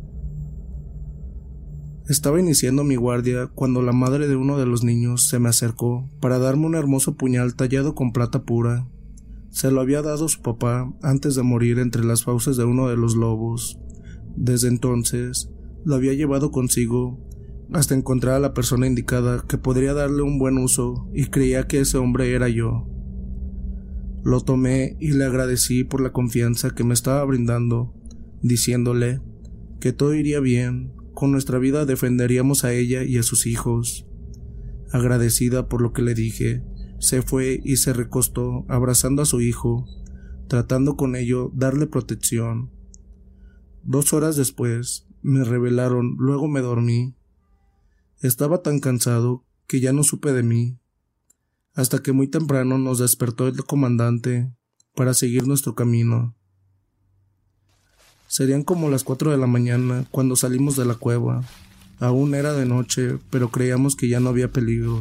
Estaba iniciando mi guardia cuando la madre de uno de los niños se me acercó para darme un hermoso puñal tallado con plata pura. Se lo había dado su papá antes de morir entre las fauces de uno de los lobos. Desde entonces lo había llevado consigo hasta encontrar a la persona indicada que podría darle un buen uso, y creía que ese hombre era yo. Lo tomé y le agradecí por la confianza que me estaba brindando, diciéndole que todo iría bien, con nuestra vida defenderíamos a ella y a sus hijos. Agradecida por lo que le dije, se fue y se recostó abrazando a su hijo, tratando con ello darle protección. 2 horas después me revelaron, luego me dormí. Estaba tan cansado que ya no supe de mí. hasta que muy temprano nos despertó el comandante para seguir nuestro camino. Serían como las 4 de la mañana cuando salimos de la cueva. Aún era de noche, pero creíamos que ya no había peligro.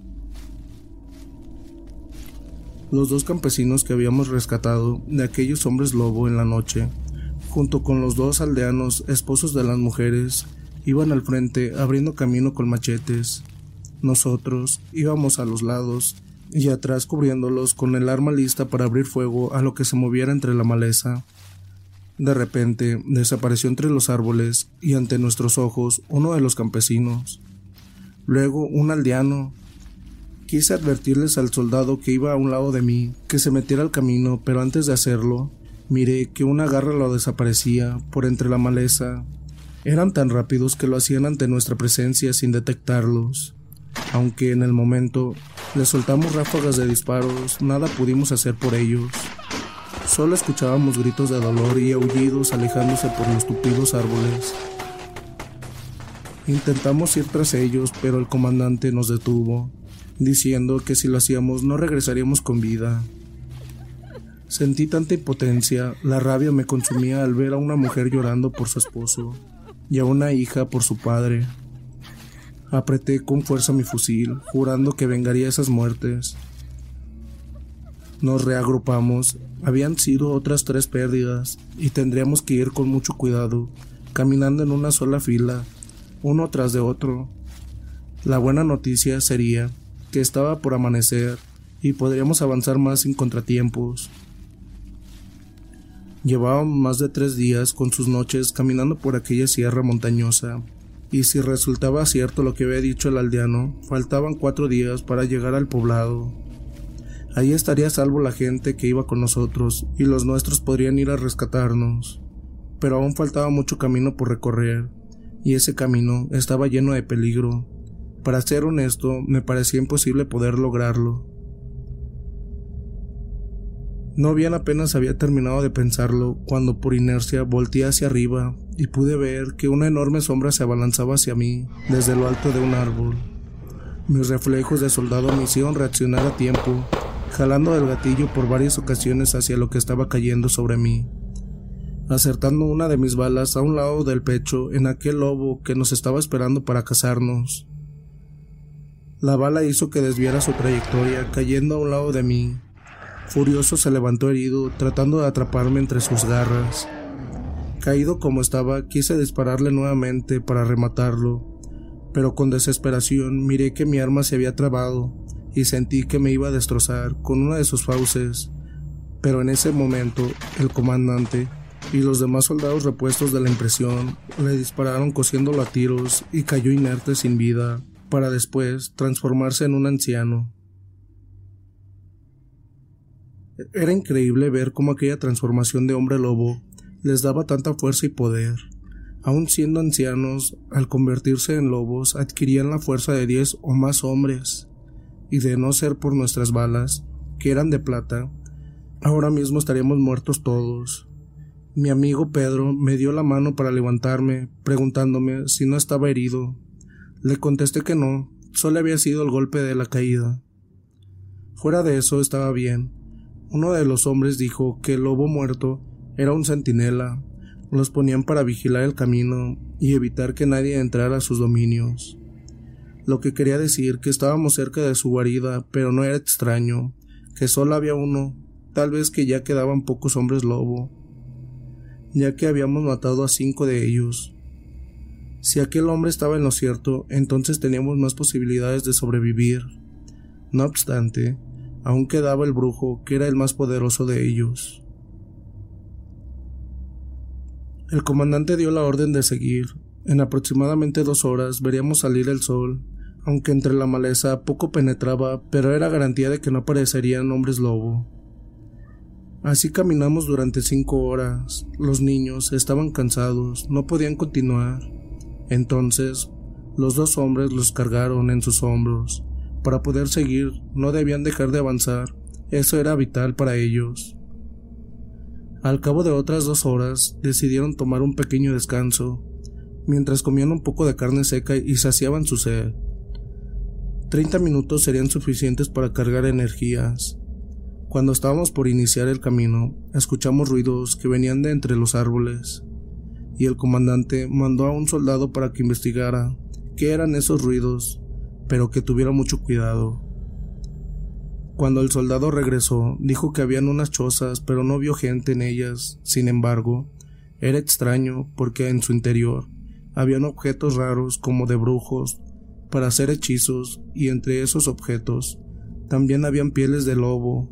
Los 2 campesinos que habíamos rescatado de aquellos hombres lobo en la noche, junto con los 2 aldeanos, esposos de las mujeres, iban al frente abriendo camino con machetes. Nosotros íbamos a los lados y atrás cubriéndolos con el arma lista para abrir fuego a lo que se moviera entre la maleza. De repente desapareció entre los árboles y ante nuestros ojos uno de los campesinos. Luego un aldeano. Quise advertirles al soldado que iba a un lado de mí que se metiera al camino, pero antes de hacerlo, miré que una garra lo desaparecía por entre la maleza. Eran tan rápidos que lo hacían ante nuestra presencia sin detectarlos. Aunque en el momento les soltamos ráfagas de disparos, nada pudimos hacer por ellos. Solo escuchábamos gritos de dolor y aullidos alejándose por los tupidos árboles. Intentamos ir tras ellos, pero el comandante nos detuvo, diciendo que si lo hacíamos no regresaríamos con vida. Sentí tanta impotencia, la rabia me consumía al ver a una mujer llorando por su esposo y a una hija por su padre. Apreté con fuerza mi fusil, jurando que vengaría esas muertes. Nos reagrupamos, habían sido otras 3 pérdidas, y tendríamos que ir con mucho cuidado, caminando en una sola fila, uno tras de otro. La buena noticia sería que estaba por amanecer, y podríamos avanzar más sin contratiempos. Llevábamos más de 3 días con sus noches caminando por aquella sierra montañosa, y si resultaba cierto lo que había dicho el aldeano, faltaban 4 días para llegar al poblado. Ahí estaría a salvo la gente que iba con nosotros, y los nuestros podrían ir a rescatarnos. Pero aún faltaba mucho camino por recorrer, y ese camino estaba lleno de peligro. Para ser honesto, me parecía imposible poder lograrlo. No bien apenas había terminado de pensarlo, cuando por inercia volteé hacia arriba y pude ver que una enorme sombra se abalanzaba hacia mí desde lo alto de un árbol. Mis reflejos de soldado me hicieron reaccionar a tiempo, jalando del gatillo por varias ocasiones hacia lo que estaba cayendo sobre mí, acertando una de mis balas a un lado del pecho en aquel lobo que nos estaba esperando para cazarnos. La bala hizo que desviara su trayectoria, cayendo a un lado de mí. Furioso se levantó herido, tratando de atraparme entre sus garras. Caído como estaba, quise dispararle nuevamente para rematarlo, pero con desesperación miré que mi arma se había trabado y sentí que me iba a destrozar con una de sus fauces, pero en ese momento el comandante y los demás soldados repuestos de la impresión le dispararon cosiéndolo a tiros y cayó inerte sin vida, para después transformarse en un anciano. Era increíble ver cómo aquella transformación de hombre lobo les daba tanta fuerza y poder. Aun siendo ancianos, al convertirse en lobos adquirían la fuerza de 10 o más hombres, y de no ser por nuestras balas, que eran de plata, ahora mismo estaríamos muertos todos. Mi amigo Pedro me dio la mano para levantarme, preguntándome si no estaba herido. Le contesté que no, solo había sido el golpe de la caída. Fuera de eso estaba bien. Uno de los hombres dijo que el lobo muerto era un centinela. Los ponían para vigilar el camino y evitar que nadie entrara a sus dominios. Lo que quería decir que estábamos cerca de su guarida, pero no era extraño, que solo había uno, tal vez que ya quedaban pocos hombres lobo, ya que habíamos matado a 5 de ellos. Si aquel hombre estaba en lo cierto, entonces teníamos más posibilidades de sobrevivir. No obstante, aún quedaba el brujo, que era el más poderoso de ellos. El comandante dio la orden de seguir. En aproximadamente 2 horas veríamos salir el sol, aunque entre la maleza poco penetraba, pero era garantía de que no aparecerían hombres lobo. Así caminamos durante 5 horas. Los niños estaban cansados, no podían continuar. Entonces, los 2 hombres los cargaron en sus hombros. Para poder seguir, no debían dejar de avanzar, eso era vital para ellos. Al cabo de otras 2 horas, decidieron tomar un pequeño descanso, mientras comían un poco de carne seca y saciaban su sed. 30 minutos serían suficientes para cargar energías. Cuando estábamos por iniciar el camino, escuchamos ruidos que venían de entre los árboles, y el comandante mandó a un soldado para que investigara qué eran esos ruidos, pero que tuviera mucho cuidado. Cuando el soldado regresó, dijo que habían unas chozas, pero no vio gente en ellas. Sin embargo, era extraño porque en su interior habían objetos raros como de brujos para hacer hechizos, y entre esos objetos también habían pieles de lobo.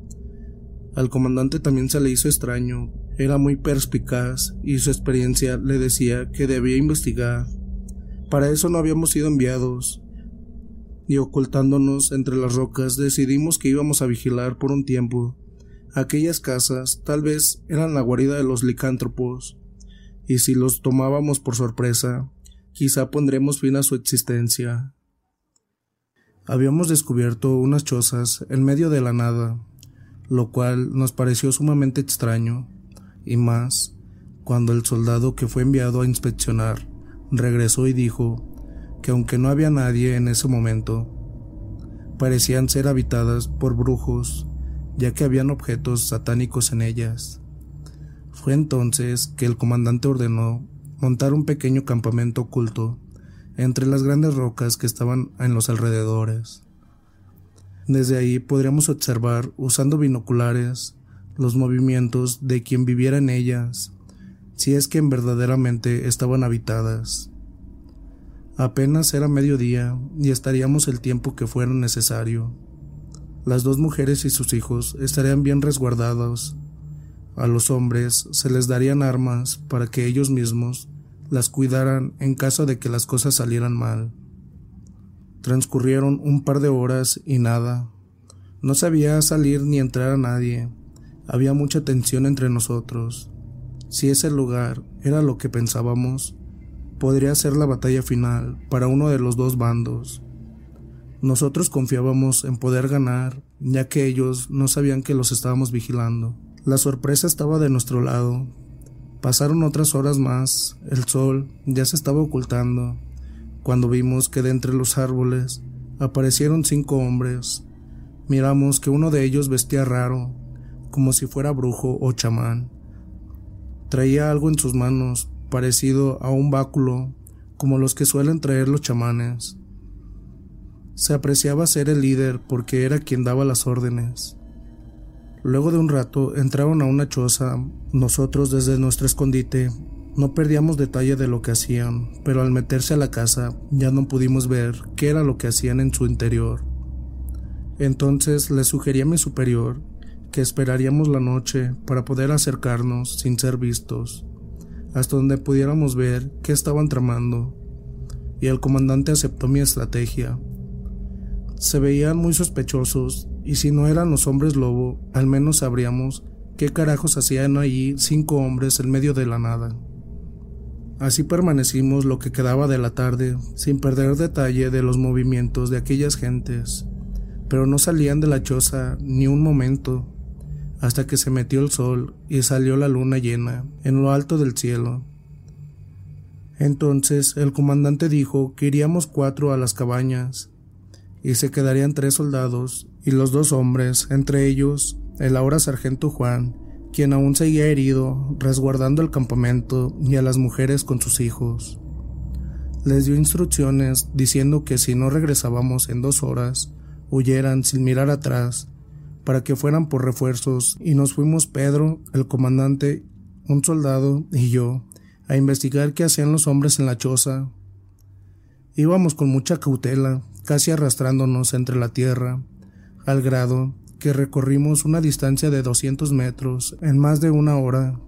Al comandante también se le hizo extraño, era muy perspicaz y su experiencia le decía que debía investigar. Para eso no habíamos sido enviados, y ocultándonos entre las rocas decidimos que íbamos a vigilar por un tiempo. Aquellas casas tal vez eran la guarida de los licántropos, y si los tomábamos por sorpresa, quizá pondremos fin a su existencia. Habíamos descubierto unas chozas en medio de la nada, lo cual nos pareció sumamente extraño, y más cuando el soldado que fue enviado a inspeccionar regresó y dijo que aunque no había nadie en ese momento, parecían ser habitadas por brujos, ya que habían objetos satánicos en ellas. Fue entonces que el comandante ordenó montar un pequeño campamento oculto entre las grandes rocas que estaban en los alrededores. Desde ahí podríamos observar, usando binoculares, los movimientos de quien viviera en ellas, si es que verdaderamente estaban habitadas. Apenas era mediodía y estaríamos el tiempo que fuera necesario. Las dos mujeres y sus hijos estarían bien resguardados. A los hombres se les darían armas para que ellos mismos las cuidaran en caso de que las cosas salieran mal. Transcurrieron un par de horas y nada. No sabía salir ni entrar a nadie. Había mucha tensión entre nosotros. Si ese lugar era lo que pensábamos, podría ser la batalla final para uno de los dos bandos. Nosotros confiábamos en poder ganar, ya que ellos no sabían que los estábamos vigilando. La sorpresa estaba de nuestro lado. Pasaron otras horas más, el sol ya se estaba ocultando, cuando vimos que de entre los árboles aparecieron 5 hombres. Miramos que uno de ellos vestía raro, como si fuera brujo o chamán. Traía algo en sus manos, parecido a un báculo, como los que suelen traer los chamanes. Se apreciaba ser el líder porque era quien daba las órdenes. Luego de un rato entraron a una choza. Nosotros desde nuestro escondite no perdíamos detalle de lo que hacían, pero al meterse a la casa ya no pudimos ver qué era lo que hacían en su interior. Entonces le sugerí a mi superior que esperaríamos la noche para poder acercarnos sin ser vistos, hasta donde pudiéramos ver qué estaban tramando, y el comandante aceptó mi estrategia. Se veían muy sospechosos, y si no eran los hombres lobo, al menos sabríamos qué carajos hacían allí 5 hombres en medio de la nada. Así permanecimos lo que quedaba de la tarde, sin perder detalle de los movimientos de aquellas gentes, pero no salían de la choza ni un momento, hasta que se metió el sol y salió la luna llena en lo alto del cielo. Entonces el comandante dijo que iríamos 4 a las cabañas, y se quedarían 3 soldados y los 2 hombres, entre ellos el ahora sargento Juan, quien aún seguía herido, resguardando el campamento, y a las mujeres con sus hijos. Les dio instrucciones diciendo que si no regresábamos en 2 horas, huyeran sin mirar atrás, para que fueran por refuerzos, y nos fuimos Pedro, el comandante, un soldado y yo, a investigar qué hacían los hombres en la choza. Íbamos con mucha cautela, casi arrastrándonos entre la tierra, al grado que recorrimos una distancia de 200 metros en más de 1 hora.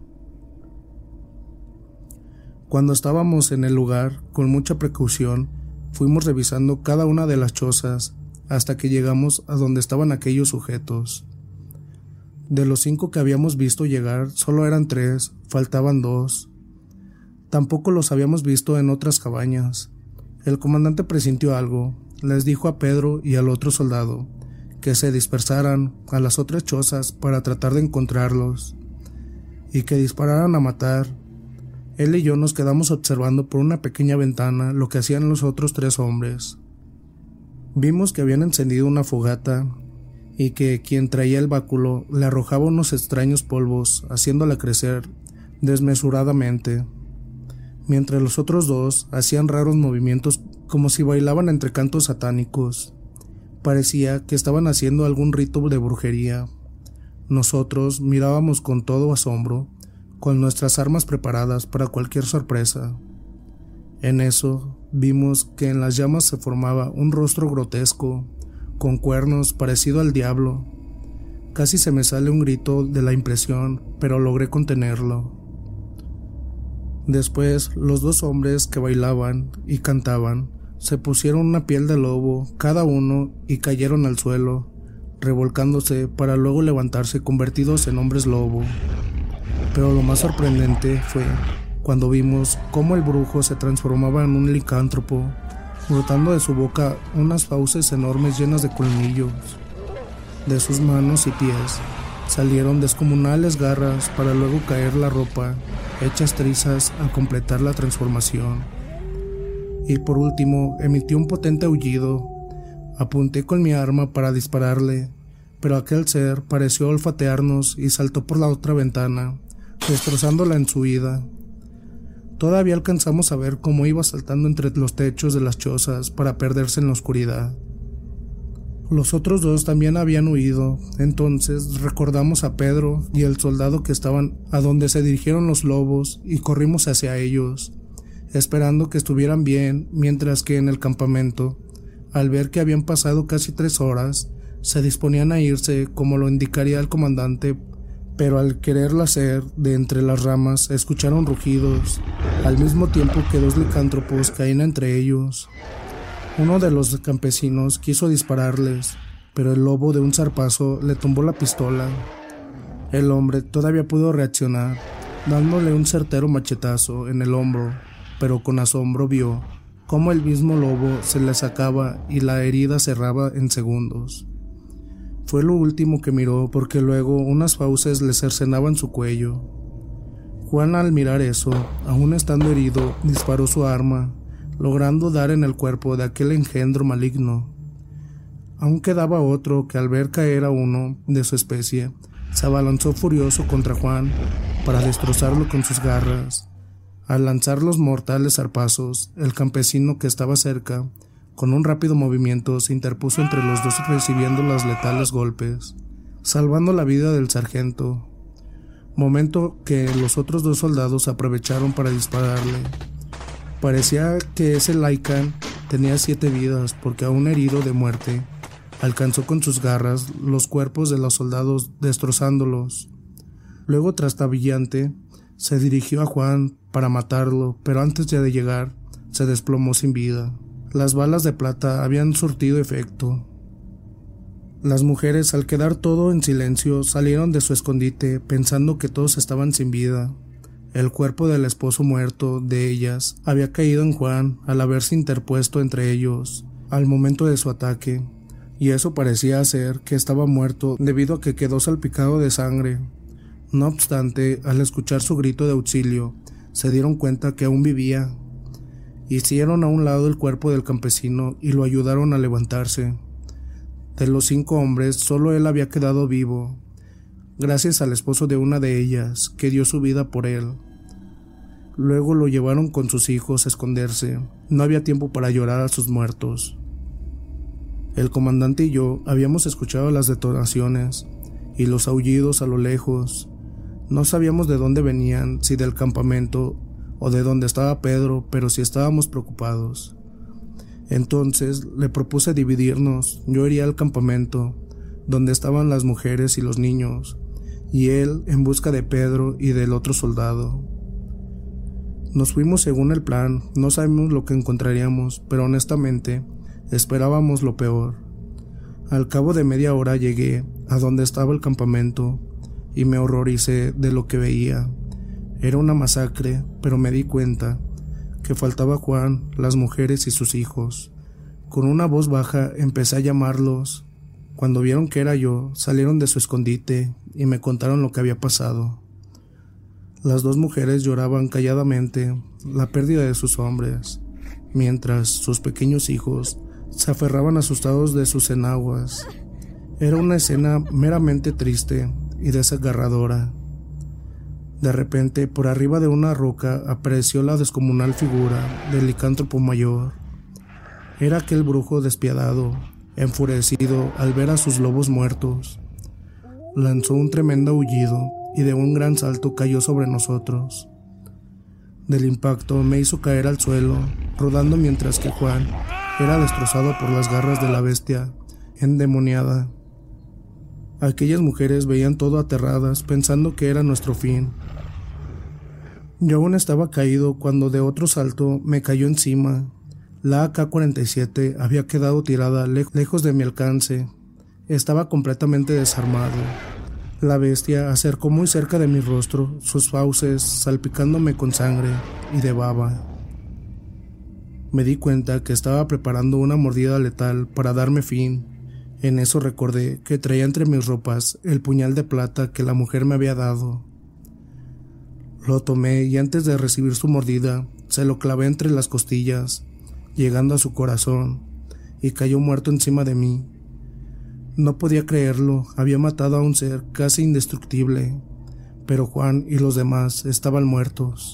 Cuando estábamos en el lugar, con mucha precaución, fuimos revisando cada una de las chozas hasta que llegamos a donde estaban aquellos sujetos. De los 5 que habíamos visto llegar, solo eran 3, faltaban 2. Tampoco los habíamos visto en otras cabañas. El comandante presintió algo, les dijo a Pedro y al otro soldado que se dispersaran a las otras chozas para tratar de encontrarlos, y que dispararan a matar. Él y yo nos quedamos observando por una pequeña ventana lo que hacían los otros 3 hombres. Vimos que habían encendido una fogata y que quien traía el báculo le arrojaba unos extraños polvos, haciéndola crecer desmesuradamente, mientras los otros dos hacían raros movimientos como si bailaban entre cantos satánicos. Parecía que estaban haciendo algún rito de brujería. Nosotros mirábamos con todo asombro, con nuestras armas preparadas para cualquier sorpresa. En eso vimos que en las llamas se formaba un rostro grotesco, con cuernos parecido al diablo. Casi se me sale un grito de la impresión, pero logré contenerlo. Después, los dos hombres que bailaban y cantaban se pusieron una piel de lobo cada uno y cayeron al suelo, revolcándose para luego levantarse convertidos en hombres lobo. Pero lo más sorprendente fue cuando vimos cómo el brujo se transformaba en un licántropo, brotando de su boca unas fauces enormes llenas de colmillos. De sus manos y pies salieron descomunales garras para luego caer la ropa, hechas trizas al completar la transformación. Y por último emitió un potente aullido. Apunté con mi arma para dispararle, pero aquel ser pareció olfatearnos y saltó por la otra ventana, destrozándola en su huida. Todavía alcanzamos a ver cómo iba saltando entre los techos de las chozas para perderse en la oscuridad. Los otros dos también habían huido. Entonces recordamos a Pedro y el soldado que estaban a donde se dirigieron los lobos y corrimos hacia ellos, esperando que estuvieran bien, mientras que en el campamento, al ver que habían pasado casi 3 horas, se disponían a irse como lo indicaría el comandante, pero al quererlo hacer, de entre las ramas escucharon rugidos, al mismo tiempo que 2 licántropos caían entre ellos. Uno de los campesinos quiso dispararles, pero el lobo de un zarpazo le tumbó la pistola. El hombre todavía pudo reaccionar, dándole un certero machetazo en el hombro, pero con asombro vio cómo el mismo lobo se le sacaba y la herida cerraba en segundos. Fue lo último que miró, porque luego unas fauces le cercenaban su cuello. Juan, al mirar eso, aún estando herido, disparó su arma, logrando dar en el cuerpo de aquel engendro maligno. Aún quedaba otro que al ver caer a uno de su especie, se abalanzó furioso contra Juan para destrozarlo con sus garras. Al lanzar los mortales zarpazos, el campesino que estaba cerca, con un rápido movimiento, se interpuso entre los dos recibiendo los letales golpes, salvando la vida del sargento, momento que los otros 2 soldados aprovecharon para dispararle. Parecía que ese Lycan tenía 7 vidas, porque aún herido de muerte, alcanzó con sus garras los cuerpos de los soldados, destrozándolos. Luego, trastabillante, se dirigió a Juan para matarlo, pero antes ya de llegar, se desplomó sin vida. Las balas de plata habían surtido efecto. Las mujeres, al quedar todo en silencio, salieron de su escondite pensando que todos estaban sin vida. El cuerpo del esposo muerto de ellas había caído en Juan al haberse interpuesto entre ellos al momento de su ataque, y eso parecía hacer que estaba muerto debido a que quedó salpicado de sangre. No obstante, al escuchar su grito de auxilio, se dieron cuenta que aún vivía. Hicieron a un lado el cuerpo del campesino y lo ayudaron a levantarse. De los 5 hombres, solo él había quedado vivo, gracias al esposo de una de ellas, que dio su vida por él. Luego lo llevaron con sus hijos a esconderse. No había tiempo para llorar a sus muertos. El comandante y yo habíamos escuchado las detonaciones y los aullidos a lo lejos. No sabíamos de dónde venían, si del campamento o de dónde estaba Pedro, pero sí estábamos preocupados. Entonces le propuse dividirnos. Yo iría al campamento, donde estaban las mujeres y los niños, y él en busca de Pedro y del otro soldado. Nos fuimos según el plan. No sabemos lo que encontraríamos, pero honestamente esperábamos lo peor. Al cabo de media hora llegué a donde estaba el campamento y me horroricé de lo que veía. Era una masacre, pero me di cuenta que faltaba Juan, las mujeres y sus hijos. Con una voz baja empecé a llamarlos. Cuando vieron que era yo, salieron de su escondite y me contaron lo que había pasado. Las 2 mujeres lloraban calladamente la pérdida de sus hombres, mientras sus pequeños hijos se aferraban asustados de sus enaguas. Era una escena meramente triste y desgarradora. De repente, por arriba de una roca apareció la descomunal figura del licántropo mayor. Era aquel brujo despiadado, enfurecido al ver a sus lobos muertos. Lanzó un tremendo aullido y de un gran salto cayó sobre nosotros. Del impacto me hizo caer al suelo, rodando mientras que Juan era destrozado por las garras de la bestia endemoniada. Aquellas mujeres veían todo aterradas, pensando que era nuestro fin. Yo aún estaba caído cuando de otro salto me cayó encima. La AK-47 había quedado tirada lejos de mi alcance. Estaba completamente desarmado. La bestia acercó muy cerca de mi rostro, sus fauces salpicándome con sangre y de baba. Me di cuenta que estaba preparando una mordida letal para darme fin. En eso recordé que traía entre mis ropas el puñal de plata que la mujer me había dado. Lo tomé y antes de recibir su mordida, se lo clavé entre las costillas, llegando a su corazón, y cayó muerto encima de mí. No podía creerlo, había matado a un ser casi indestructible, pero Juan y los demás estaban muertos.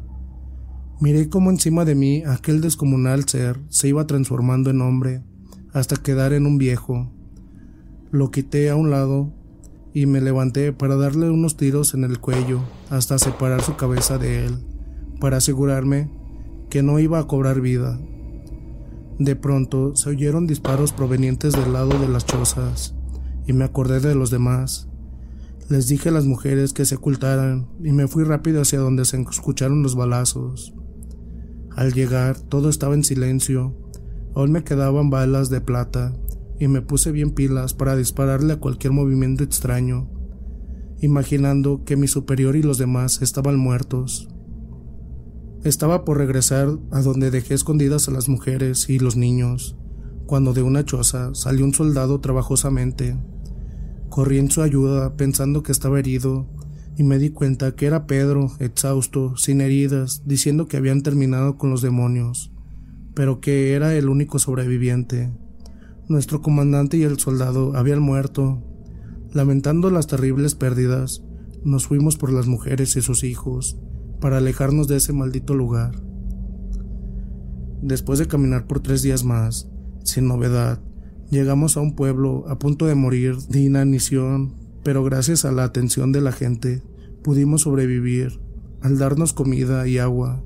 Miré cómo encima de mí aquel descomunal ser se iba transformando en hombre, hasta quedar en un viejo. Lo quité a un lado y me levanté para darle unos tiros en el cuello hasta separar su cabeza de él, para asegurarme que no iba a cobrar vida. De pronto se oyeron disparos provenientes del lado de las chozas y me acordé de los demás. Les dije a las mujeres que se ocultaran y me fui rápido hacia donde se escucharon los balazos. Al llegar todo estaba en silencio, aún me quedaban balas de plata y me puse bien pilas para dispararle a cualquier movimiento extraño, imaginando que mi superior y los demás estaban muertos. Estaba por regresar a donde dejé escondidas a las mujeres y los niños, cuando de una choza salió un soldado trabajosamente. Corrí en su ayuda pensando que estaba herido y me di cuenta que era Pedro, exhausto, sin heridas, diciendo que habían terminado con los demonios, pero que era el único sobreviviente. Nuestro comandante y el soldado habían muerto. Lamentando las terribles pérdidas, nos fuimos por las mujeres y sus hijos, para alejarnos de ese maldito lugar. Después de caminar por 3 días más, sin novedad, llegamos a un pueblo a punto de morir de inanición, pero gracias a la atención de la gente, pudimos sobrevivir, al darnos comida y agua.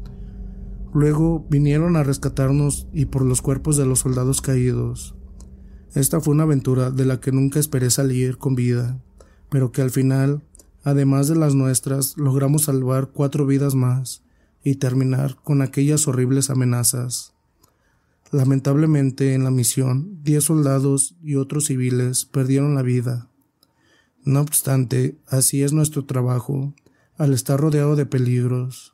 Luego vinieron a rescatarnos y por los cuerpos de los soldados caídos. Esta fue una aventura de la que nunca esperé salir con vida, pero que al final, además de las nuestras, logramos salvar 4 vidas más y terminar con aquellas horribles amenazas. Lamentablemente en la misión, 10 soldados y otros civiles perdieron la vida. No obstante, así es nuestro trabajo, al estar rodeado de peligros.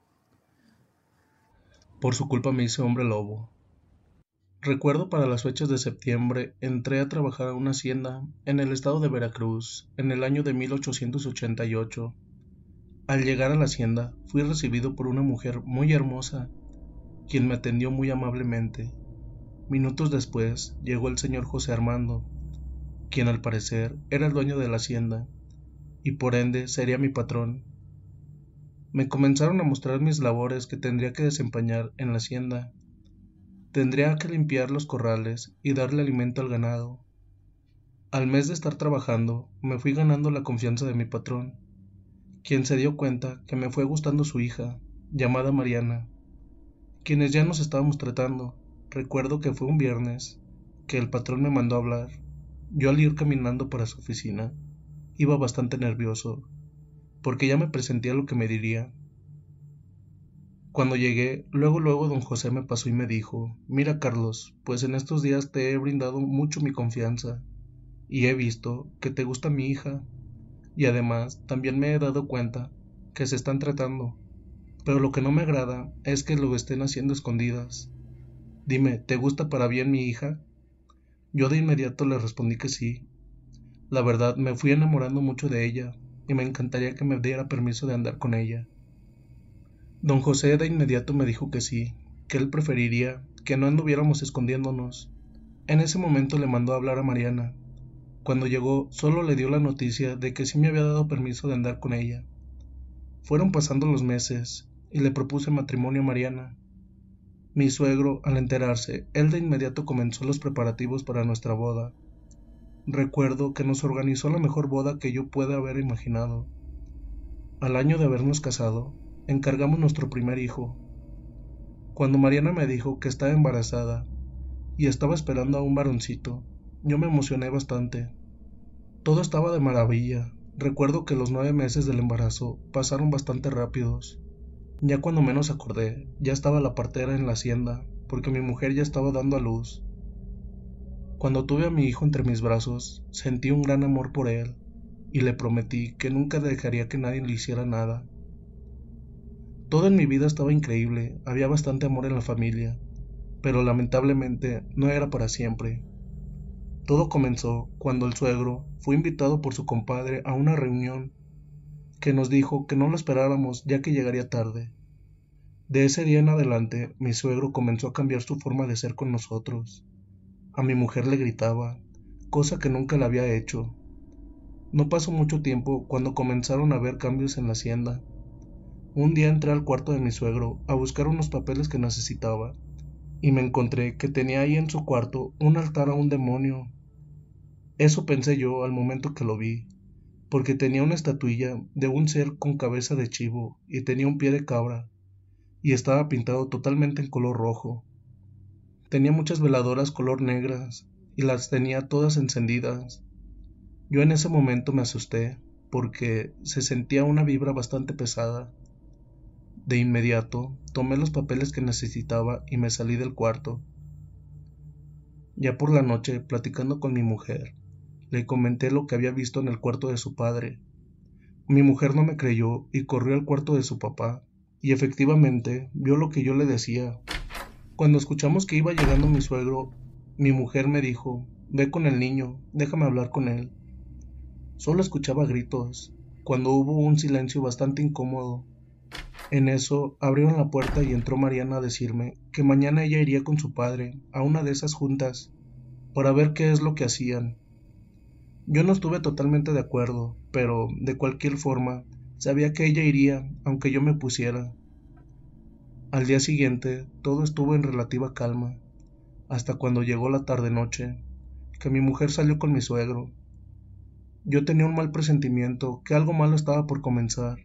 Por su culpa me hice hombre lobo. Recuerdo para las fechas de septiembre entré a trabajar a una hacienda en el estado de Veracruz en el año de 1888. Al llegar a la hacienda fui recibido por una mujer muy hermosa, quien me atendió muy amablemente. Minutos después llegó el señor José Armando, quien al parecer era el dueño de la hacienda, y por ende sería mi patrón. Me comenzaron a mostrar mis labores que tendría que desempeñar en la hacienda. Tendría que limpiar los corrales y darle alimento al ganado. Al mes de estar trabajando, me fui ganando la confianza de mi patrón, quien se dio cuenta que me fue gustando su hija, llamada Mariana, quienes ya nos estábamos tratando. Recuerdo que fue un viernes, que el patrón me mandó a hablar. Yo al ir caminando para su oficina, iba bastante nervioso, porque ya me presentía lo que me diría. Cuando llegué, luego don José me pasó y me dijo: «Mira, Carlos, pues en estos días te he brindado mucho mi confianza, y he visto que te gusta mi hija, y además también me he dado cuenta que se están tratando, pero lo que no me agrada es que lo estén haciendo escondidas. Dime, ¿te gusta para bien mi hija?». Yo de inmediato le respondí que sí. La verdad, me fui enamorando mucho de ella, y me encantaría que me diera permiso de andar con ella. Don José de inmediato me dijo que sí, que él preferiría que no anduviéramos escondiéndonos. En ese momento le mandó a hablar a Mariana. Cuando llegó, solo le dio la noticia de que sí me había dado permiso de andar con ella. Fueron pasando los meses, y le propuse matrimonio a Mariana. Mi suegro, al enterarse, él de inmediato comenzó los preparativos para nuestra boda. Recuerdo que nos organizó la mejor boda que yo pueda haber imaginado. Al año de habernos casado, encargamos nuestro primer hijo. Cuando Mariana me dijo que estaba embarazada y estaba esperando a un varoncito, yo me emocioné bastante. Todo estaba de maravilla. Recuerdo que los 9 meses del embarazo pasaron bastante rápidos. Ya cuando menos acordé, ya estaba la partera en la hacienda, porque mi mujer ya estaba dando a luz. Cuando tuve a mi hijo entre mis brazos, sentí un gran amor por él, y le prometí que nunca dejaría que nadie le hiciera nada. Todo en mi vida estaba increíble, había bastante amor en la familia, pero lamentablemente no era para siempre. Todo comenzó cuando el suegro fue invitado por su compadre a una reunión que nos dijo que no lo esperáramos ya que llegaría tarde. De ese día en adelante, mi suegro comenzó a cambiar su forma de ser con nosotros. A mi mujer le gritaba, cosa que nunca le había hecho. No pasó mucho tiempo cuando comenzaron a haber cambios en la hacienda. Un día entré al cuarto de mi suegro a buscar unos papeles que necesitaba, y me encontré que tenía ahí en su cuarto un altar a un demonio. Eso pensé yo al momento que lo vi, porque tenía una estatuilla de un ser con cabeza de chivo y tenía un pie de cabra, y estaba pintado totalmente en color rojo. Tenía muchas veladoras color negras, y las tenía todas encendidas. Yo en ese momento me asusté, porque se sentía una vibra bastante pesada. De inmediato, tomé los papeles que necesitaba y me salí del cuarto. Ya por la noche, platicando con mi mujer, le comenté lo que había visto en el cuarto de su padre. Mi mujer no me creyó y corrió al cuarto de su papá, y efectivamente vio lo que yo le decía. Cuando escuchamos que iba llegando mi suegro, mi mujer me dijo, «Ve con el niño, déjame hablar con él». Solo escuchaba gritos, cuando hubo un silencio bastante incómodo. En eso abrieron la puerta y entró Mariana a decirme que mañana ella iría con su padre a una de esas juntas para ver qué es lo que hacían. Yo no estuve totalmente de acuerdo, pero de cualquier forma sabía que ella iría aunque yo me pusiera. Al día siguiente todo estuvo en relativa calma, hasta cuando llegó la tarde-noche, que mi mujer salió con mi suegro. Yo tenía un mal presentimiento que algo malo estaba por comenzar.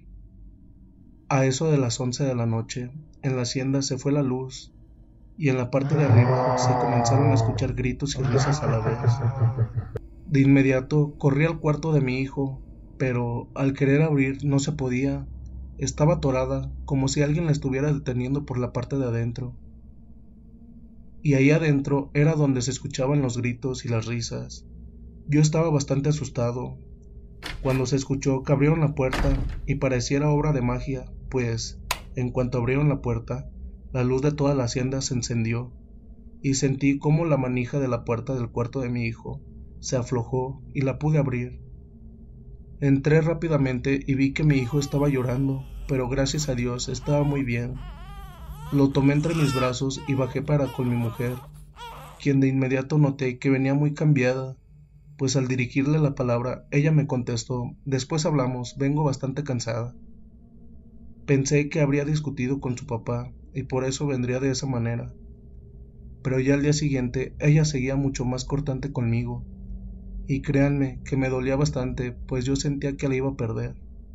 A eso de las 11 de la noche, en la hacienda se fue la luz, y en la parte de arriba se comenzaron a escuchar gritos y risas a la vez. De inmediato corrí al cuarto de mi hijo, pero al querer abrir no se podía. Estaba atorada, como si alguien la estuviera deteniendo por la parte de adentro. Y ahí adentro era donde se escuchaban los gritos y las risas. Yo estaba bastante asustado, cuando se escuchó que abrieron la puerta y pareciera obra de magia, pues, en cuanto abrieron la puerta, la luz de toda la hacienda se encendió, y sentí cómo la manija de la puerta del cuarto de mi hijo se aflojó y la pude abrir. Entré rápidamente y vi que mi hijo estaba llorando, pero gracias a Dios estaba muy bien. Lo tomé entre mis brazos y bajé para con mi mujer, quien de inmediato noté que venía muy cambiada, pues al dirigirle la palabra, ella me contestó, «Después hablamos, vengo bastante cansada». Pensé que habría discutido con su papá, y por eso vendría de esa manera. Pero ya al día siguiente, ella seguía mucho más cortante conmigo, y créanme que me dolía bastante, pues yo sentía que la iba a perder.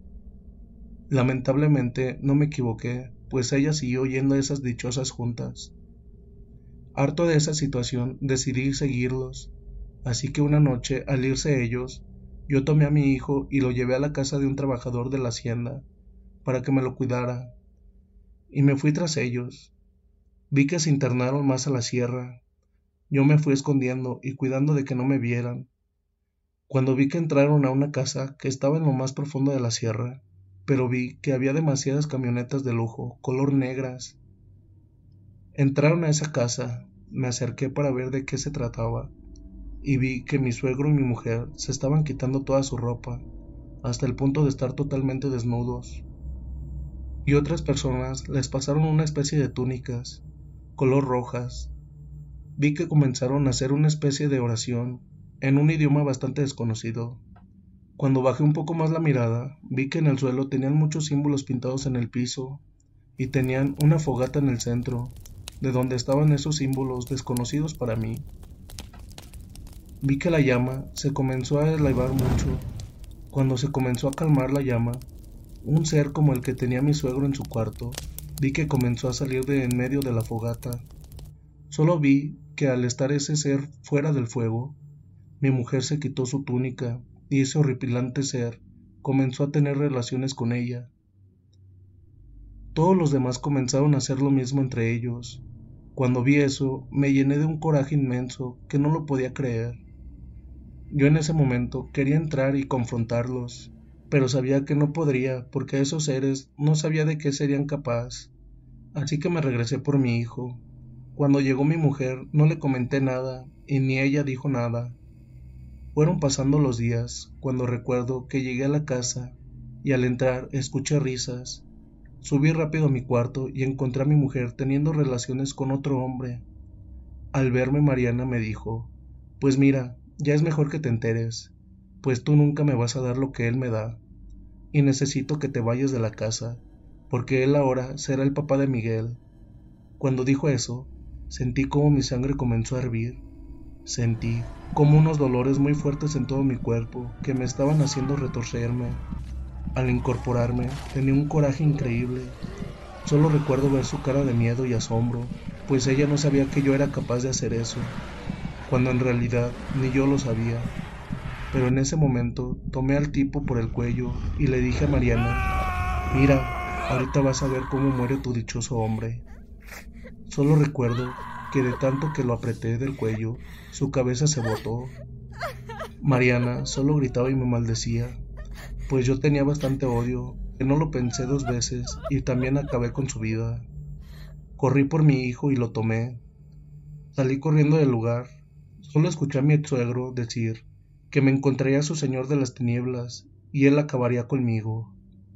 Lamentablemente no me equivoqué, pues ella siguió yendo a esas dichosas juntas. Harto de esa situación, decidí seguirlos. Así que una noche, al irse ellos, yo tomé a mi hijo y lo llevé a la casa de un trabajador de la hacienda, para que me lo cuidara, y me fui tras ellos. Vi que se internaron más a la sierra. Yo me fui escondiendo y cuidando de que no me vieran. Cuando vi que entraron a una casa que estaba en lo más profundo de la sierra, pero vi que había demasiadas camionetas de lujo, color negras. Entraron a esa casa, me acerqué para ver de qué se trataba, y vi que mi suegro y mi mujer se estaban quitando toda su ropa, hasta el punto de estar totalmente desnudos. Y otras personas les pasaron una especie de túnicas, color rojas, vi que comenzaron a hacer una especie de oración en un idioma bastante desconocido. Cuando bajé un poco más la mirada, vi que en el suelo tenían muchos símbolos pintados en el piso y tenían una fogata en el centro, de donde estaban esos símbolos desconocidos para mí. Vi que la llama se comenzó a elevar mucho. Cuando se comenzó a calmar la llama, un ser como el que tenía mi suegro en su cuarto, vi que comenzó a salir de en medio de la fogata. Solo vi que al estar ese ser fuera del fuego, mi mujer se quitó su túnica y ese horripilante ser comenzó a tener relaciones con ella. Todos los demás comenzaron a hacer lo mismo entre ellos. Cuando vi eso, me llené de un coraje inmenso que no lo podía creer. Yo en ese momento quería entrar y confrontarlos, pero sabía que no podría porque esos seres no sabía de qué serían capaces. Así que me regresé por mi hijo. Cuando llegó mi mujer no le comenté nada y ni ella dijo nada. Fueron pasando los días cuando recuerdo que llegué a la casa y al entrar escuché risas. Subí rápido a mi cuarto y encontré a mi mujer teniendo relaciones con otro hombre. Al verme Mariana me dijo, pues mira, ya es mejor que te enteres, pues tú nunca me vas a dar lo que él me da, y necesito que te vayas de la casa, porque él ahora será el papá de Miguel. Cuando dijo eso, sentí como mi sangre comenzó a hervir. Sentí como unos dolores muy fuertes en todo mi cuerpo que me estaban haciendo retorcerme. Al incorporarme, tenía un coraje increíble. Solo recuerdo ver su cara de miedo y asombro, pues ella no sabía que yo era capaz de hacer eso, cuando en realidad ni yo lo sabía. Pero en ese momento tomé al tipo por el cuello y le dije a Mariana, mira, ahorita vas a ver cómo muere tu dichoso hombre. Solo recuerdo que de tanto que lo apreté del cuello, su cabeza se botó. Mariana solo gritaba y me maldecía, pues yo tenía bastante odio, que no lo pensé 2 veces y también acabé con su vida. Corrí por mi hijo y lo tomé. Salí corriendo del lugar. Solo escuché a mi ex-suegro decir que me encontraría a su señor de las tinieblas y él acabaría conmigo.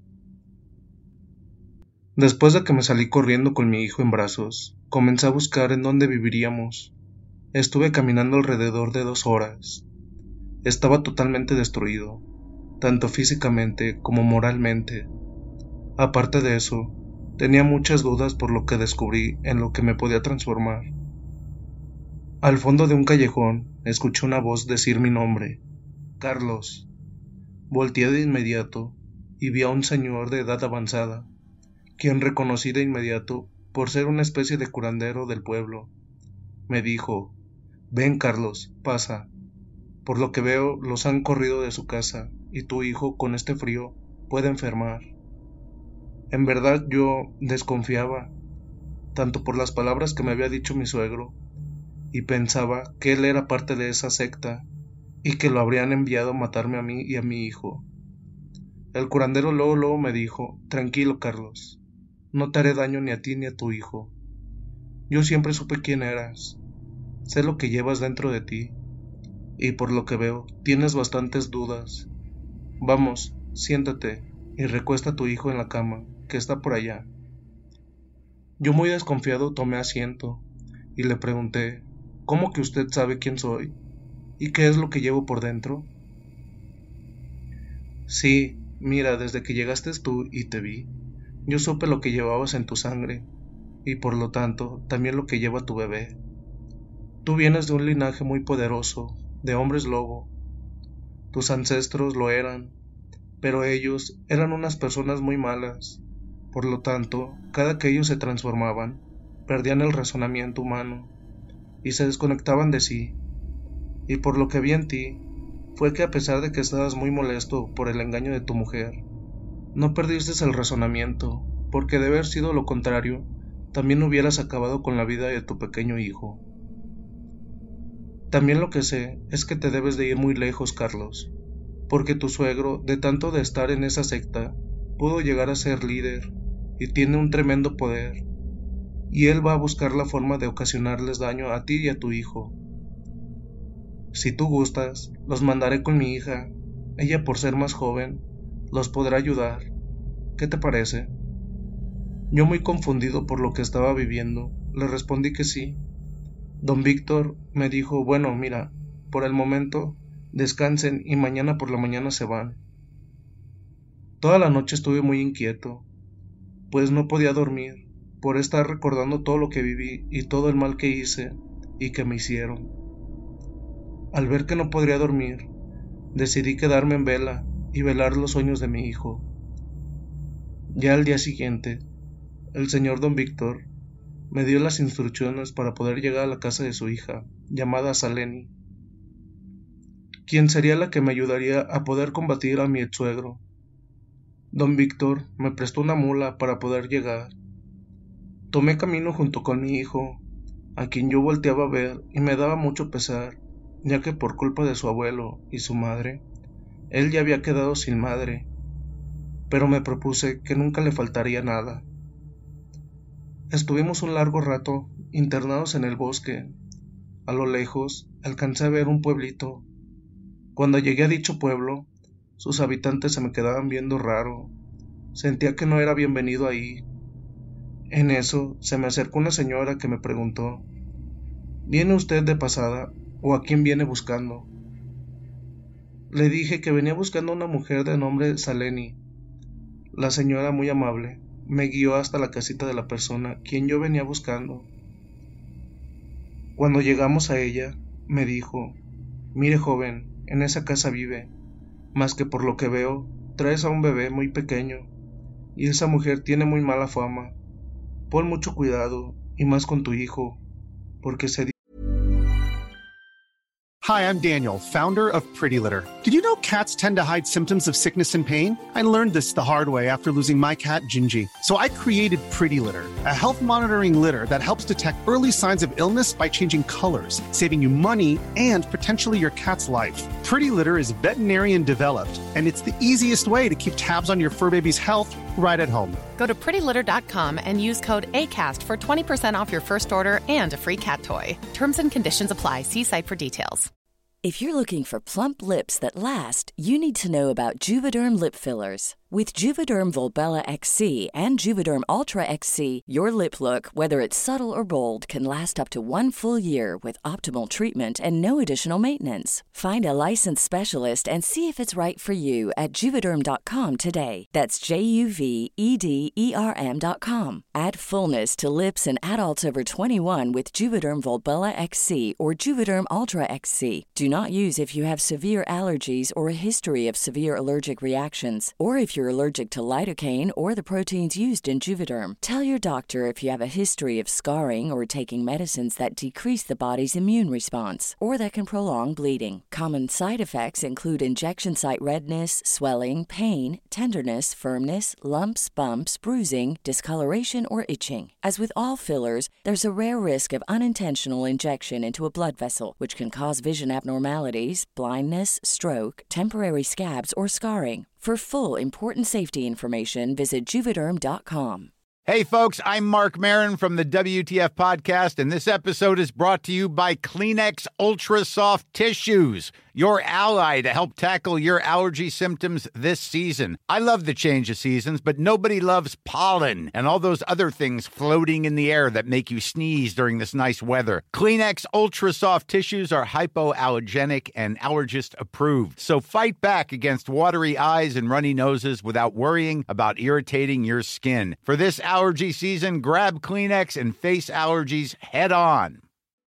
Después de que me salí corriendo con mi hijo en brazos, comencé a buscar en dónde viviríamos. Estuve caminando alrededor de 2 horas. Estaba totalmente destruido, tanto físicamente como moralmente. Aparte de eso, tenía muchas dudas por lo que descubrí en lo que me podía transformar. Al fondo de un callejón, escuché una voz decir mi nombre, Carlos. Volteé de inmediato y vi a un señor de edad avanzada, quien reconocí de inmediato por ser una especie de curandero del pueblo. Me dijo, ven Carlos, pasa. Por lo que veo, los han corrido de su casa, y tu hijo, con este frío, puede enfermar. En verdad yo desconfiaba, tanto por las palabras que me había dicho mi suegro, y pensaba que él era parte de esa secta, y que lo habrían enviado a matarme a mí y a mi hijo. El curandero luego me dijo, tranquilo Carlos, no te haré daño ni a ti ni a tu hijo. Yo siempre supe quién eras, sé lo que llevas dentro de ti, y por lo que veo, tienes bastantes dudas. Vamos, siéntate y recuesta a tu hijo en la cama, que está por allá. Yo muy desconfiado tomé asiento y le pregunté, ¿cómo que usted sabe quién soy? ¿Y qué es lo que llevo por dentro? Sí, mira, desde que llegaste tú y te vi, yo supe lo que llevabas en tu sangre, y por lo tanto también lo que lleva tu bebé. Tú vienes de un linaje muy poderoso, de hombres lobo. Tus ancestros lo eran, pero ellos eran unas personas muy malas. Por lo tanto, cada que ellos se transformaban, perdían el razonamiento humano y se desconectaban de sí. Y por lo que vi en ti, fue que a pesar de que estabas muy molesto por el engaño de tu mujer, no perdiste el razonamiento, porque de haber sido lo contrario, también hubieras acabado con la vida de tu pequeño hijo. También lo que sé es que te debes de ir muy lejos, Carlos, porque tu suegro, de tanto de estar en esa secta, pudo llegar a ser líder y tiene un tremendo poder, y él va a buscar la forma de ocasionarles daño a ti y a tu hijo. Si tú gustas, los mandaré con mi hija. Ella, por ser más joven, los podrá ayudar. ¿Qué te parece? Yo, muy confundido por lo que estaba viviendo, le respondí que sí. Don Víctor me dijo, bueno, mira, por el momento descansen y mañana por la mañana se van. Toda la noche estuve muy inquieto, pues no podía dormir por estar recordando todo lo que viví y todo el mal que hice y que me hicieron. Al ver que no podría dormir, decidí quedarme en vela y velar los sueños de mi hijo. Ya al día siguiente, el señor Don Víctor me dio las instrucciones para poder llegar a la casa de su hija, llamada Saleni, quien sería la que me ayudaría a poder combatir a mi ex-suegro. Don Víctor me prestó una mula para poder llegar. Tomé camino junto con mi hijo, a quien yo volteaba a ver y me daba mucho pesar, ya que por culpa de su abuelo y su madre, él ya había quedado sin madre, pero me propuse que nunca le faltaría nada. Estuvimos un largo rato internados en el bosque. A lo lejos alcancé a ver un pueblito. Cuando llegué a dicho pueblo, sus habitantes se me quedaban viendo raro. Sentía que no era bienvenido ahí. En eso se me acercó una señora que me preguntó, ¿viene usted de pasada o a quién viene buscando? Le dije que venía buscando a una mujer de nombre Saleni. La señora, muy amable, me guió hasta la casita de la persona quien yo venía buscando. Cuando llegamos a ella, me dijo, mire joven, en esa casa vive, mas que por lo que veo, traes a un bebé muy pequeño, y esa mujer tiene muy mala fama. Pon mucho cuidado, y más con tu hijo, porque se... Hi, I'm Daniel, founder of Pretty Litter. Did you know cats tend to hide symptoms of sickness and pain? I learned this the hard way after losing my cat, Gingy. So I created Pretty Litter, a health monitoring litter that helps detect early signs of illness by changing colors, saving you money and potentially your cat's life. Pretty Litter is veterinarian developed, and it's the easiest way to keep tabs on your fur baby's health right at home. Go to prettylitter.com and use code ACAST for 20% off your first order and a free cat toy. Terms and conditions apply. See site for details. If you're looking for plump lips that last, you need to know about Juvederm lip fillers. With Juvederm Volbella XC and Juvederm Ultra XC, your lip look, whether it's subtle or bold, can last up to 1 full year with optimal treatment and no additional maintenance. Find a licensed specialist and see if it's right for you at Juvederm.com today. That's JUVEDERM.com. Add fullness to lips in adults over 21 with Juvederm Volbella XC or Juvederm Ultra XC. Do not use if you have severe allergies or a history of severe allergic reactions, or if you're allergic to lidocaine or the proteins used in Juvederm. Tell your doctor if you have a history of scarring or taking medicines that decrease the body's immune response or that can prolong bleeding. Common side effects include injection site redness, swelling, pain, tenderness, firmness, lumps, bumps, bruising, discoloration, or itching. As with all fillers, there's a rare risk of unintentional injection into a blood vessel, which can cause vision abnormalities, blindness, stroke, temporary scabs, or scarring. For full important safety information, visit Juvederm.com. Hey, folks, I'm Mark Maron from the WTF Podcast, and this episode is brought to you by Kleenex Ultra Soft Tissues, your ally to help tackle your allergy symptoms this season. I love the change of seasons, but nobody loves pollen and all those other things floating in the air that make you sneeze during this nice weather. Kleenex Ultra Soft Tissues are hypoallergenic and allergist approved, so fight back against watery eyes and runny noses without worrying about irritating your skin. For this allergy season, grab Kleenex and face allergies head on.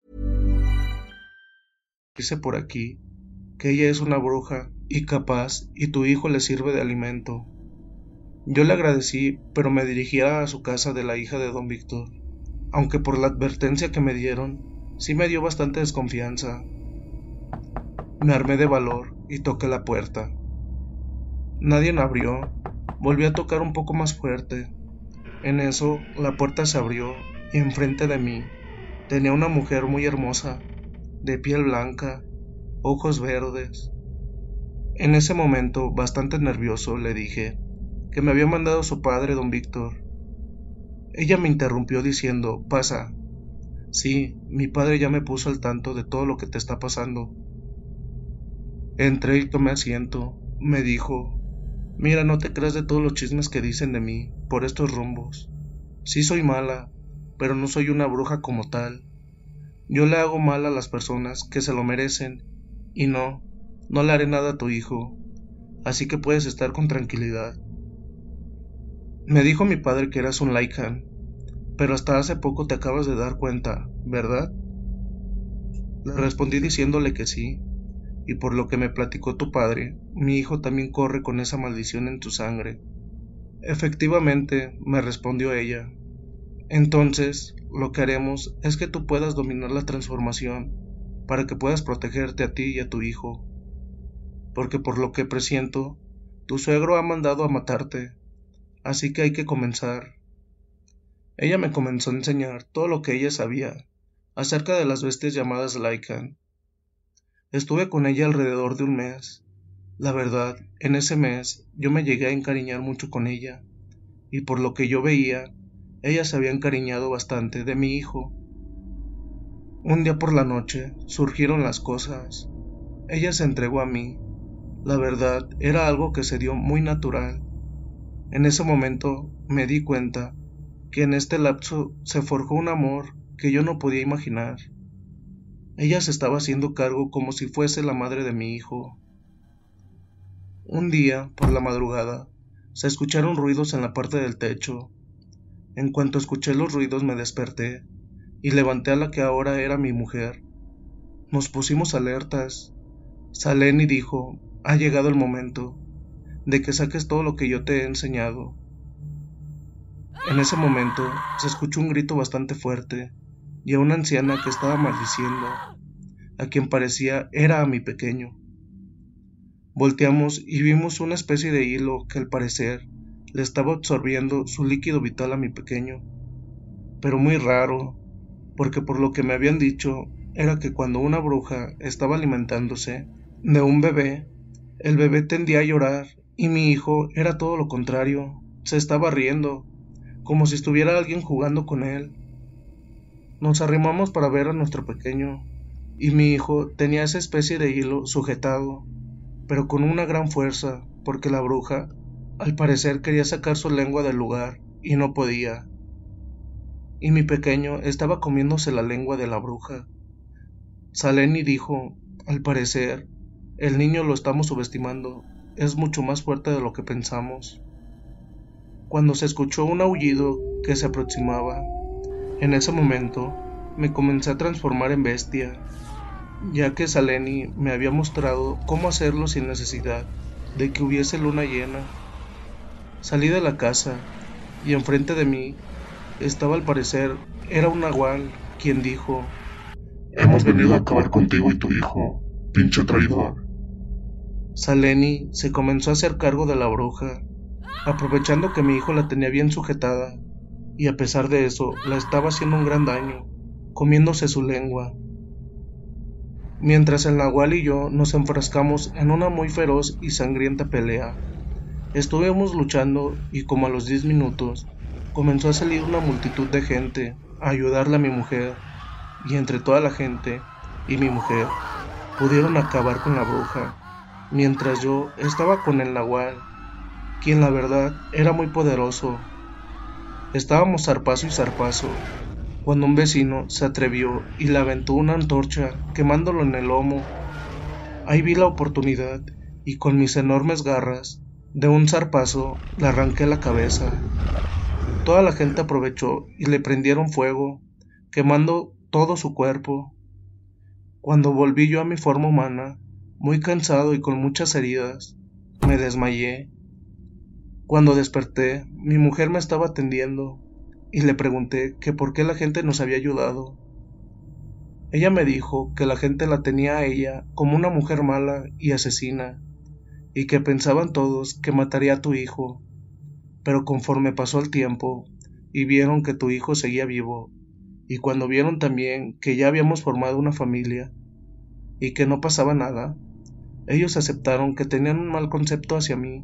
Dice por aquí que ella es una bruja y capaz y tu hijo le sirve de alimento. Yo le agradecí, pero me dirigí a su casa de la hija de Don Víctor, aunque por la advertencia que me dieron, sí me dio bastante desconfianza. Me armé de valor y toqué la puerta. Nadie me abrió. Volví a tocar un poco más fuerte. En eso, la puerta se abrió y enfrente de mí tenía una mujer muy hermosa, de piel blanca, ojos verdes. En ese momento, bastante nervioso, le dije que me había mandado su padre, Don Víctor. Ella me interrumpió diciendo, pasa. Sí, mi padre ya me puso al tanto de todo lo que te está pasando. Entré y tomé asiento. Me dijo, mira, no te creas de todos los chismes que dicen de mí por estos rumbos. Sí soy mala, pero no soy una bruja como tal. Yo le hago mal a las personas que se lo merecen y no le haré nada a tu hijo, así que puedes estar con tranquilidad. Me dijo mi padre que eras un Lycan, pero hasta hace poco te acabas de dar cuenta, ¿verdad? Le respondí diciéndole que sí, y por lo que me platicó tu padre, mi hijo también corre con esa maldición en tu sangre. Efectivamente, me respondió ella. Entonces, lo que haremos es que tú puedas dominar la transformación, para que puedas protegerte a ti y a tu hijo. Porque por lo que presiento, tu suegro ha mandado a matarte, así que hay que comenzar. Ella me comenzó a enseñar todo lo que ella sabía acerca de las bestias llamadas Lycan. Estuve con ella alrededor de un mes. La verdad, en ese mes yo me llegué a encariñar mucho con ella, y por lo que yo veía, ella se había encariñado bastante de mi hijo. Un día por la noche surgieron las cosas. Ella se entregó a mí. La verdad, era algo que se dio muy natural. En ese momento me di cuenta que en este lapso se forjó un amor que yo no podía imaginar. Ella se estaba haciendo cargo como si fuese la madre de mi hijo. Un día, por la madrugada, se escucharon ruidos en la parte del techo. En cuanto escuché los ruidos me desperté y levanté a la que ahora era mi mujer. Nos pusimos alertas. Saleni dijo, ha llegado el momento de que saques todo lo que yo te he enseñado. En ese momento se escuchó un grito bastante fuerte y a una anciana que estaba maldiciendo, a quien parecía era a mi pequeño. Volteamos y vimos una especie de hilo que al parecer le estaba absorbiendo su líquido vital a mi pequeño, pero muy raro, porque por lo que me habían dicho era que cuando una bruja estaba alimentándose de un bebé, el bebé tendía a llorar y mi hijo era todo lo contrario, se estaba riendo, como si estuviera alguien jugando con él. Nos arrimamos para ver a nuestro pequeño, y mi hijo tenía esa especie de hilo sujetado, pero con una gran fuerza, porque la bruja, al parecer, quería sacar su lengua del lugar, y no podía. Y mi pequeño estaba comiéndose la lengua de la bruja. Saleni dijo, al parecer, el niño lo estamos subestimando, es mucho más fuerte de lo que pensamos. Cuando se escuchó un aullido que se aproximaba, en ese momento me comencé a transformar en bestia, ya que Saleni me había mostrado cómo hacerlo sin necesidad de que hubiese luna llena. Salí de la casa y enfrente de mí estaba, al parecer, era un nahual, quien dijo, hemos venido a acabar contigo y tu hijo, pinche traidor. Saleni se comenzó a hacer cargo de la bruja, aprovechando que mi hijo la tenía bien sujetada, y a pesar de eso la estaba haciendo un gran daño, comiéndose su lengua. Mientras el nahual y yo nos enfrascamos en una muy feroz y sangrienta pelea. Estuvimos luchando y como a los 10 minutos comenzó a salir una multitud de gente a ayudarle a mi mujer, y entre toda la gente y mi mujer pudieron acabar con la bruja, mientras yo estaba con el nahual, quien la verdad era muy poderoso. Estábamos zarpazo y zarpazo, cuando un vecino se atrevió y le aventó una antorcha quemándolo en el lomo. Ahí vi la oportunidad y con mis enormes garras, de un zarpazo, le arranqué la cabeza. Toda la gente aprovechó y le prendieron fuego, quemando todo su cuerpo. Cuando volví yo a mi forma humana, muy cansado y con muchas heridas, me desmayé. Cuando desperté, mi mujer me estaba atendiendo y le pregunté que por qué la gente nos había ayudado. Ella me dijo que la gente la tenía a ella como una mujer mala y asesina, y que pensaban todos que mataría a tu hijo, pero conforme pasó el tiempo y vieron que tu hijo seguía vivo, y cuando vieron también que ya habíamos formado una familia y que no pasaba nada, ellos aceptaron que tenían un mal concepto hacia mí.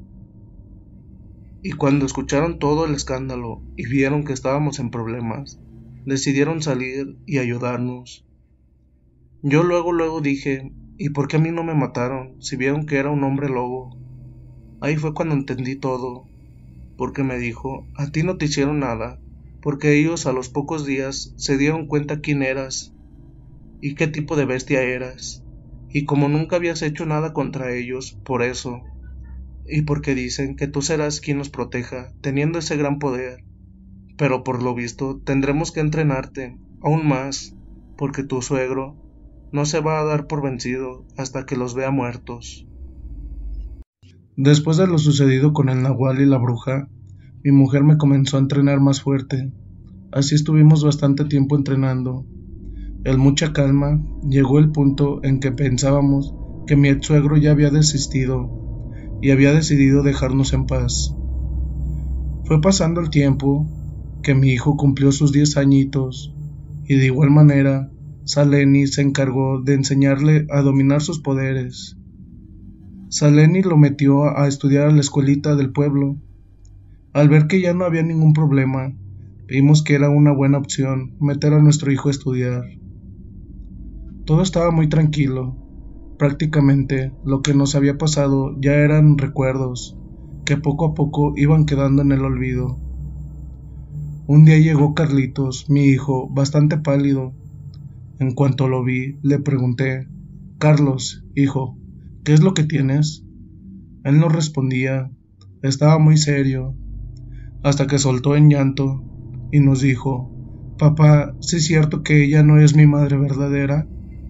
Y cuando escucharon todo el escándalo y vieron que estábamos en problemas, decidieron salir y ayudarnos. Yo luego dije, ¿y por qué a mí no me mataron si vieron que era un hombre lobo? Ahí fue cuando entendí todo, porque me dijo, a ti no te hicieron nada, porque ellos a los pocos días se dieron cuenta quién eras. y qué tipo de bestia eras, y como nunca habías hecho nada contra ellos, por eso, y porque dicen que tú serás quien los proteja, teniendo ese gran poder, pero por lo visto tendremos que entrenarte, aún más, porque tu suegro no se va a dar por vencido hasta que los vea muertos. Después de lo sucedido con el nahual y la bruja, mi mujer me comenzó a entrenar más fuerte. Así estuvimos bastante tiempo entrenando. En mucha calma, llegó el punto en que pensábamos que mi ex suegro ya había desistido y había decidido dejarnos en paz. Fue pasando el tiempo que mi hijo cumplió sus 10 añitos y de igual manera Saleni se encargó de enseñarle a dominar sus poderes. Saleni lo metió a estudiar a la escuelita del pueblo. Al ver que ya no había ningún problema, vimos que era una buena opción meter a nuestro hijo a estudiar. Todo estaba muy tranquilo. Prácticamente lo que nos había pasado ya eran recuerdos que poco a poco iban quedando en el olvido. Un día llegó Carlitos, mi hijo, bastante pálido. En cuanto lo vi, le pregunté: «Carlos, hijo, ¿qué es lo que tienes?». Él no respondía, estaba muy serio, hasta que soltó en llanto y nos dijo: «Papá, ¿sí es cierto que ella no es mi madre verdadera?».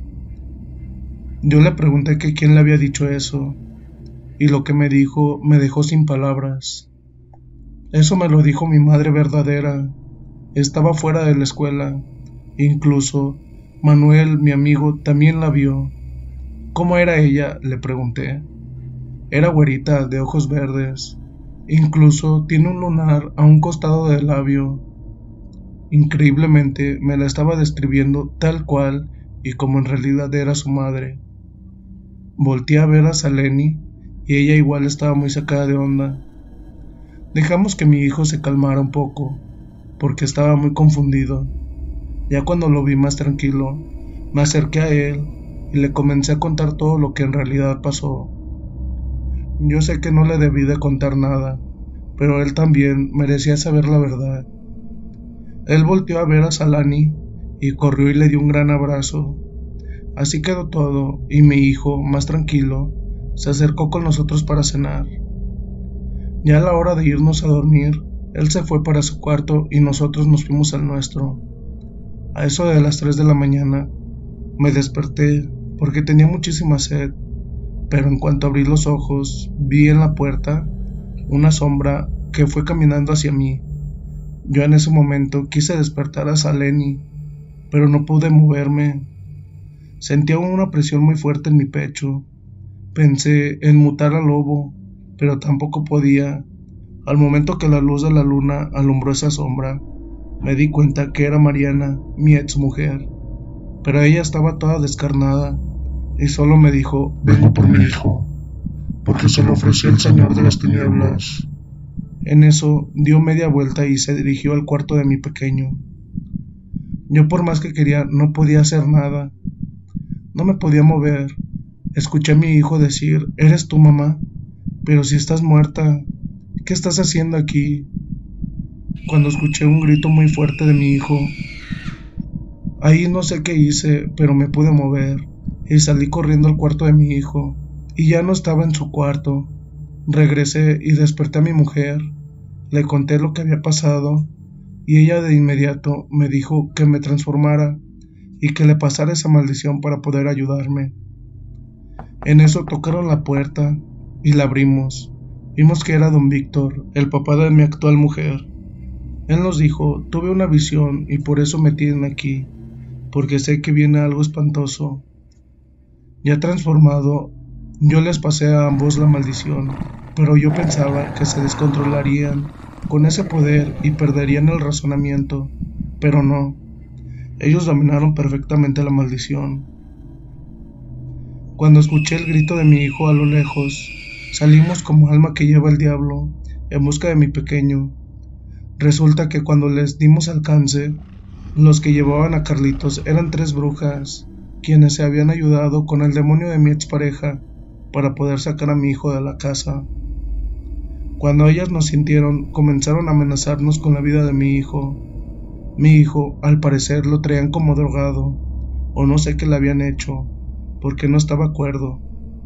Yo le pregunté que quién le había dicho eso, y lo que me dijo me dejó sin palabras. Eso me lo dijo mi madre verdadera. Estaba fuera de la escuela. Incluso Manuel, mi amigo, también la vio. ¿Cómo era ella?, le pregunté. Era güerita, de ojos verdes. Incluso tiene un lunar a un costado del labio. Increíblemente me la estaba describiendo tal cual y como en realidad era su madre. Volteé a ver a Saleni y ella igual estaba muy sacada de onda. Dejamos que mi hijo se calmara un poco, porque estaba muy confundido. Ya cuando lo vi más tranquilo, me acerqué a él y le comencé a contar todo lo que en realidad pasó. Yo sé que no le debí de contar nada, pero él también merecía saber la verdad. Él volteó a ver a Salani y corrió y le dio un gran abrazo. Así quedó todo, y mi hijo, más tranquilo, se acercó con nosotros para cenar. Ya a la hora de irnos a dormir, él se fue para su cuarto y nosotros nos fuimos al nuestro. A eso de las 3 de la mañana, me desperté porque tenía muchísima sed, pero en cuanto abrí los ojos, vi en la puerta una sombra que fue caminando hacia mí. Yo en ese momento quise despertar a Saleni, pero no pude moverme. Sentía una presión muy fuerte en mi pecho. Pensé en mutar al lobo, pero tampoco podía. Al momento que la luz de la luna alumbró esa sombra, me di cuenta que era Mariana, mi ex mujer, pero ella estaba toda descarnada y solo me dijo: «Vengo por mi hijo, porque se lo ofreció el señor de las tinieblas». En eso dio media vuelta y se dirigió al cuarto de mi pequeño. Yo, por más que quería, no podía hacer nada. No me podía mover. Escuché a mi hijo decir: «¿Eres tú, mamá? Pero si estás muerta, ¿qué estás haciendo aquí?». Cuando escuché un grito muy fuerte de mi hijo, ahí no sé qué hice, pero me pude mover y salí corriendo al cuarto de mi hijo, y ya no estaba en su cuarto. Regresé y desperté a mi mujer. Le conté lo que había pasado y ella de inmediato me dijo que me transformara y que le pasara esa maldición para poder ayudarme. En eso tocaron la puerta y la abrimos. Vimos que era don Víctor, el papá de mi actual mujer. Él nos dijo: «Tuve una visión y por eso me tienen aquí, porque sé que viene algo espantoso». Ya transformado, yo les pasé a ambos la maldición, pero yo pensaba que se descontrolarían con ese poder y perderían el razonamiento, pero no. Ellos dominaron perfectamente la maldición. Cuando escuché el grito de mi hijo a lo lejos, salimos como alma que lleva el diablo en busca de mi pequeño. Resulta que cuando les dimos alcance, los que llevaban a Carlitos eran 3 brujas, quienes se habían ayudado con el demonio de mi expareja para poder sacar a mi hijo de la casa. Cuando ellas nos sintieron, comenzaron a amenazarnos con la vida de mi hijo. Mi hijo, al parecer, lo traían como drogado, o no sé qué le habían hecho, porque no estaba cuerdo.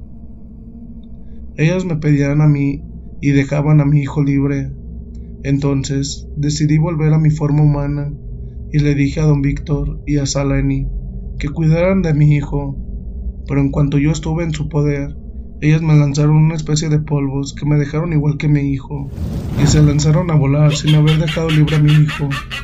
Ellos me pedían a mí y dejaban a mi hijo libre. Entonces decidí volver a mi forma humana y le dije a don Víctor y a Saleni que cuidaran de mi hijo, pero en cuanto yo estuve en su poder, ellas me lanzaron una especie de polvos que me dejaron igual que mi hijo y se lanzaron a volar sin haber dejado libre a mi hijo.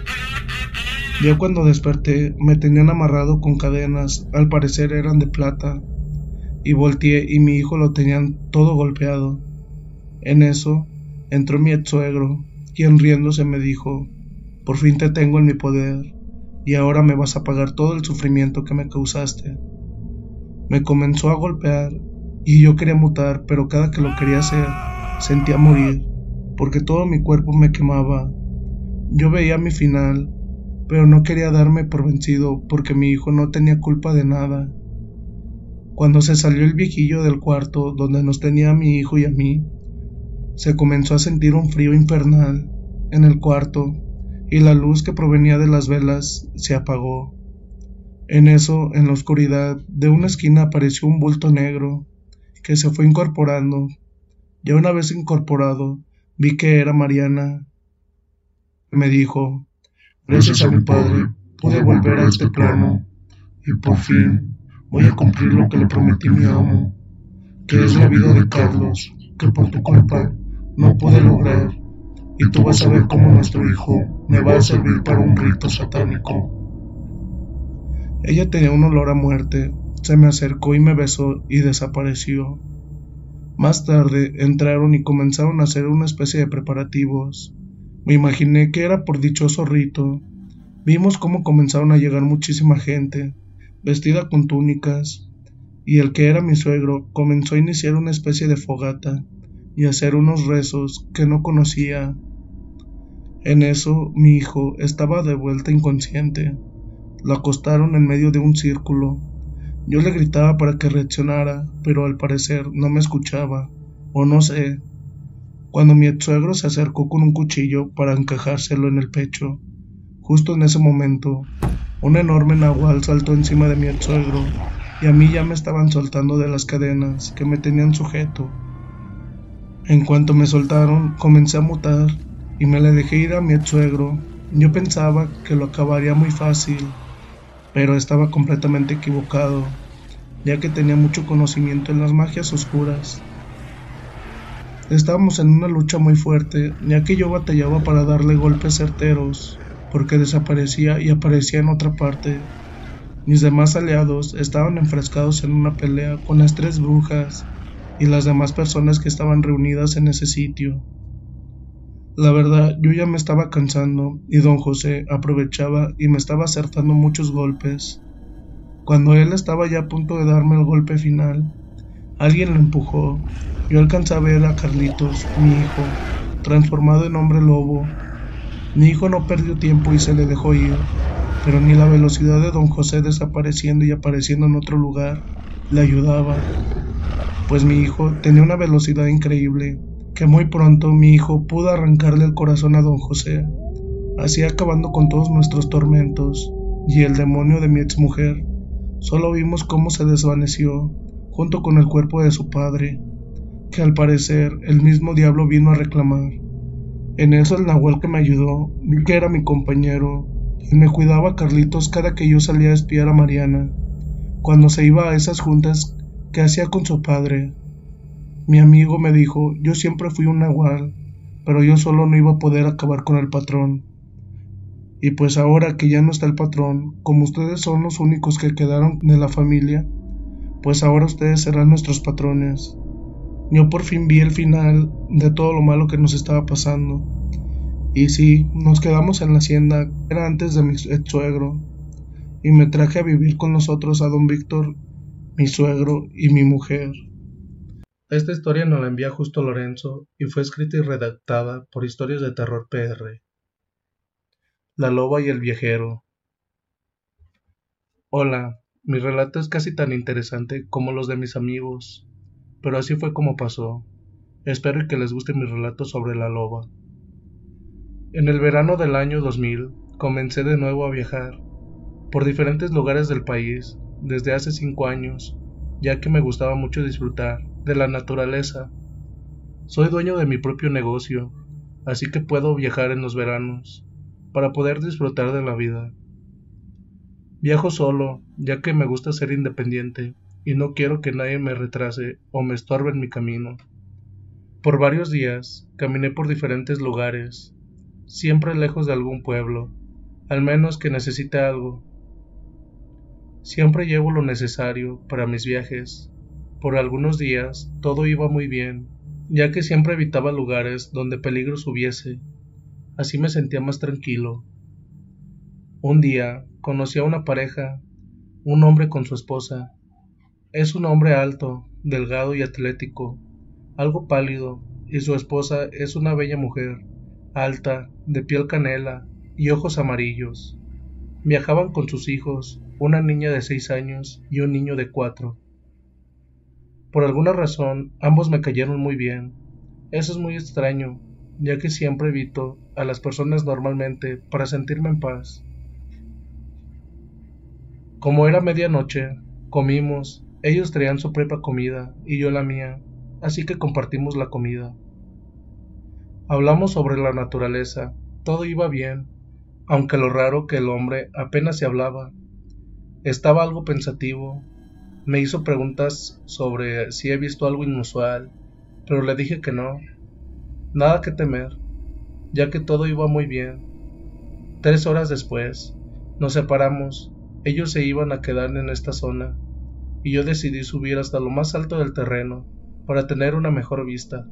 Ya cuando desperté me tenían amarrado con cadenas, al parecer eran de plata, y volteé y mi hijo lo tenían todo golpeado. En eso entró mi ex suegro, quien riéndose me dijo: por fin te tengo en mi poder, y ahora me vas a pagar todo el sufrimiento que me causaste. Me comenzó a golpear, y yo quería mutar, pero cada que lo quería hacer, sentía morir, porque todo mi cuerpo me quemaba. Yo veía mi final, pero no quería darme por vencido, porque mi hijo no tenía culpa de nada. Cuando se salió el viejillo del cuarto donde nos tenía a mi hijo y a mí, se comenzó a sentir un frío infernal en el cuarto, y la luz que provenía de las velas se apagó. En eso, en la oscuridad de una esquina apareció un bulto negro que se fue incorporando. Ya una vez incorporado, vi que era Mariana. Me dijo: gracias a mi padre pude volver a este plano, y por fin voy a cumplir lo que le prometí a mi amo, que es la vida de Carlos, que por tu culpa no pude lograr, y tú vas a ver cómo nuestro hijo me va a servir para un rito satánico. Ella tenía un olor a muerte, se me acercó y me besó y desapareció. Más tarde entraron y comenzaron a hacer una especie de preparativos. Me imaginé que era por dichoso rito. Vimos cómo comenzaron a llegar muchísima gente, vestida con túnicas, y el que era mi suegro comenzó a iniciar una especie de fogata y a hacer unos rezos que no conocía. En eso mi hijo estaba de vuelta inconsciente. Lo acostaron en medio de un círculo. Yo le gritaba para que reaccionara, pero al parecer no me escuchaba, o no sé. Cuando mi ex suegro se acercó con un cuchillo para encajárselo en el pecho, justo en ese momento, un enorme nahual saltó encima de mi ex suegro, y a mí ya me estaban soltando de las cadenas que me tenían sujeto. En cuanto me soltaron, comencé a mutar, y me le dejé ir a mi ex suegro. Yo pensaba que lo acabaría muy fácil, pero estaba completamente equivocado, ya que tenía mucho conocimiento en las magias oscuras. Estábamos en una lucha muy fuerte, ya que yo batallaba para darle golpes certeros, porque desaparecía y aparecía en otra parte. Mis demás aliados estaban enfrascados en una pelea con las 3 brujas y las demás personas que estaban reunidas en ese sitio. La verdad, yo ya me estaba cansando, y don José aprovechaba y me estaba acertando muchos golpes. Cuando él estaba ya a punto de darme el golpe final, alguien lo empujó. Yo alcancé a ver a Carlitos, mi hijo, transformado en hombre lobo. Mi hijo no perdió tiempo y se le dejó ir, pero ni la velocidad de don José desapareciendo y apareciendo en otro lugar le ayudaba, pues mi hijo tenía una velocidad increíble, que muy pronto mi hijo pudo arrancarle el corazón a don José, así acabando con todos nuestros tormentos, y el demonio de mi exmujer. Solo vimos cómo se desvaneció, junto con el cuerpo de su padre, que al parecer el mismo diablo vino a reclamar. En eso el nahual que me ayudó, vi que era mi compañero, y me cuidaba a Carlitos cada que yo salía a espiar a Mariana, cuando se iba a esas juntas que hacía con su padre. Mi amigo me dijo: yo siempre fui un nahual, pero yo solo no iba a poder acabar con el patrón. Y pues ahora que ya no está el patrón, como ustedes son los únicos que quedaron de la familia, pues ahora ustedes serán nuestros patrones. Yo por fin vi el final de todo lo malo que nos estaba pasando. Y sí, nos quedamos en la hacienda, era antes de mi ex suegro, y me traje a vivir con nosotros a don Víctor, mi suegro y mi mujer. Esta historia nos la envía Justo Lorenzo y fue escrita y redactada por Historias de Terror PR. La loba y el viajero. Hola, mi relato es casi tan interesante como los de mis amigos, pero así fue como pasó. Espero que les guste mi relato sobre la loba. En el verano del año 2000 comencé de nuevo a viajar. por diferentes lugares del país desde hace 5 años, ya que me gustaba mucho disfrutar de la naturaleza. Soy dueño de mi propio negocio, así que puedo viajar en los veranos para poder disfrutar de la vida. Viajo solo, ya que me gusta ser independiente y no quiero que nadie me retrase o me estorbe en mi camino. Por varios días caminé por diferentes lugares, siempre lejos de algún pueblo, al menos que necesite algo. Siempre llevo lo necesario para mis viajes. Por algunos días todo iba muy bien, ya que siempre evitaba lugares donde peligros hubiese. Así me sentía más tranquilo. Un día conocí a una pareja, un hombre con su esposa. Es un hombre alto, delgado y atlético, algo pálido, y su esposa es una bella mujer, alta, de piel canela y ojos amarillos. Viajaban con sus hijos, una niña de 6 años y un niño de 4. Por alguna razón, ambos me cayeron muy bien. Eso es muy extraño, ya que siempre evito a las personas normalmente para sentirme en paz. Como era medianoche, comimos. Ellos traían su propia comida y yo la mía, así que compartimos la comida. Hablamos sobre la naturaleza, todo iba bien, aunque lo raro que el hombre apenas se hablaba. Estaba algo pensativo, me hizo preguntas sobre si he visto algo inusual, pero le dije que no, nada que temer, ya que todo iba muy bien. 3 horas después, nos separamos, ellos se iban a quedar en esta zona, y yo decidí subir hasta lo más alto del terreno para tener una mejor vista.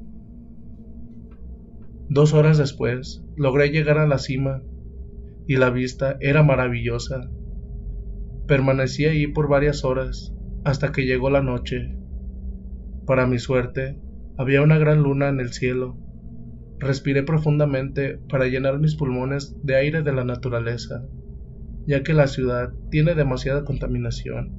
2 horas después, logré llegar a la cima, y la vista era maravillosa. Permanecí ahí por varias horas, hasta que llegó la noche. Para mi suerte, había una gran luna en el cielo. Respiré profundamente para llenar mis pulmones de aire de la naturaleza, ya que la ciudad tiene demasiada contaminación.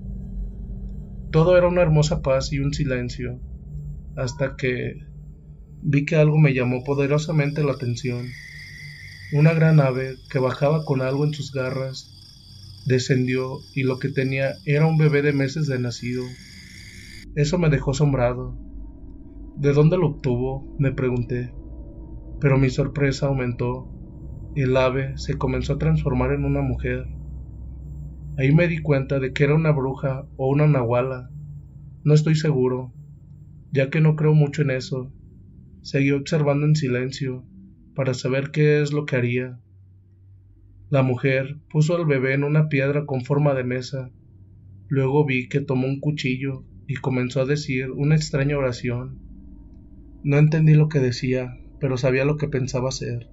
Todo era una hermosa paz y un silencio, hasta que vi que algo me llamó poderosamente la atención. Una gran ave que bajaba con algo en sus garras, descendió y lo que tenía era un bebé de meses de nacido. Eso me dejó asombrado. ¿De dónde lo obtuvo?, me pregunté. Pero mi sorpresa aumentó. El ave se comenzó a transformar en una mujer. Ahí me di cuenta de que era una bruja o una nahuala. No estoy seguro, ya que no creo mucho en eso. Seguí observando en silencio, para saber qué es lo que haría. La mujer puso al bebé en una piedra con forma de mesa. Luego vi que tomó un cuchillo y comenzó a decir una extraña oración. No entendí lo que decía, pero sabía lo que pensaba hacer.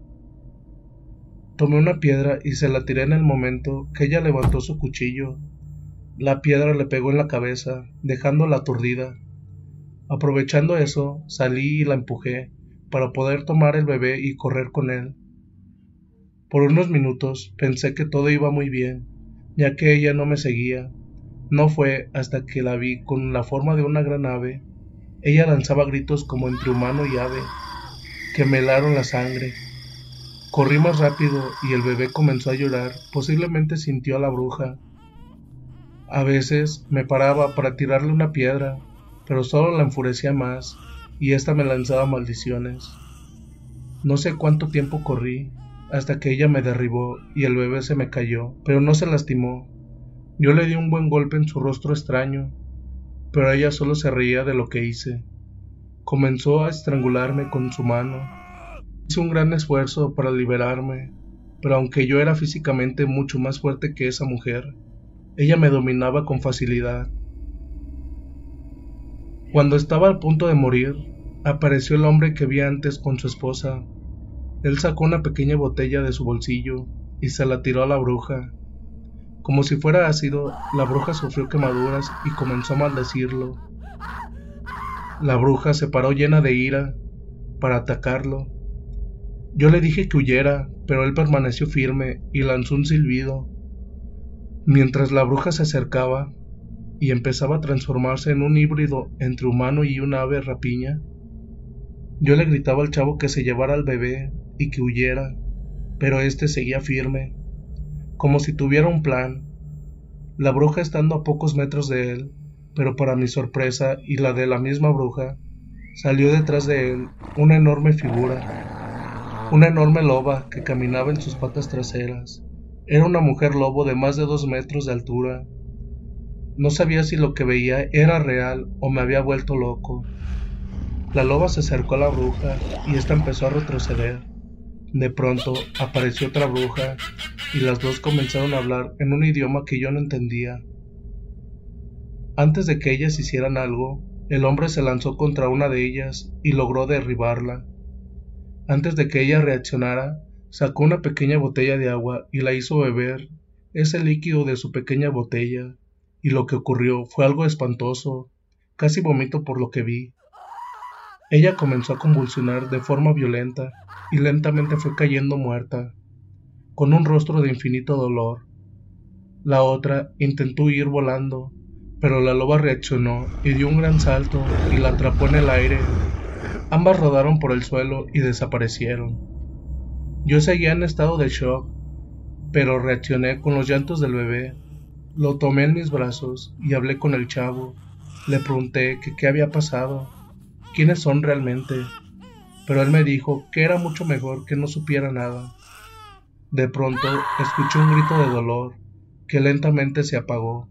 Tomé una piedra y se la tiré en el momento que ella levantó su cuchillo. La piedra le pegó en la cabeza, dejándola aturdida. Aprovechando eso, salí y la empujé para poder tomar el bebé y correr con él. Por unos minutos pensé que todo iba muy bien, ya que ella no me seguía. No fue hasta que la vi con la forma de una gran ave. Ella lanzaba gritos como entre humano y ave, que me helaron la sangre. Corrí más rápido y el bebé comenzó a llorar, posiblemente sintió a la bruja. A veces me paraba para tirarle una piedra, pero solo la enfurecía más, y ésta me lanzaba maldiciones. No sé cuánto tiempo corrí, hasta que ella me derribó y el bebé se me cayó, pero no se lastimó. Yo le di un buen golpe en su rostro extraño, pero ella solo se reía de lo que hice. Comenzó a estrangularme con su mano. Hice un gran esfuerzo para liberarme, pero aunque yo era físicamente mucho más fuerte que esa mujer, ella me dominaba con facilidad. Cuando estaba a punto de morir, apareció el hombre que vi antes con su esposa. Él sacó una pequeña botella de su bolsillo y se la tiró a la bruja. Como si fuera ácido, la bruja sufrió quemaduras y comenzó a maldecirlo. La bruja se paró llena de ira para atacarlo. Yo le dije que huyera, pero él permaneció firme y lanzó un silbido. Mientras la bruja se acercaba y empezaba a transformarse en un híbrido entre humano y un ave rapiña, yo le gritaba al chavo que se llevara al bebé y que huyera, pero éste seguía firme. como si tuviera un plan, la bruja estando a pocos metros de él, pero para mi sorpresa y la de la misma bruja, salió detrás de él una enorme figura, una enorme loba que caminaba en sus patas traseras. Era una mujer lobo de más de 2 metros de altura. No sabía si lo que veía era real o me había vuelto loco. La loba se acercó a la bruja y ésta empezó a retroceder. De pronto apareció otra bruja y las dos comenzaron a hablar en un idioma que yo no entendía. Antes de que ellas hicieran algo, el hombre se lanzó contra una de ellas y logró derribarla. Antes de que ella reaccionara, sacó una pequeña botella de agua y la hizo beber ese líquido de su pequeña botella, y lo que ocurrió fue algo espantoso. Casi vomito por lo que vi. Ella comenzó a convulsionar de forma violenta y lentamente fue cayendo muerta, con un rostro de infinito dolor. La otra intentó huir volando, pero la loba reaccionó y dio un gran salto y la atrapó en el aire. Ambas rodaron por el suelo y desaparecieron. Yo seguía en estado de shock, pero reaccioné con los llantos del bebé. Lo tomé en mis brazos y hablé con el chavo. Le pregunté que qué había pasado, quiénes son realmente, pero él me dijo que era mucho mejor que no supiera nada. De pronto escuché un grito de dolor que lentamente se apagó.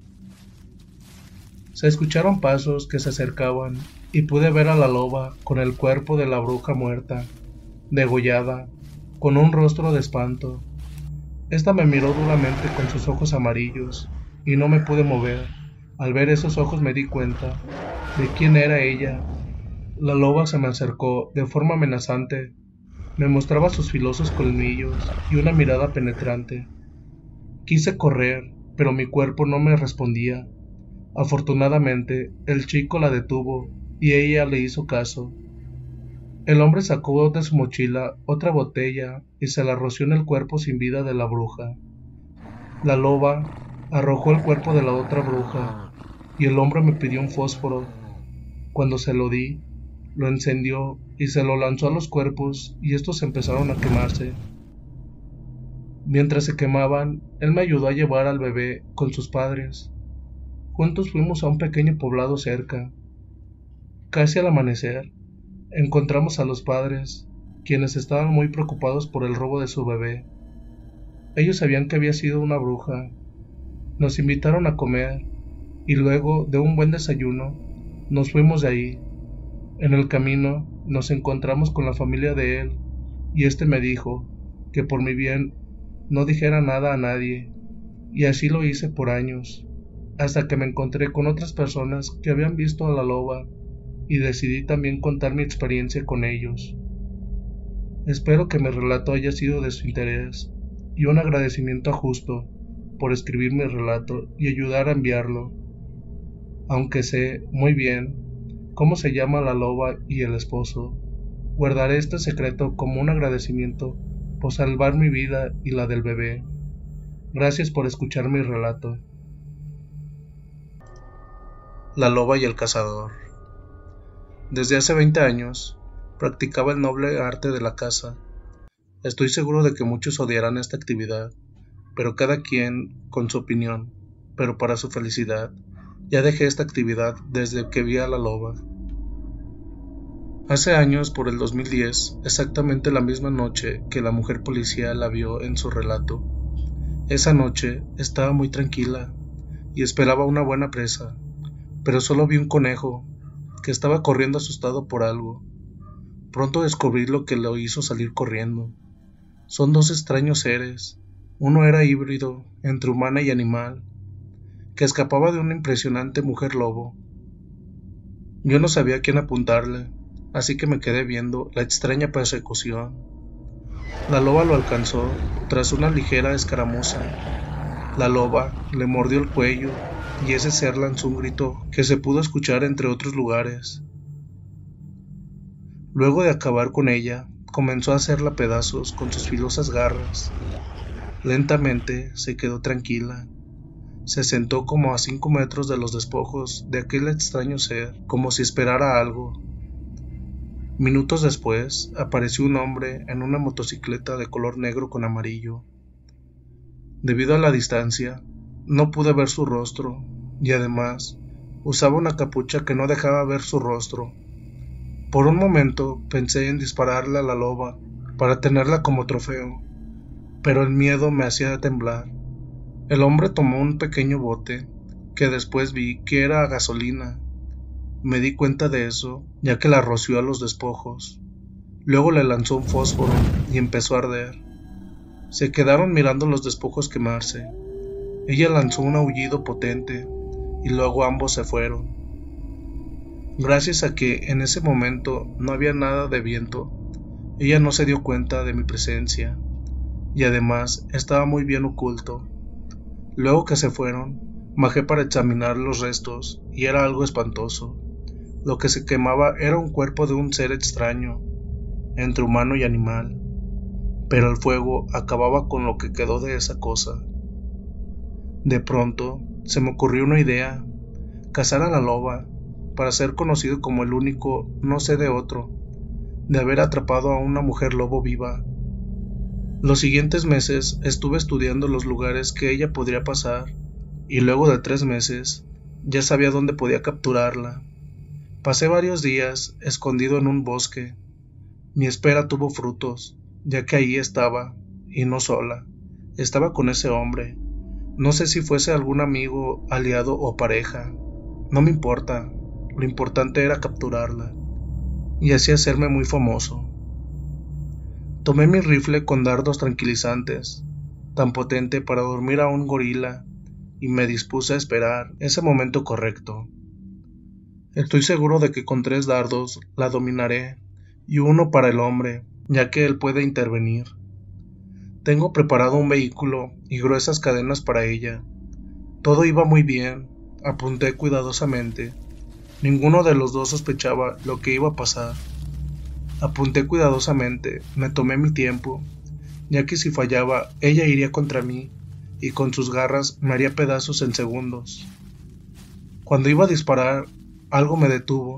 Se escucharon pasos que se acercaban y pude ver a la loba con el cuerpo de la bruja muerta, degollada, con un rostro de espanto. Esta me miró duramente con sus ojos amarillos y no me pude mover. Al ver esos ojos me di cuenta de quién era ella. La loba se me acercó de forma amenazante. Me mostraba sus filosos colmillos y una mirada penetrante. Quise correr, pero mi cuerpo no me respondía. Afortunadamente, el chico la detuvo y ella le hizo caso. El hombre sacó de su mochila otra botella y se la roció en el cuerpo sin vida de la bruja. La loba arrojó el cuerpo de la otra bruja y el hombre me pidió un fósforo. Cuando se lo di, lo encendió y se lo lanzó a los cuerpos y estos empezaron a quemarse. Mientras se quemaban, él me ayudó a llevar al bebé con sus padres. Juntos fuimos a un pequeño poblado cerca. Casi al amanecer, encontramos a los padres, quienes estaban muy preocupados por el robo de su bebé. Ellos sabían que había sido una bruja. Nos invitaron a comer, y luego de un buen desayuno, nos fuimos de ahí. En el camino, nos encontramos con la familia de él, y este me dijo que por mi bien no dijera nada a nadie, y así lo hice por años, hasta que me encontré con otras personas que habían visto a la loba, y decidí también contar mi experiencia con ellos. Espero que mi relato haya sido de su interés, y un agradecimiento a Justo por escribir mi relato y ayudar a enviarlo. Aunque sé muy bien cómo se llama la loba y el esposo, guardaré este secreto como un agradecimiento por salvar mi vida y la del bebé. Gracias por escuchar mi relato. La loba y el cazador. Desde hace 20 años, practicaba el noble arte de la caza. Estoy seguro de que muchos odiarán esta actividad, pero cada quien con su opinión. Pero para su felicidad, ya dejé esta actividad desde que vi a la loba. Hace años, por el 2010, exactamente la misma noche que la mujer policía la vio en su relato. Esa noche estaba muy tranquila y esperaba una buena presa, pero solo vi un conejo que estaba corriendo asustado por algo. Pronto descubrí lo que lo hizo salir corriendo. Son dos extraños seres. Uno era híbrido entre humana y animal, que escapaba de una impresionante mujer lobo. Yo no sabía a quién apuntarle, así que me quedé viendo la extraña persecución. La loba lo alcanzó tras una ligera escaramuza. La loba le mordió el cuello y ese ser lanzó un grito que se pudo escuchar entre otros lugares. Luego de acabar con ella, comenzó a hacerla pedazos con sus filosas garras. Lentamente se quedó tranquila. Se sentó como a 5 metros de los despojos de aquel extraño ser, como si esperara algo. Minutos después, apareció un hombre en una motocicleta de color negro con amarillo. Debido a la distancia, no pude ver su rostro, y además usaba una capucha que no dejaba ver su rostro. Por un momento pensé en dispararle a la loba para tenerla como trofeo, pero el miedo me hacía temblar. El hombre tomó un pequeño bote, que después vi que era gasolina. Me di cuenta de eso, ya que la roció a los despojos. Luego le lanzó un fósforo y empezó a arder. Se quedaron mirando los despojos quemarse. Ella lanzó un aullido potente, y luego ambos se fueron. Gracias a que en ese momento no había nada de viento, ella no se dio cuenta de mi presencia, y además estaba muy bien oculto. Luego que se fueron, bajé para examinar los restos, y era algo espantoso. Lo que se quemaba era un cuerpo de un ser extraño, entre humano y animal, pero el fuego acababa con lo que quedó de esa cosa. De pronto se me ocurrió una idea: cazar a la loba, para ser conocido como el único, no sé de otro, de haber atrapado a una mujer lobo viva. Los siguientes meses estuve estudiando los lugares que ella podría pasar, y luego de 3 meses ya sabía dónde podía capturarla. Pasé varios días escondido en un bosque. Mi espera tuvo frutos, ya que ahí estaba, y no sola, estaba con ese hombre. No sé si fuese algún amigo, aliado o pareja. No me importa, lo importante era capturarla, y así hacerme muy famoso. Tomé mi rifle con dardos tranquilizantes, tan potente para dormir a un gorila, y me dispuse a esperar ese momento correcto. Estoy seguro de que con 3 dardos la dominaré, y uno para el hombre, ya que él puede intervenir. Tengo preparado un vehículo y gruesas cadenas para ella. Todo iba muy bien, apunté cuidadosamente. Ninguno de los dos sospechaba lo que iba a pasar. Apunté cuidadosamente, me tomé mi tiempo, ya que si fallaba, ella iría contra mí, y con sus garras me haría pedazos en segundos. Cuando iba a disparar, algo me detuvo.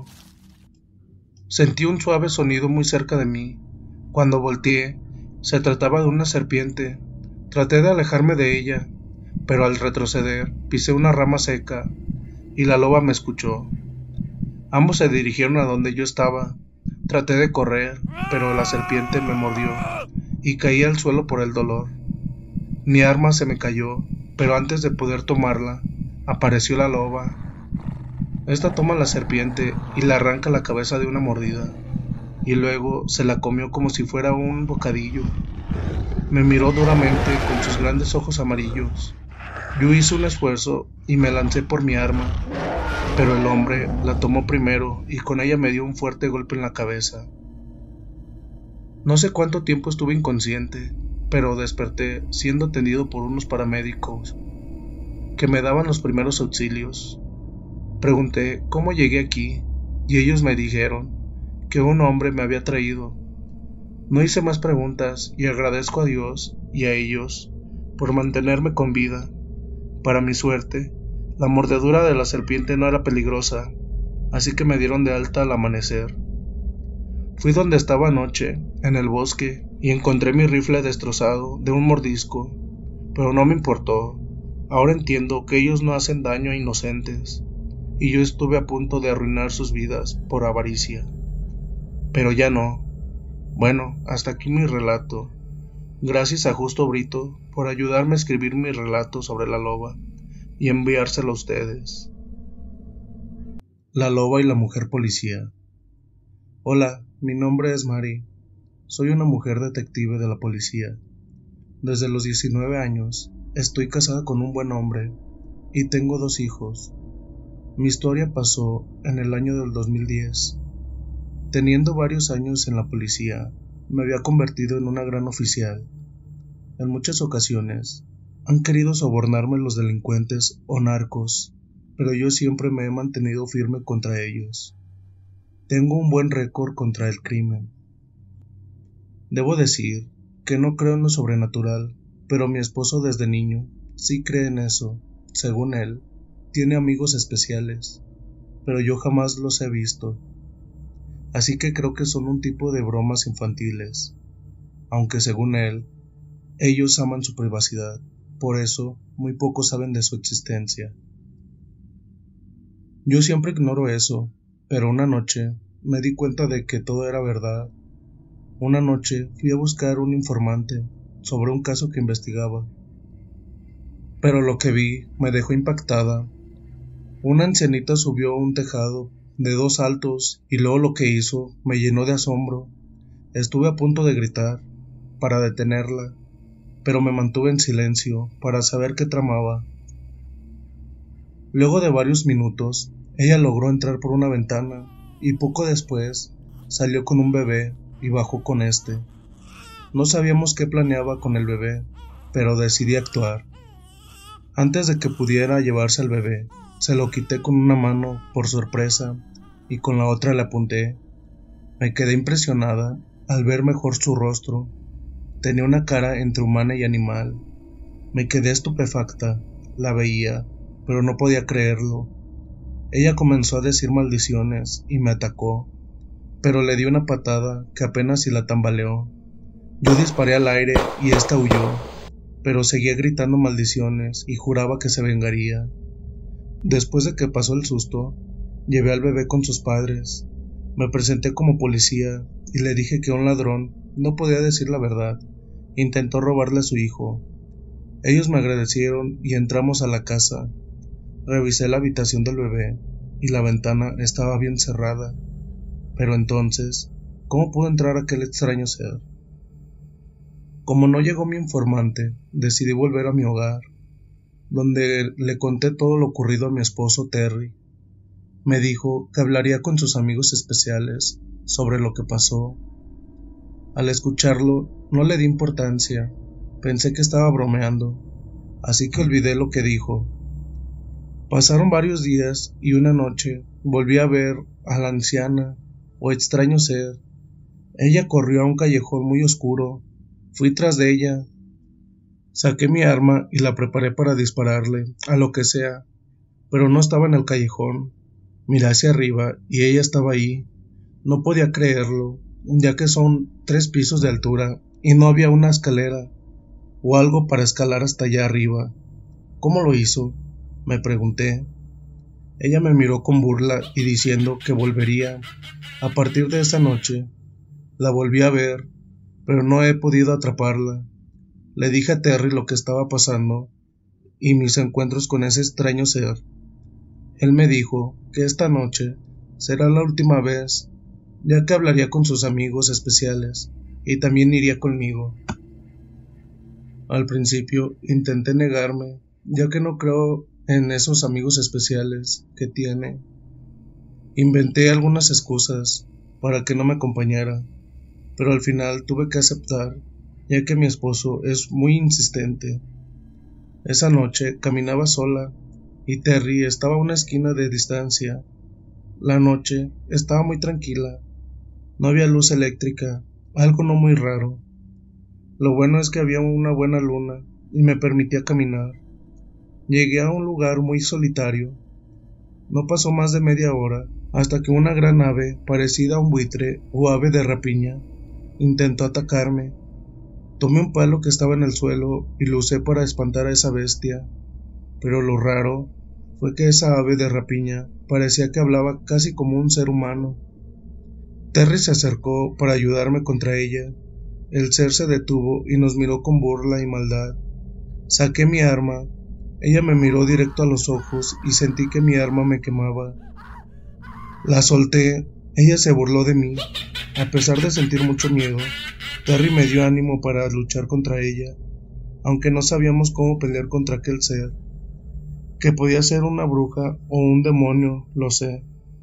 Sentí un suave sonido muy cerca de mí. Cuando volteé, se trataba de una serpiente. Traté de alejarme de ella, pero al retroceder, pisé una rama seca, y la loba me escuchó. Ambos se dirigieron a donde yo estaba. Traté de correr, pero la serpiente me mordió, y caí al suelo por el dolor. Mi arma se me cayó, pero antes de poder tomarla, apareció la loba. Esta toma la serpiente y le arranca la cabeza de una mordida, y luego se la comió como si fuera un bocadillo. Me miró duramente con sus grandes ojos amarillos. Yo hice un esfuerzo y me lancé por mi arma, pero el hombre la tomó primero y con ella me dio un fuerte golpe en la cabeza. No sé cuánto tiempo estuve inconsciente, pero desperté siendo atendido por unos paramédicos que me daban los primeros auxilios. Pregunté cómo llegué aquí y ellos me dijeron que un hombre me había traído. No hice más preguntas y agradezco a Dios y a ellos por mantenerme con vida. Para mi suerte, la mordedura de la serpiente no era peligrosa, así que me dieron de alta al amanecer. Fui donde estaba anoche, en el bosque, y encontré mi rifle destrozado de un mordisco, pero no me importó. Ahora entiendo que ellos no hacen daño a inocentes, y yo estuve a punto de arruinar sus vidas por avaricia. Pero ya no. Bueno, hasta aquí mi relato. Gracias a Justo Brito por ayudarme a escribir mi relato sobre la loba y enviárselo a ustedes. La loba y la mujer policía. Hola, mi nombre es Mari. Soy una mujer detective de la policía. Desde los 19 años estoy casada con un buen hombre y tengo 2 hijos. Mi historia pasó en el año del 2010. Teniendo varios años en la policía, me había convertido en una gran oficial. En muchas ocasiones han querido sobornarme los delincuentes o narcos, pero yo siempre me he mantenido firme contra ellos. Tengo un buen récord contra el crimen. Debo decir que no creo en lo sobrenatural, pero mi esposo desde niño sí cree en eso. Según él, tiene amigos especiales, pero yo jamás los he visto. Así que creo que son un tipo de bromas infantiles, aunque según él, ellos aman su privacidad. por eso muy pocos saben de su existencia. Yo siempre ignoro eso, pero una noche me di cuenta de que todo era verdad. Una noche fui a buscar un informante sobre un caso que investigaba, pero lo que vi me dejó impactada. Una ancianita subió a un tejado de 2 altos y luego lo que hizo me llenó de asombro. Estuve a punto de gritar para detenerla, pero me mantuve en silencio para saber qué tramaba. Luego de varios minutos, ella logró entrar por una ventana y poco después salió con un bebé y bajó con este. No sabíamos qué planeaba con el bebé, pero decidí actuar. Antes de que pudiera llevarse al bebé, se lo quité con una mano por sorpresa y con la otra le apunté. Me quedé impresionada al ver mejor su rostro. Tenía una cara entre humana y animal. Me quedé estupefacta, la veía, pero no podía creerlo. Ella comenzó a decir maldiciones y me atacó, pero le di una patada que apenas si la tambaleó. Yo disparé al aire y ésta huyó, pero seguía gritando maldiciones y juraba que se vengaría. Después de que pasó el susto, llevé al bebé con sus padres. Me presenté como policía y le dije que un ladrón no podía decir la verdad. Intentó robarle a su hijo. Ellos me agradecieron y entramos a la casa. Revisé la habitación del bebé y la ventana estaba bien cerrada. Pero entonces, ¿cómo pudo entrar aquel extraño ser? Como no llegó mi informante, decidí volver a mi hogar, donde le conté todo lo ocurrido a mi esposo Terry. Me dijo que hablaría con sus amigos especiales sobre lo que pasó. Al escucharlo, no le di importancia, pensé que estaba bromeando, así que olvidé lo que dijo. Pasaron varios días y una noche volví a ver a la anciana, o extraño ser. Ella corrió a un callejón muy oscuro. Fui tras de ella. Saqué mi arma y la preparé para dispararle, a lo que sea, pero no estaba en el callejón. Miré hacia arriba y ella estaba ahí. No podía creerlo, ya que son 3 pisos de altura y no había una escalera o algo para escalar hasta allá arriba. ¿Cómo lo hizo?, me pregunté. Ella me miró con burla y diciendo que volvería. A partir de esa noche, la volví a ver, pero no he podido atraparla. Le dije a Terry lo que estaba pasando y mis encuentros con ese extraño ser. Él me dijo que esta noche será la última vez, ya que hablaría con sus amigos especiales y también iría conmigo. Al principio intenté negarme, ya que no creo en esos amigos especiales que tiene. Inventé algunas excusas para que no me acompañara, pero al final tuve que aceptar, ya que mi esposo es muy insistente. Esa noche caminaba sola y Terry estaba a una esquina de distancia. La noche estaba muy tranquila, no había luz eléctrica, algo no muy raro. Lo bueno es que había una buena luna y me permitía caminar. Llegué a un lugar muy solitario. No pasó más de media hora hasta que una gran ave, parecida a un buitre o ave de rapiña, intentó atacarme. Tomé un palo que estaba en el suelo y lo usé para espantar a esa bestia, pero lo raro fue que esa ave de rapiña parecía que hablaba casi como un ser humano. Terry se acercó para ayudarme contra ella. El ser se detuvo y nos miró con burla y maldad. Saqué mi arma. Ella me miró directo a los ojos y sentí que mi arma me quemaba. La solté. Ella se burló de mí. A pesar de sentir mucho miedo, Terry me dio ánimo para luchar contra ella, aunque no sabíamos cómo pelear contra aquel ser, que podía ser una bruja o un demonio, lo sé.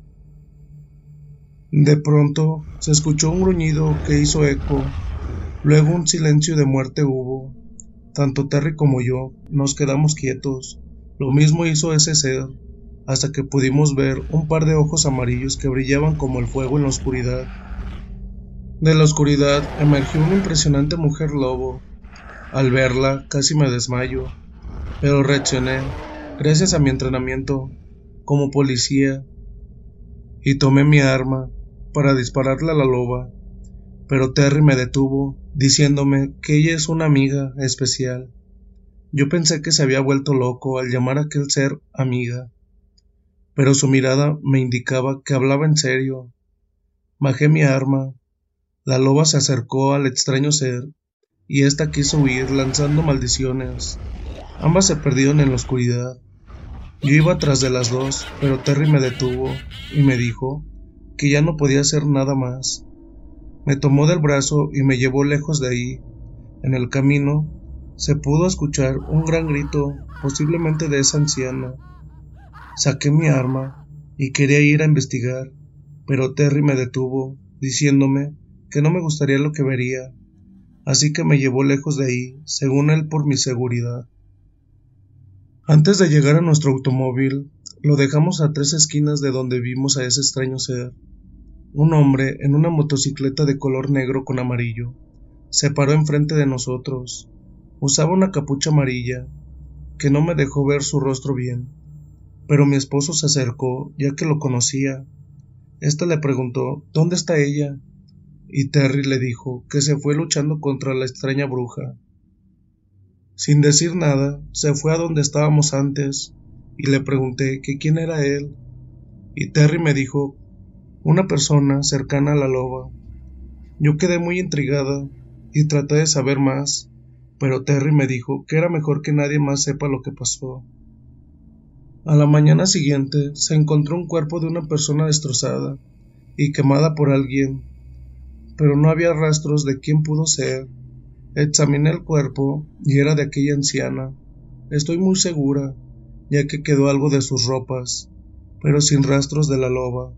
De pronto se escuchó un gruñido que hizo eco, luego un silencio de muerte hubo. Tanto Terry como yo nos quedamos quietos. Lo mismo hizo ese ser, hasta que pudimos ver un par de ojos amarillos que brillaban como el fuego en la oscuridad. De la oscuridad emergió una impresionante mujer lobo. Al verla casi me desmayo, pero reaccioné, gracias a mi entrenamiento como policía, y tomé mi arma para dispararle a la loba, pero Terry me detuvo, diciéndome que ella es una amiga especial. Yo pensé que se había vuelto loco al llamar a aquel ser amiga, pero su mirada me indicaba que hablaba en serio. Bajé mi arma. La loba se acercó al extraño ser y ésta quiso huir lanzando maldiciones. Ambas se perdieron en la oscuridad. Yo iba tras de las dos, pero Terry me detuvo y me dijo que ya no podía hacer nada más. Me tomó del brazo y me llevó lejos de ahí. En el camino se pudo escuchar un gran grito, posiblemente de esa anciana. Saqué mi arma y quería ir a investigar, pero Terry me detuvo, diciéndome que no me gustaría lo que vería, así que me llevó lejos de ahí, según él por mi seguridad. Antes de llegar a nuestro automóvil, lo dejamos a 3 esquinas de donde vimos a ese extraño ser. Un hombre en una motocicleta de color negro con amarillo se paró enfrente de nosotros. Usaba una capucha amarilla que no me dejó ver su rostro bien, pero mi esposo se acercó ya que lo conocía. Ésta le preguntó ¿dónde está ella? Y Terry le dijo que se fue luchando contra la extraña bruja. Sin decir nada, se fue a donde estábamos antes y le pregunté que quién era él, y Terry me dijo una persona cercana a la loba. Yo quedé muy intrigada y traté de saber más, pero Terry me dijo que era mejor que nadie más sepa lo que pasó. A la mañana siguiente se encontró un cuerpo de una persona destrozada y quemada por alguien, pero no había rastros de quién pudo ser. Examiné el cuerpo y era de aquella anciana. Estoy muy segura, ya que quedó algo de sus ropas, pero sin rastros de la loba.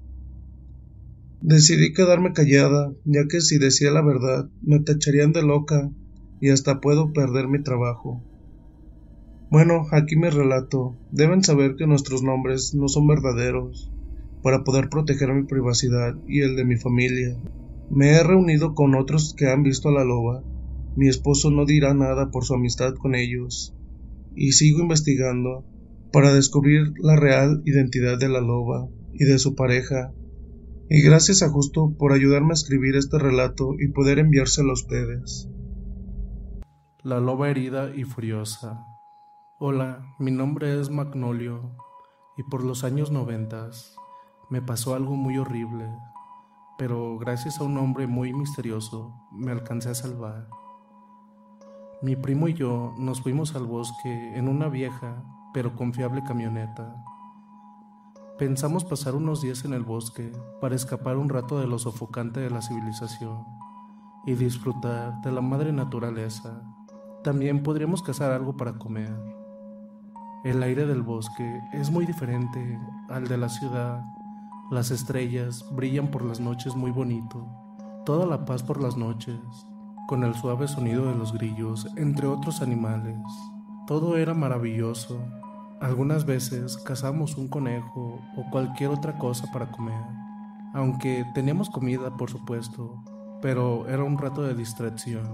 Decidí quedarme callada, ya que si decía la verdad me tacharían de loca y hasta puedo perder mi trabajo. Bueno, aquí mi relato. Deben saber que nuestros nombres no son verdaderos, para poder proteger mi privacidad y el de mi familia. Me he reunido con otros que han visto a la loba. Mi esposo no dirá nada por su amistad con ellos, y sigo investigando para descubrir la real identidad de la loba y de su pareja. Y gracias a Justo por ayudarme a escribir este relato y poder enviárselo a ustedes. La loba herida y furiosa. Hola, mi nombre es Magnolio, y por los años 90 me pasó algo muy horrible, pero gracias a un hombre muy misterioso me alcancé a salvar. Mi primo y yo nos fuimos al bosque en una vieja pero confiable camioneta. Pensamos pasar unos días en el bosque para escapar un rato de lo sofocante de la civilización y disfrutar de la madre naturaleza. También podríamos cazar algo para comer. El aire del bosque es muy diferente al de la ciudad. Las estrellas brillan por las noches muy bonito, toda la paz por las noches, con el suave sonido de los grillos, entre otros animales. Todo era maravilloso. Algunas veces cazamos un conejo o cualquier otra cosa para comer, aunque teníamos comida por supuesto, pero era un rato de distracción.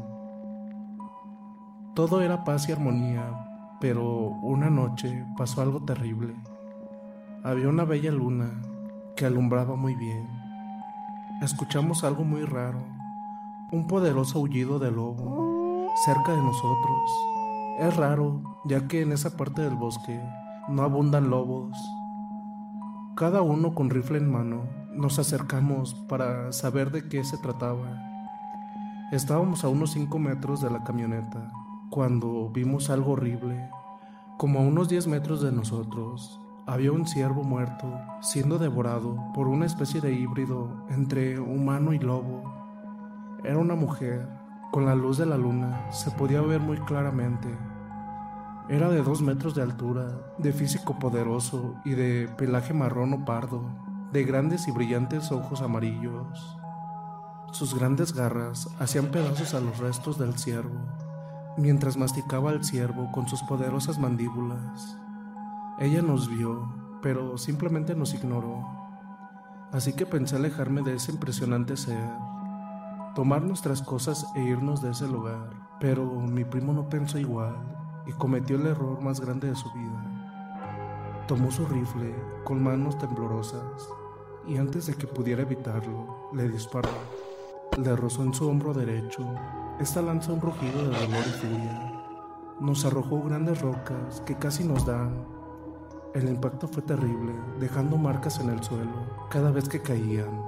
Todo era paz y armonía, pero una noche pasó algo terrible. Había una bella luna que alumbraba muy bien. Escuchamos algo muy raro, un poderoso aullido de lobo cerca de nosotros. Es raro, ya que en esa parte del bosque no abundan lobos. Cada uno con rifle en mano nos acercamos para saber de qué se trataba. Estábamos a unos 5 metros de la camioneta cuando vimos algo horrible. Como a unos 10 metros de nosotros había un ciervo muerto siendo devorado por una especie de híbrido entre humano y lobo. Era una mujer. Con la luz de la luna se podía ver muy claramente. Era de 2 metros de altura, de físico poderoso y de pelaje marrón o pardo, de grandes y brillantes ojos amarillos. Sus grandes garras hacían pedazos a los restos del ciervo, mientras masticaba al ciervo con sus poderosas mandíbulas. Ella nos vio, pero simplemente nos ignoró. Así que pensé alejarme de ese impresionante ser, tomar nuestras cosas e irnos de ese lugar. Pero mi primo no pensó igual y cometió el error más grande de su vida. Tomó su rifle con manos temblorosas y antes de que pudiera evitarlo, le disparó. Le rozó en su hombro derecho. Esta lanza un rugido de dolor y furia. nos arrojó grandes rocas que casi nos dan. El impacto fue terrible, dejando marcas en el suelo cada vez que caían.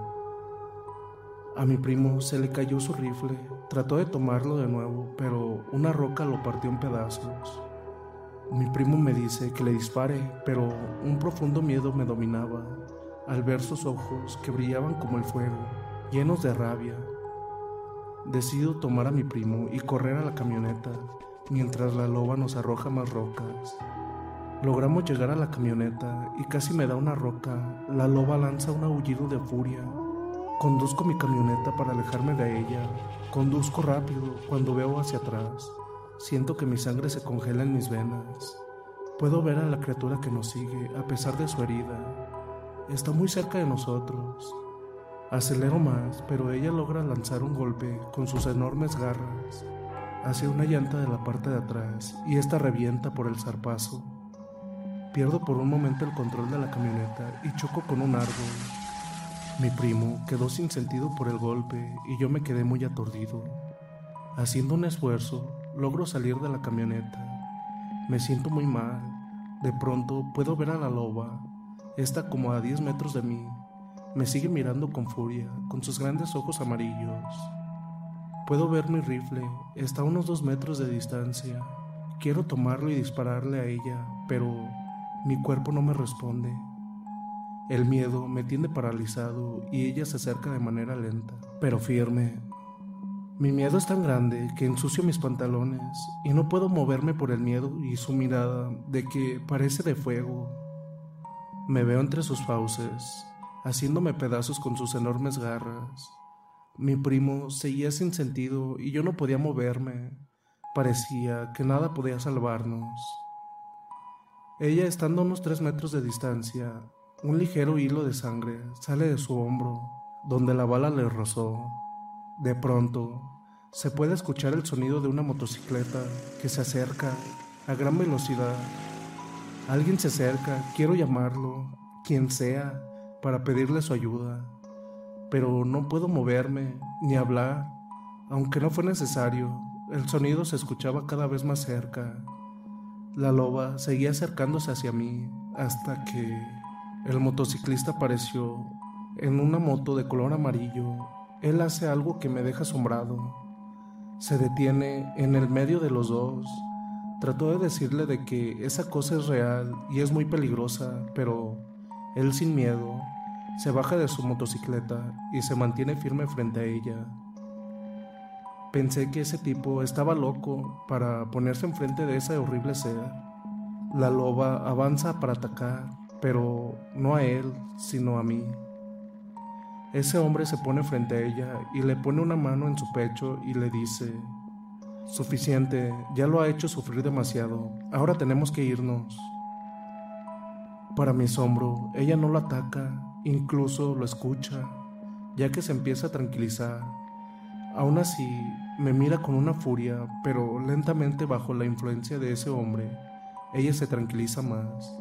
A mi primo se le cayó su rifle, trató de tomarlo de nuevo, pero una roca lo partió en pedazos. Mi primo me dice que le dispare, pero un profundo miedo me dominaba al ver sus ojos que brillaban como el fuego, llenos de rabia. Decido tomar a mi primo y correr a la camioneta, mientras la loba nos arroja más rocas. Logramos llegar a la camioneta y casi me da una roca. La loba lanza un aullido de furia. Conduzco mi camioneta para alejarme de ella. Conduzco rápido cuando veo hacia atrás. Siento que mi sangre se congela en mis venas. Puedo ver a la criatura que nos sigue a pesar de su herida. Está muy cerca de nosotros. Acelero más, pero ella logra lanzar un golpe con sus enormes garras hacia una llanta de la parte de atrás y esta revienta por el zarpazo. Pierdo por un momento el control de la camioneta y choco con un árbol. Mi primo quedó sin sentido por el golpe y yo me quedé muy aturdido. Haciendo un esfuerzo, logro salir de la camioneta. Me siento muy mal. De pronto puedo ver a la loba. Está como a 10 metros de mí. Me sigue mirando con furia, con sus grandes ojos amarillos. Puedo ver mi rifle. Está a unos 2 metros de distancia. Quiero tomarlo y dispararle a ella, pero mi cuerpo no me responde. El miedo me tiene paralizado y ella se acerca de manera lenta, pero firme. Mi miedo es tan grande que ensucio mis pantalones y no puedo moverme por el miedo y su mirada de que parece de fuego. Me veo entre sus fauces, haciéndome pedazos con sus enormes garras. Mi primo seguía sin sentido y yo no podía moverme. Parecía que nada podía salvarnos. Ella, estando a unos 3 metros de distancia, un ligero hilo de sangre sale de su hombro, donde la bala le rozó. De pronto, se puede escuchar el sonido de una motocicleta que se acerca a gran velocidad. Alguien se acerca, quiero llamarlo, quien sea, para pedirle su ayuda, pero no puedo moverme ni hablar. Aunque no fue necesario, el sonido se escuchaba cada vez más cerca. La loba seguía acercándose hacia mí hasta que el motociclista apareció en una moto de color amarillo. Él hace algo que me deja asombrado. Se detiene en el medio de los dos. Trató de decirle de que esa cosa es real y es muy peligrosa, pero él, sin miedo, se baja de su motocicleta y se mantiene firme frente a ella. Pensé que ese tipo estaba loco para ponerse enfrente de ese horrible ser. La loba avanza para atacar, pero no a él, sino a mí. Ese hombre se pone frente a ella y le pone una mano en su pecho y le dice: «Suficiente, ya lo ha hecho sufrir demasiado, ahora tenemos que irnos». Para mi asombro, ella no lo ataca, incluso lo escucha, ya que se empieza a tranquilizar. Aún así, me mira con una furia, pero lentamente, bajo la influencia de ese hombre, ella se tranquiliza más.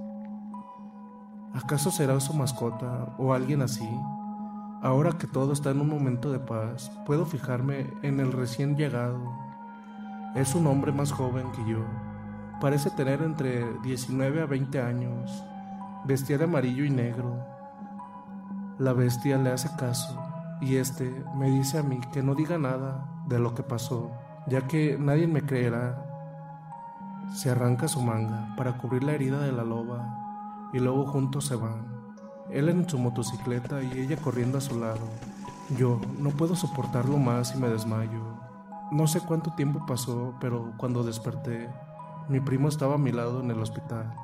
¿Acaso será su mascota o alguien así? Ahora que todo está en un momento de paz, puedo fijarme en el recién llegado. Es un hombre más joven que yo. Parece tener entre 19 a 20 años. Vestía de amarillo y negro. La bestia le hace caso y me dice a mí que no diga nada de lo que pasó, ya que nadie me creerá. Se arranca su manga para cubrir la herida de la loba y luego juntos se van. Él en su motocicleta y ella corriendo a su lado. Yo no puedo soportarlo más y me desmayo. No sé cuánto tiempo pasó, pero cuando desperté, mi primo estaba a mi lado en el hospital.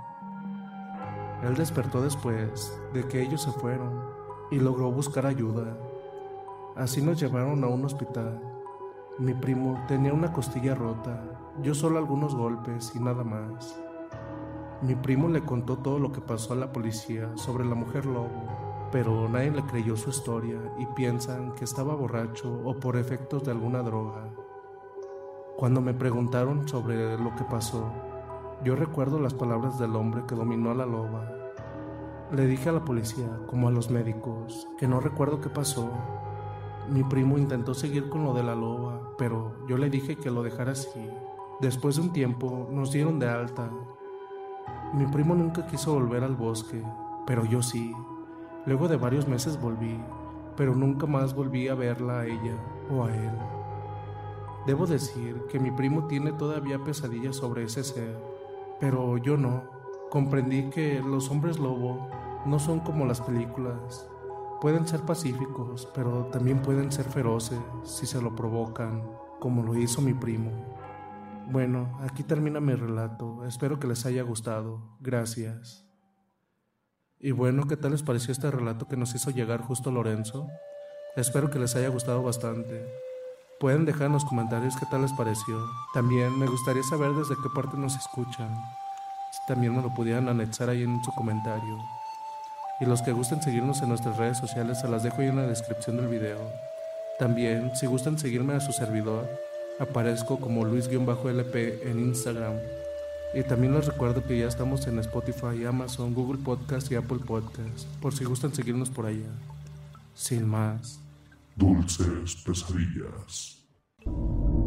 Él despertó después de que ellos se fueron y logró buscar ayuda. Así nos llevaron a un hospital. Mi primo tenía una costilla rota, yo solo algunos golpes y nada más. Mi primo le contó todo lo que pasó a la policía sobre la mujer lobo, pero nadie le creyó su historia y piensan que estaba borracho o por efectos de alguna droga. Cuando me preguntaron sobre lo que pasó, yo recuerdo las palabras del hombre que dominó a la loba. Le dije a la policía, como a los médicos, que no recuerdo qué pasó. Mi primo intentó seguir con lo de la loba, pero yo le dije que lo dejara así. Después de un tiempo nos dieron de alta. Mi primo nunca quiso volver al bosque, pero yo sí. Luego de varios meses volví, pero nunca más volví a verla a ella o a él. Debo decir que mi primo tiene todavía pesadillas sobre ese ser, pero yo no. Comprendí que los hombres lobo no son como las películas. Pueden ser pacíficos, pero también pueden ser feroces si se lo provocan, como lo hizo mi primo. Bueno, aquí termina mi relato. Espero que les haya gustado. Gracias. Y bueno, ¿qué tal les pareció este relato que nos hizo llegar justo Lorenzo? Espero que les haya gustado bastante. Pueden dejar en los comentarios qué tal les pareció. También me gustaría saber desde qué parte nos escuchan. Si también me lo pudieran anexar ahí en su comentario. Y los que gusten seguirnos en nuestras redes sociales se las dejo ahí en la descripción del video. También, si gustan seguirme a su servidor, aparezco como Luis-LP en Instagram. Y también les recuerdo que ya estamos en Spotify, Amazon, Google Podcast y Apple Podcast, por si gustan seguirnos por allá. Sin más. Dulces pesadillas.